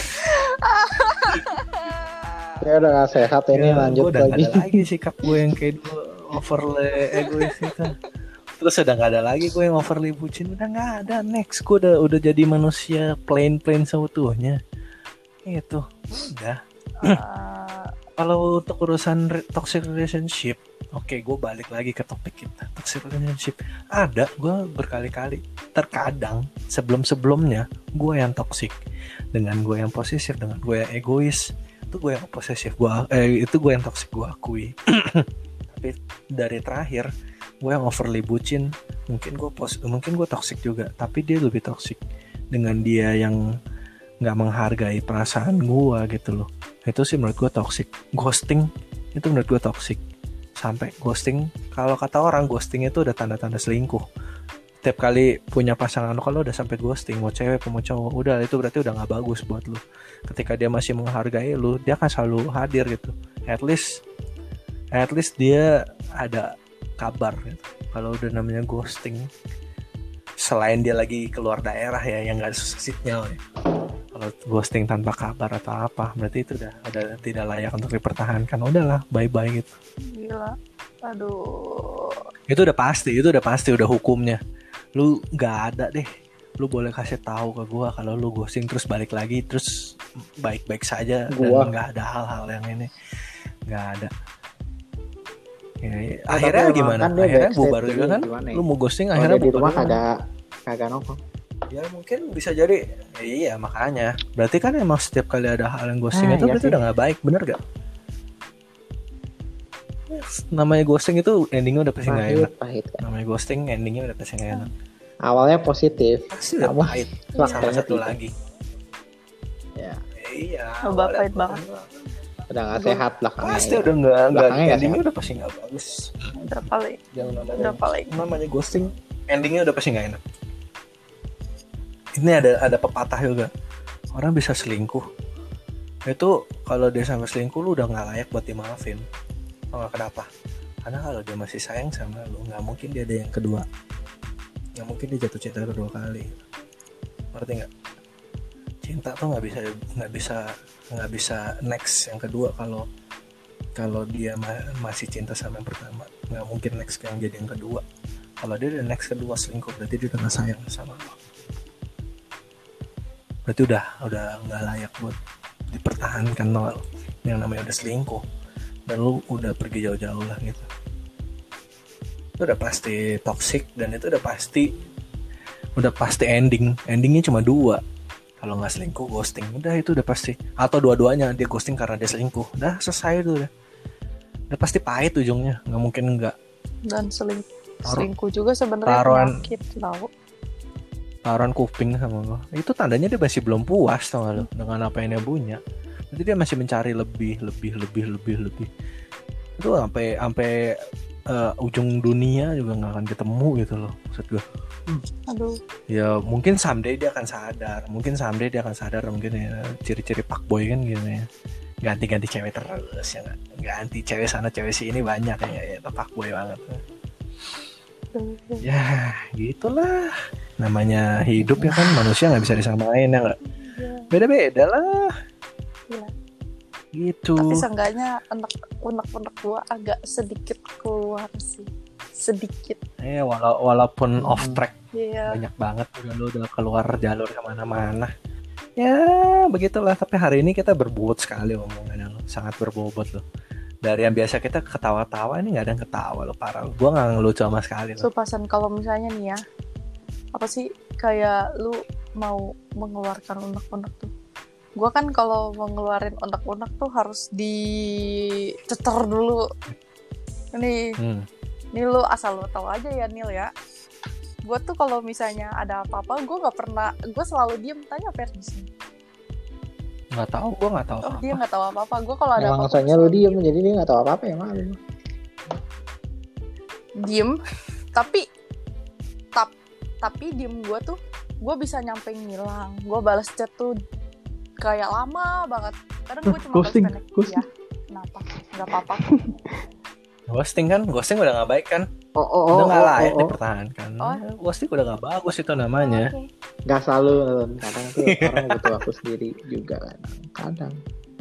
S3: Ya udah gak sehat ini, lanjut
S5: gua udah
S3: lagi.
S5: nggak ada lagi sikap gue yang kayak dulu overly egois itu. Terus udah nggak ada lagi gue yang overly bucin, udah nggak ada. Next gue udah jadi manusia plain seutuhnya. Itu udah. Kalau untuk urusan toxic relationship, oke, gue balik lagi ke topik kita. Toxic relationship ada, gue berkali-kali, terkadang sebelumnya gue yang toxic, dengan gue yang posesif, dengan gue yang egois, itu gue yang posesif, itu gue yang toxic, gue akui. Tapi dari terakhir gue yang overly bucin, mungkin gue toxic juga, tapi dia lebih toxic dengan dia yang nggak menghargai perasaan gue gitu loh. Itu sih menurut gue toxic. Ghosting itu menurut gue toxic. Sampai ghosting, kalau kata orang ghosting itu udah tanda-tanda selingkuh. Tiap kali punya pasangan lo, kalau udah sampai ghosting, mau cewek mau cowok, udah itu berarti udah nggak bagus buat lo. Ketika dia masih menghargai lo, dia akan selalu hadir gitu. At least dia ada kabar gitu. Kalau udah namanya ghosting, selain dia lagi keluar daerah ya, yang nggak ada sinyal ya. Kalau ghosting tanpa kabar atau apa, berarti itu udah tidak layak untuk dipertahankan. Udahlah, bye gitu.
S1: Gila. Aduh.
S5: Itu udah pasti udah hukumnya. Lu nggak ada deh. Lu boleh kasih tahu ke gua kalau lu ghosting terus balik lagi terus baik-baik saja dan nggak ada hal-hal yang ini. Nggak ada. Ya, akhirnya gimana?
S3: Kan
S5: akhirnya bubar juga kan?
S3: Ya?
S5: Lu mau ghosting akhirnya
S3: di
S5: bubar.
S3: rumah kagak nongkrong.
S5: Ya mungkin bisa jadi. Iya makanya. Berarti kan emang setiap kali ada hal yang ghosting itu
S3: iya
S5: berarti udah nggak baik, bener gak? Namanya ghosting itu endingnya udah pasti nggak enak.
S3: Pahit kan.
S5: Namanya ghosting endingnya udah pasti nggak enak.
S3: Awalnya positif.
S5: Pasti udah
S3: Kamu
S5: pahit.
S3: selak
S5: Sama
S3: banget
S5: satu
S3: gitu.
S5: lagi.
S3: Ya,
S5: Iya.
S1: Coba pahit banget.
S3: udah gak sehat belakangnya.
S5: Pasti
S3: ya.
S5: udah nggak
S3: Belakangnya nggak
S5: endingnya
S3: sehat.
S5: udah pasti nggak bagus.
S1: Berapa lagi?
S5: Jangan ada
S1: Berapa lagi?
S5: namanya ghosting endingnya udah pasti nggak enak. Ini ada pepatah juga, orang bisa selingkuh itu kalau dia sampai selingkuh lu udah nggak layak buat dimaafin. Oh, kenapa? Karena kalau dia masih sayang sama lu, nggak mungkin dia ada yang kedua, nggak mungkin dia jatuh cinta kedua kali. Ngerti nggak? Cinta tuh nggak bisa next yang kedua kalau dia masih cinta sama yang pertama, nggak mungkin next yang jadi yang kedua. Kalau dia udah next kedua selingkuh, berarti dia udah nggak sayang sama lo. Berarti udah nggak layak buat dipertahankan lo, yang namanya udah selingkuh dan lu udah pergi jauh-jauh lah gitu. Itu udah pasti toxic dan itu udah pasti endingnya cuma 2. Kalau nggak selingkuh ghosting, udah itu udah pasti. Atau dua-duanya, dia ghosting karena dia selingkuh, udah selesai itu udah pasti pahit ujungnya, nggak mungkin nggak.
S1: Dan selingkuh juga sebenarnya penyakit tau.
S5: Taruhan kuping sama lo, itu tandanya dia masih belum puas tau gak lo dengan apa yang dia punya. Jadi dia masih mencari lebih. itu sampai ujung dunia juga nggak akan ketemu gitu loh maksud gue.
S1: Aduh.
S5: Ya mungkin someday dia akan sadar, mungkin ya ciri-ciri fuckboy kan gitu ya, ganti-ganti cewek terus ya, ganti cewek sana cewek sini banyak ya fuckboy banget ya gitulah namanya hidup ya kan, manusia nggak bisa disamain ya nggak, beda-beda lah gitu.
S1: Tapi seenggaknya unek-unek gua agak sedikit keluar sih, sedikit.
S5: Walaupun off track
S1: Iya.
S5: banyak banget, udah keluar jalur kemana-mana. Ya begitulah. Tapi hari ini kita berbobot sekali omongannya, sangat berbobot loh. Dari yang biasa kita ketawa-tawa, ini nggak ada yang ketawa loh, parah. Gua nggak ngelucu sama sekali loh.
S1: Supasan kalau misalnya nih ya, apa sih kayak lu mau mengeluarkan unek-unek tuh. Gua kan kalau mau ngeluarin unek-unek tuh harus dicecer dulu. Nih lu asal lu tahu aja ya Nil ya. Gue tuh kalau misalnya ada apa-apa, gue selalu diem. Tanya Ferdi.
S5: Nggak tahu, gue nggak tahu.
S1: Oh, dia nggak tahu apa-apa. Gue kalau ada
S3: Emang
S1: apa-apa
S3: rasanya lu diem, jadi dia nggak tahu apa-apa ya malu.
S1: diem. Tapi diem gue tuh, gue bisa nyampe ngilang. Gue balas chat tuh kayak lama banget. Kadang gue cuma balas pendek. Ya, kenapa? Nggak apa-apa.
S5: Ghosting udah nggak baik kan? Udah nggak layak dipertahankan. Ghosting udah nggak bagus itu namanya.
S3: Nggak selalu, kadang tuh orang butuh waktu sendiri juga kadang.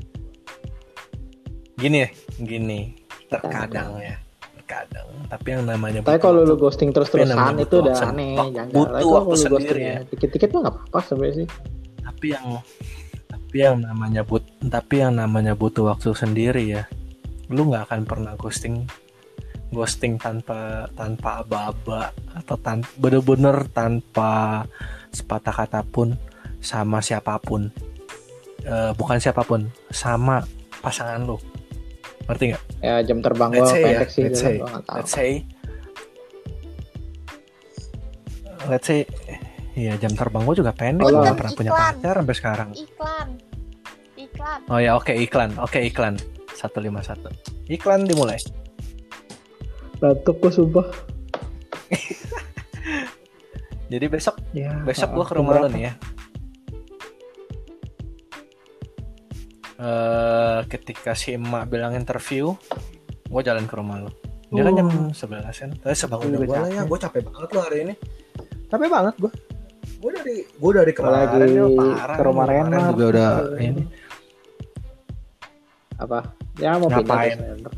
S5: Gini, terkadang. Tapi yang namanya.
S3: Tapi kalau lu ghosting terus-terusan itu udah aneh.
S5: Butuh waktu sendiri ya.
S3: Dikit-dikit mah nggak apa-apa sebenarnya sih.
S5: Tapi yang namanya butuh waktu sendiri ya. Lu nggak akan pernah ghosting tanpa aba-aba atau bener-bener tanpa sepatah kata pun sama siapapun, bukan siapapun, sama pasangan lu, ngerti nggak?
S3: Ya jam terbang gua pendek sih.
S5: Let's say iya jam terbang gua juga pendek, nggak pernah punya pacar sampai sekarang. Iklan. Oh ya oke, iklan 151. Iklan dimulai.
S3: Batuk gue sumpah.
S5: Jadi besok gue ke rumah lo nih ya. Ketika si emak bilang interview, gue jalan ke rumah lo. Dia kan jam 11 kan. Tapi sebangun gue lah ya. Gue capek banget lo hari ini. Capek banget gue. Gue dari kemarin
S3: lagi
S5: parah.
S3: ke rumah Rena
S5: juga udah ini.
S3: Apa? Ya mau
S5: ngapain?
S3: Pindah.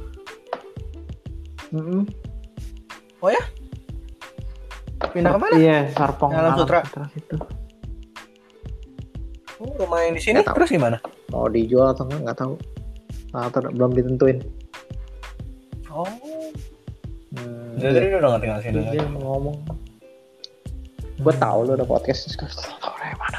S5: Oh ya? Pindah kemana?
S3: Iya, Sarpong.
S5: Alam Sutra.
S3: Itu.
S5: Rumah yang di sini terus gimana?
S3: Mau dijual atau enggak tahu. Belum ditentuin.
S5: Oh. Jadi dia udah nggak tinggal sini lagi.
S3: Dia ngomong. Gue tahu lu udah podcast sekarang. Tahu dari mana?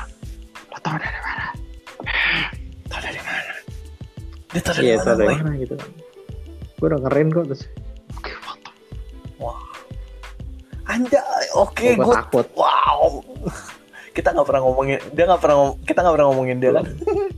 S3: Dia tahu dari mana gitu kan. Gue udah ngeren kok terus. Oke, mantap.
S5: Wah. Anjay, oke, gue
S3: takut.
S5: Wow. Kita nggak pernah ngomongin, kita nggak pernah ngomongin dia kan?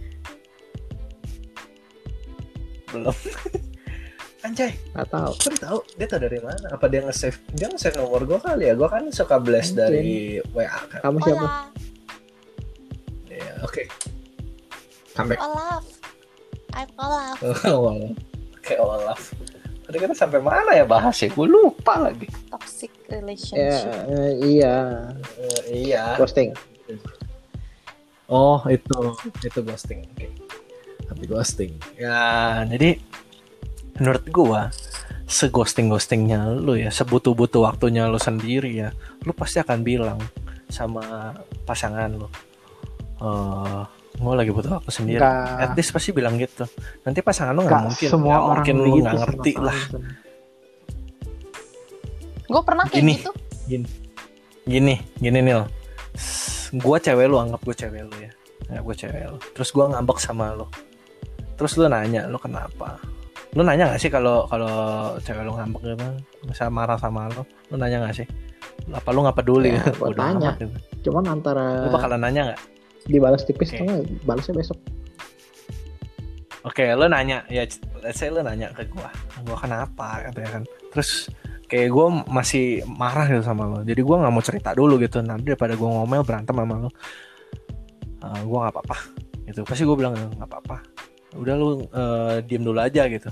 S5: Belum. Anjay.
S3: Nggak tahu.
S5: Kok dia tahu? Dia tahu dari mana? Apa dia nge-save? Dia nge-save nomor gue kali ya? Gue kan suka blast dari WA kan.
S3: Kamu siapa?
S5: Ya, oke. Comeback.
S1: I'm Olaf.
S5: Oke, Olaf. Tadi kita sampai mana ya bahas ya? Gue lupa lagi.
S1: Toxic relationship.
S5: Iya.
S3: Ghosting.
S5: Oh, itu ghosting. Oke. Tapi ghosting. Ya, jadi menurut gue seghosting-ghostingnya lu ya, sebutuh-butuh waktunya lu sendiri ya, lu pasti akan bilang sama pasangan lu, gue lagi butuh waktu sendiri. At least pasti bilang gitu. Nanti pasangan lu nggak mungkin,
S3: semua orang
S5: mungkin lu nggak ngerti lah.
S1: Gue pernah kayak gitu.
S5: Gini Nil. Gue cewek lu, anggap gue cewek lu ya. Gue cewek lu. Terus gue ngambek sama lu. Terus lu nanya, lu kenapa? Lu nanya nggak sih kalau cewek lu ngambek gitu, misalnya marah sama lu nanya nggak sih? Apa lu nggak peduli?
S3: Ya, gue tanya. Gitu. Cuman antara.
S5: Lu bakalan nanya nggak?
S3: Dibalas tipis atau nggak? Balasnya besok.
S5: Oke, lo nanya ya, let's say lo nanya ke gua kenapa katanya kan. Terus kayak gua masih marah gitu sama lo. Jadi gua nggak mau cerita dulu gitu. Nanti daripada gua ngomel berantem sama lo, gua nggak apa-apa. Gitu. Pasti gua bilang nggak apa-apa. Udah lu diem dulu aja gitu.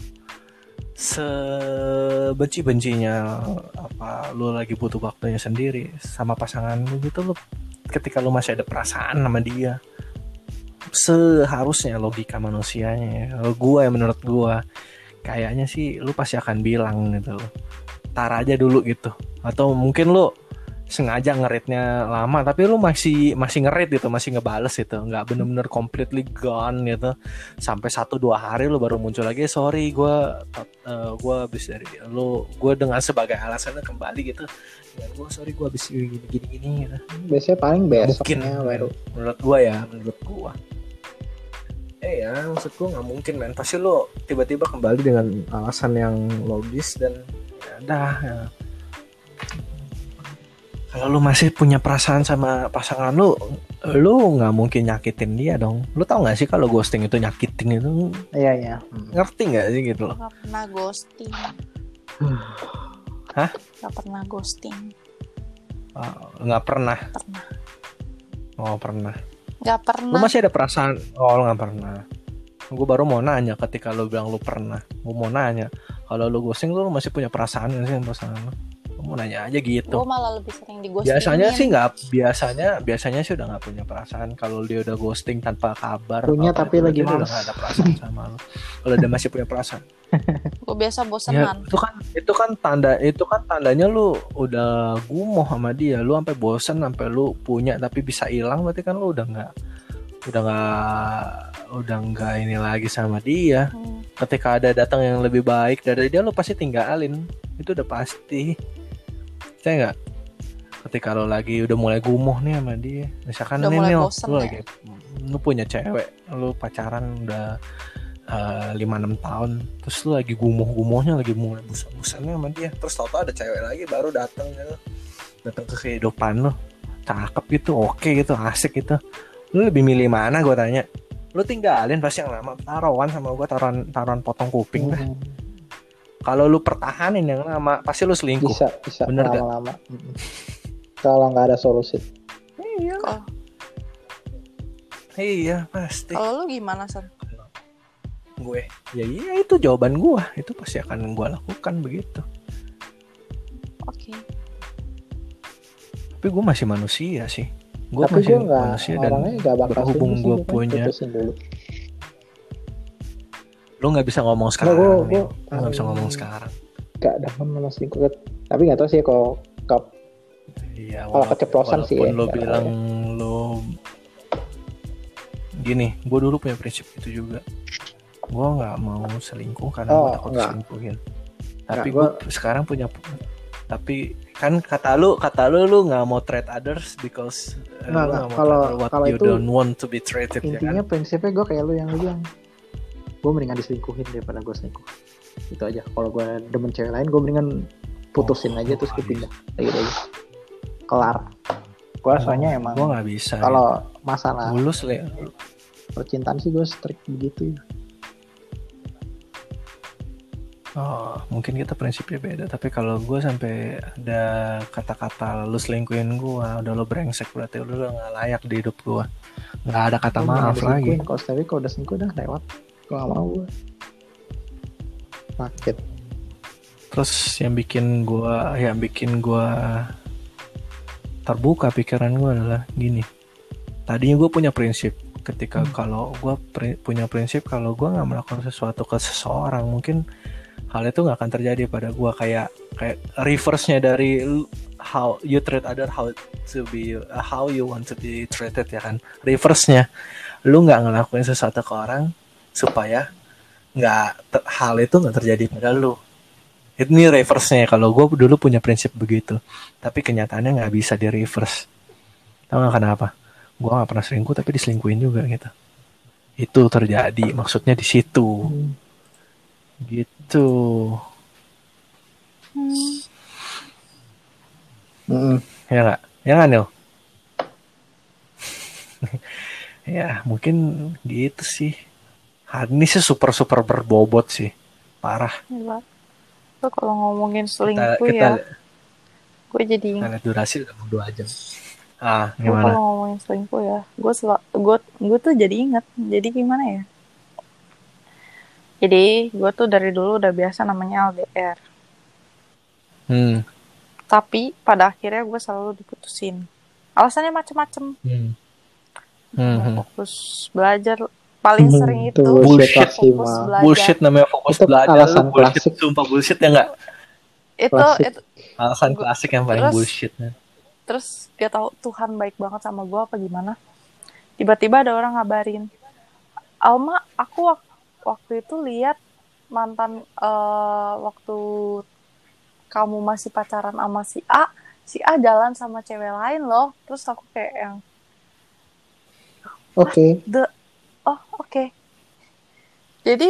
S5: Sebenci-bencinya apa lu lagi butuh waktunya sendiri sama pasangan lu gitu, lu ketika lu masih ada perasaan sama dia, seharusnya logika manusianya gua yang menurut gua kayaknya sih lu pasti akan bilang gitu, tar aja dulu gitu. Atau mungkin lu sengaja ngeritnya lama tapi lu masih ngerit gitu, masih ngebales gitu, nggak bener-bener completely gone gitu sampai 1-2 hari lu baru muncul lagi, sorry gua habis dari lu, gua dengan sebagai alasannya kembali gitu dan gua sorry gua habis gini gitu.
S3: Biasanya paling
S5: Mungkin
S3: besoknya baru.
S5: menurut gua ya maksud gua nggak mungkin men, pasti lu tiba-tiba kembali dengan alasan yang logis dan ya udah ya. Kalau lu masih punya perasaan sama pasangan lu nggak mungkin nyakitin dia dong. Lu tau nggak sih kalau ghosting itu nyakitin itu?
S3: Iya.
S5: Ngerti nggak sih gitu loh?
S1: Gak pernah ghosting.
S5: Hah?
S1: Gak pernah ghosting.
S5: Nggak pernah.
S1: Pernah.
S5: Oh pernah.
S1: Gak
S5: Lu
S1: pernah.
S5: masih ada perasaan? Oh lu nggak pernah. Gue baru mau nanya ketika lu bilang lu pernah. Gue mau nanya kalau lu ghosting lu masih punya perasaan nggak sih sama pasangan lu? Mau nanya aja gitu.
S1: Gue malah lebih sering di ghosting.
S5: Biasanya sih udah nggak punya perasaan kalau dia udah ghosting tanpa kabar.
S3: Punya tapi lagi
S5: udah
S3: males.
S5: nggak ada perasaan sama lo. Kalau dia masih punya perasaan.
S1: Gue biasa
S5: Ya,
S1: bosenan.
S5: itu kan tandanya lu udah gumoh sama dia. Lu sampai bosen, sampai lu punya tapi bisa hilang, berarti kan lu udah nggak ini lagi sama dia. Ketika ada datang yang lebih baik dari dia, lu pasti tinggalin. Itu udah pasti. Saya nggak, ketika lo lagi udah mulai gumoh nih sama dia, misalkan
S1: Udah
S5: ini
S1: mulai
S5: nih
S1: bosen
S5: lo
S1: ya?
S5: lagi lu punya cewek, lu pacaran udah 5-6 tahun, terus lu lagi gumohnya, lagi mulai bosan-bosannya sama dia, terus tau-tau ada cewek lagi baru datang gitu, datang ke kehidupan lo, cakep gitu, oke gitu, asik gitu, lu lebih milih mana? Gue tanya, lu tinggalin pasti yang lama, taruhan sama gue, taruhan potong kuping dah. Kalau lu pertahanin yang lama, pasti lu selingkuh.
S3: Bisa
S5: Bener gak?
S3: lama-lama. Kalau nggak ada solusi.
S5: Iya pasti.
S1: Kalau lu gimana, San?
S5: Gue, ya iya itu jawaban gue. Itu pasti akan gue lakukan begitu.
S1: Oke.
S5: Tapi gue masih manusia sih. Gue
S3: Tapi
S5: masih
S3: gue nggak,
S5: manusia dan
S3: orangnya nggak bakal
S5: berhubung
S3: selingkuh
S5: gue
S3: sih,
S5: punya.
S3: putusin dulu.
S5: Lu nggak bisa ngomong sekarang.
S3: Lu
S5: Lu nggak bisa ngomong sekarang.
S3: Gak demen sama selingkuh. Tapi nggak tahu sih kalau
S5: Iya.
S3: Kalau keceplosan sih ya,
S5: Walaupun lu
S3: nggak
S5: bilang
S3: tahu
S5: lu gini, gue dulu punya prinsip itu juga. Gue nggak mau selingkuh karena gue takut diselingkuhin. Tapi gue sekarang punya. Tapi kan kata lu nggak mau treat others because
S3: kalau
S5: you
S3: itu
S5: don't want to be treated.
S3: intinya
S5: ya kan?
S3: prinsipnya gue kayak lu yang lu bilang, gue mendingan diselingkuhin daripada gue selingkuh. Itu aja. Kalau gue demen cewek lain, gue mendingan putusin aja terus gue pindah. Gitu aja. Kelar. Gue soalnya emang
S5: gue nggak bisa.
S3: Kalau masalah
S5: mulus
S3: percintaan sih gue strict begitu.
S5: Oh, mungkin kita prinsipnya beda. Tapi kalau gue sampai ada kata-kata lu selingkuhin gue, udah lu brengsek, berarti lu udah nggak layak di hidup gue. Nggak ada kata maaf lagi.
S3: Kalau udah selingkuh udah lewat. Gue nggak mau gue. Sakit.
S5: Terus yang bikin gue terbuka pikiran gue adalah gini. Tadinya gue punya prinsip ketika kalau gue punya prinsip kalau gue nggak melakukan sesuatu ke seseorang, mungkin hal itu nggak akan terjadi pada gue. Kayak reverse-nya dari how you treat other, how you want to be treated, ya kan. Reverse-nya, lu nggak ngelakuin sesuatu ke orang supaya hal itu nggak terjadi pada lu. Ini reverse-nya. Kalau gue dulu punya prinsip begitu, tapi kenyataannya nggak bisa di reverse. Tahu nggak kenapa? Gue nggak pernah selingkuh tapi diselingkuhin juga gitu. Itu terjadi, maksudnya di situ. Gitu. Ya nggak? Ya nggak, Nil? Ya mungkin gitu sih Ini sih super berbobot sih, parah.
S1: Gila. Tuh kalau ngomongin selingkuh
S5: Kita
S1: ya, gue jadi
S5: lihat durasi udah mau 2 jam.
S1: gue
S5: Gimana?
S1: kalau ngomongin selingkuh ya, gue tuh jadi inget. Jadi gimana ya? Jadi gue tuh dari dulu udah biasa namanya LDR. Tapi pada akhirnya gue selalu diputusin. Alasannya macem-macem. Mau fokus belajar. Paling sering itu
S3: bullshit
S1: fokus
S3: maksimal.
S1: belajar.
S5: Bullshit namanya fokus
S3: Itu
S5: belajar.
S3: alasan
S5: Bullshit,
S3: klasik.
S5: sumpah bullshit ya nggak?
S1: Itu
S5: Alasan klasik yang paling
S1: Terus-
S5: bullshit.
S1: terus dia tahu Tuhan baik banget sama gue apa gimana. Tiba-tiba ada orang ngabarin, Alma, aku waktu itu lihat mantan waktu kamu masih pacaran sama si A jalan sama cewek lain loh. Terus aku kayak yang
S3: Oke.
S1: oke. Jadi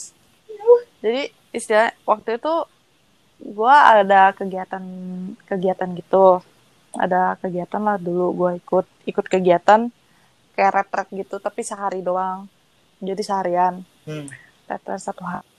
S1: istilah waktu itu gue ada kegiatan gitu. Ada kegiatan lah dulu gue ikut kegiatan kayak retret gitu tapi sehari doang. Jadi seharian. Retret 1 hari.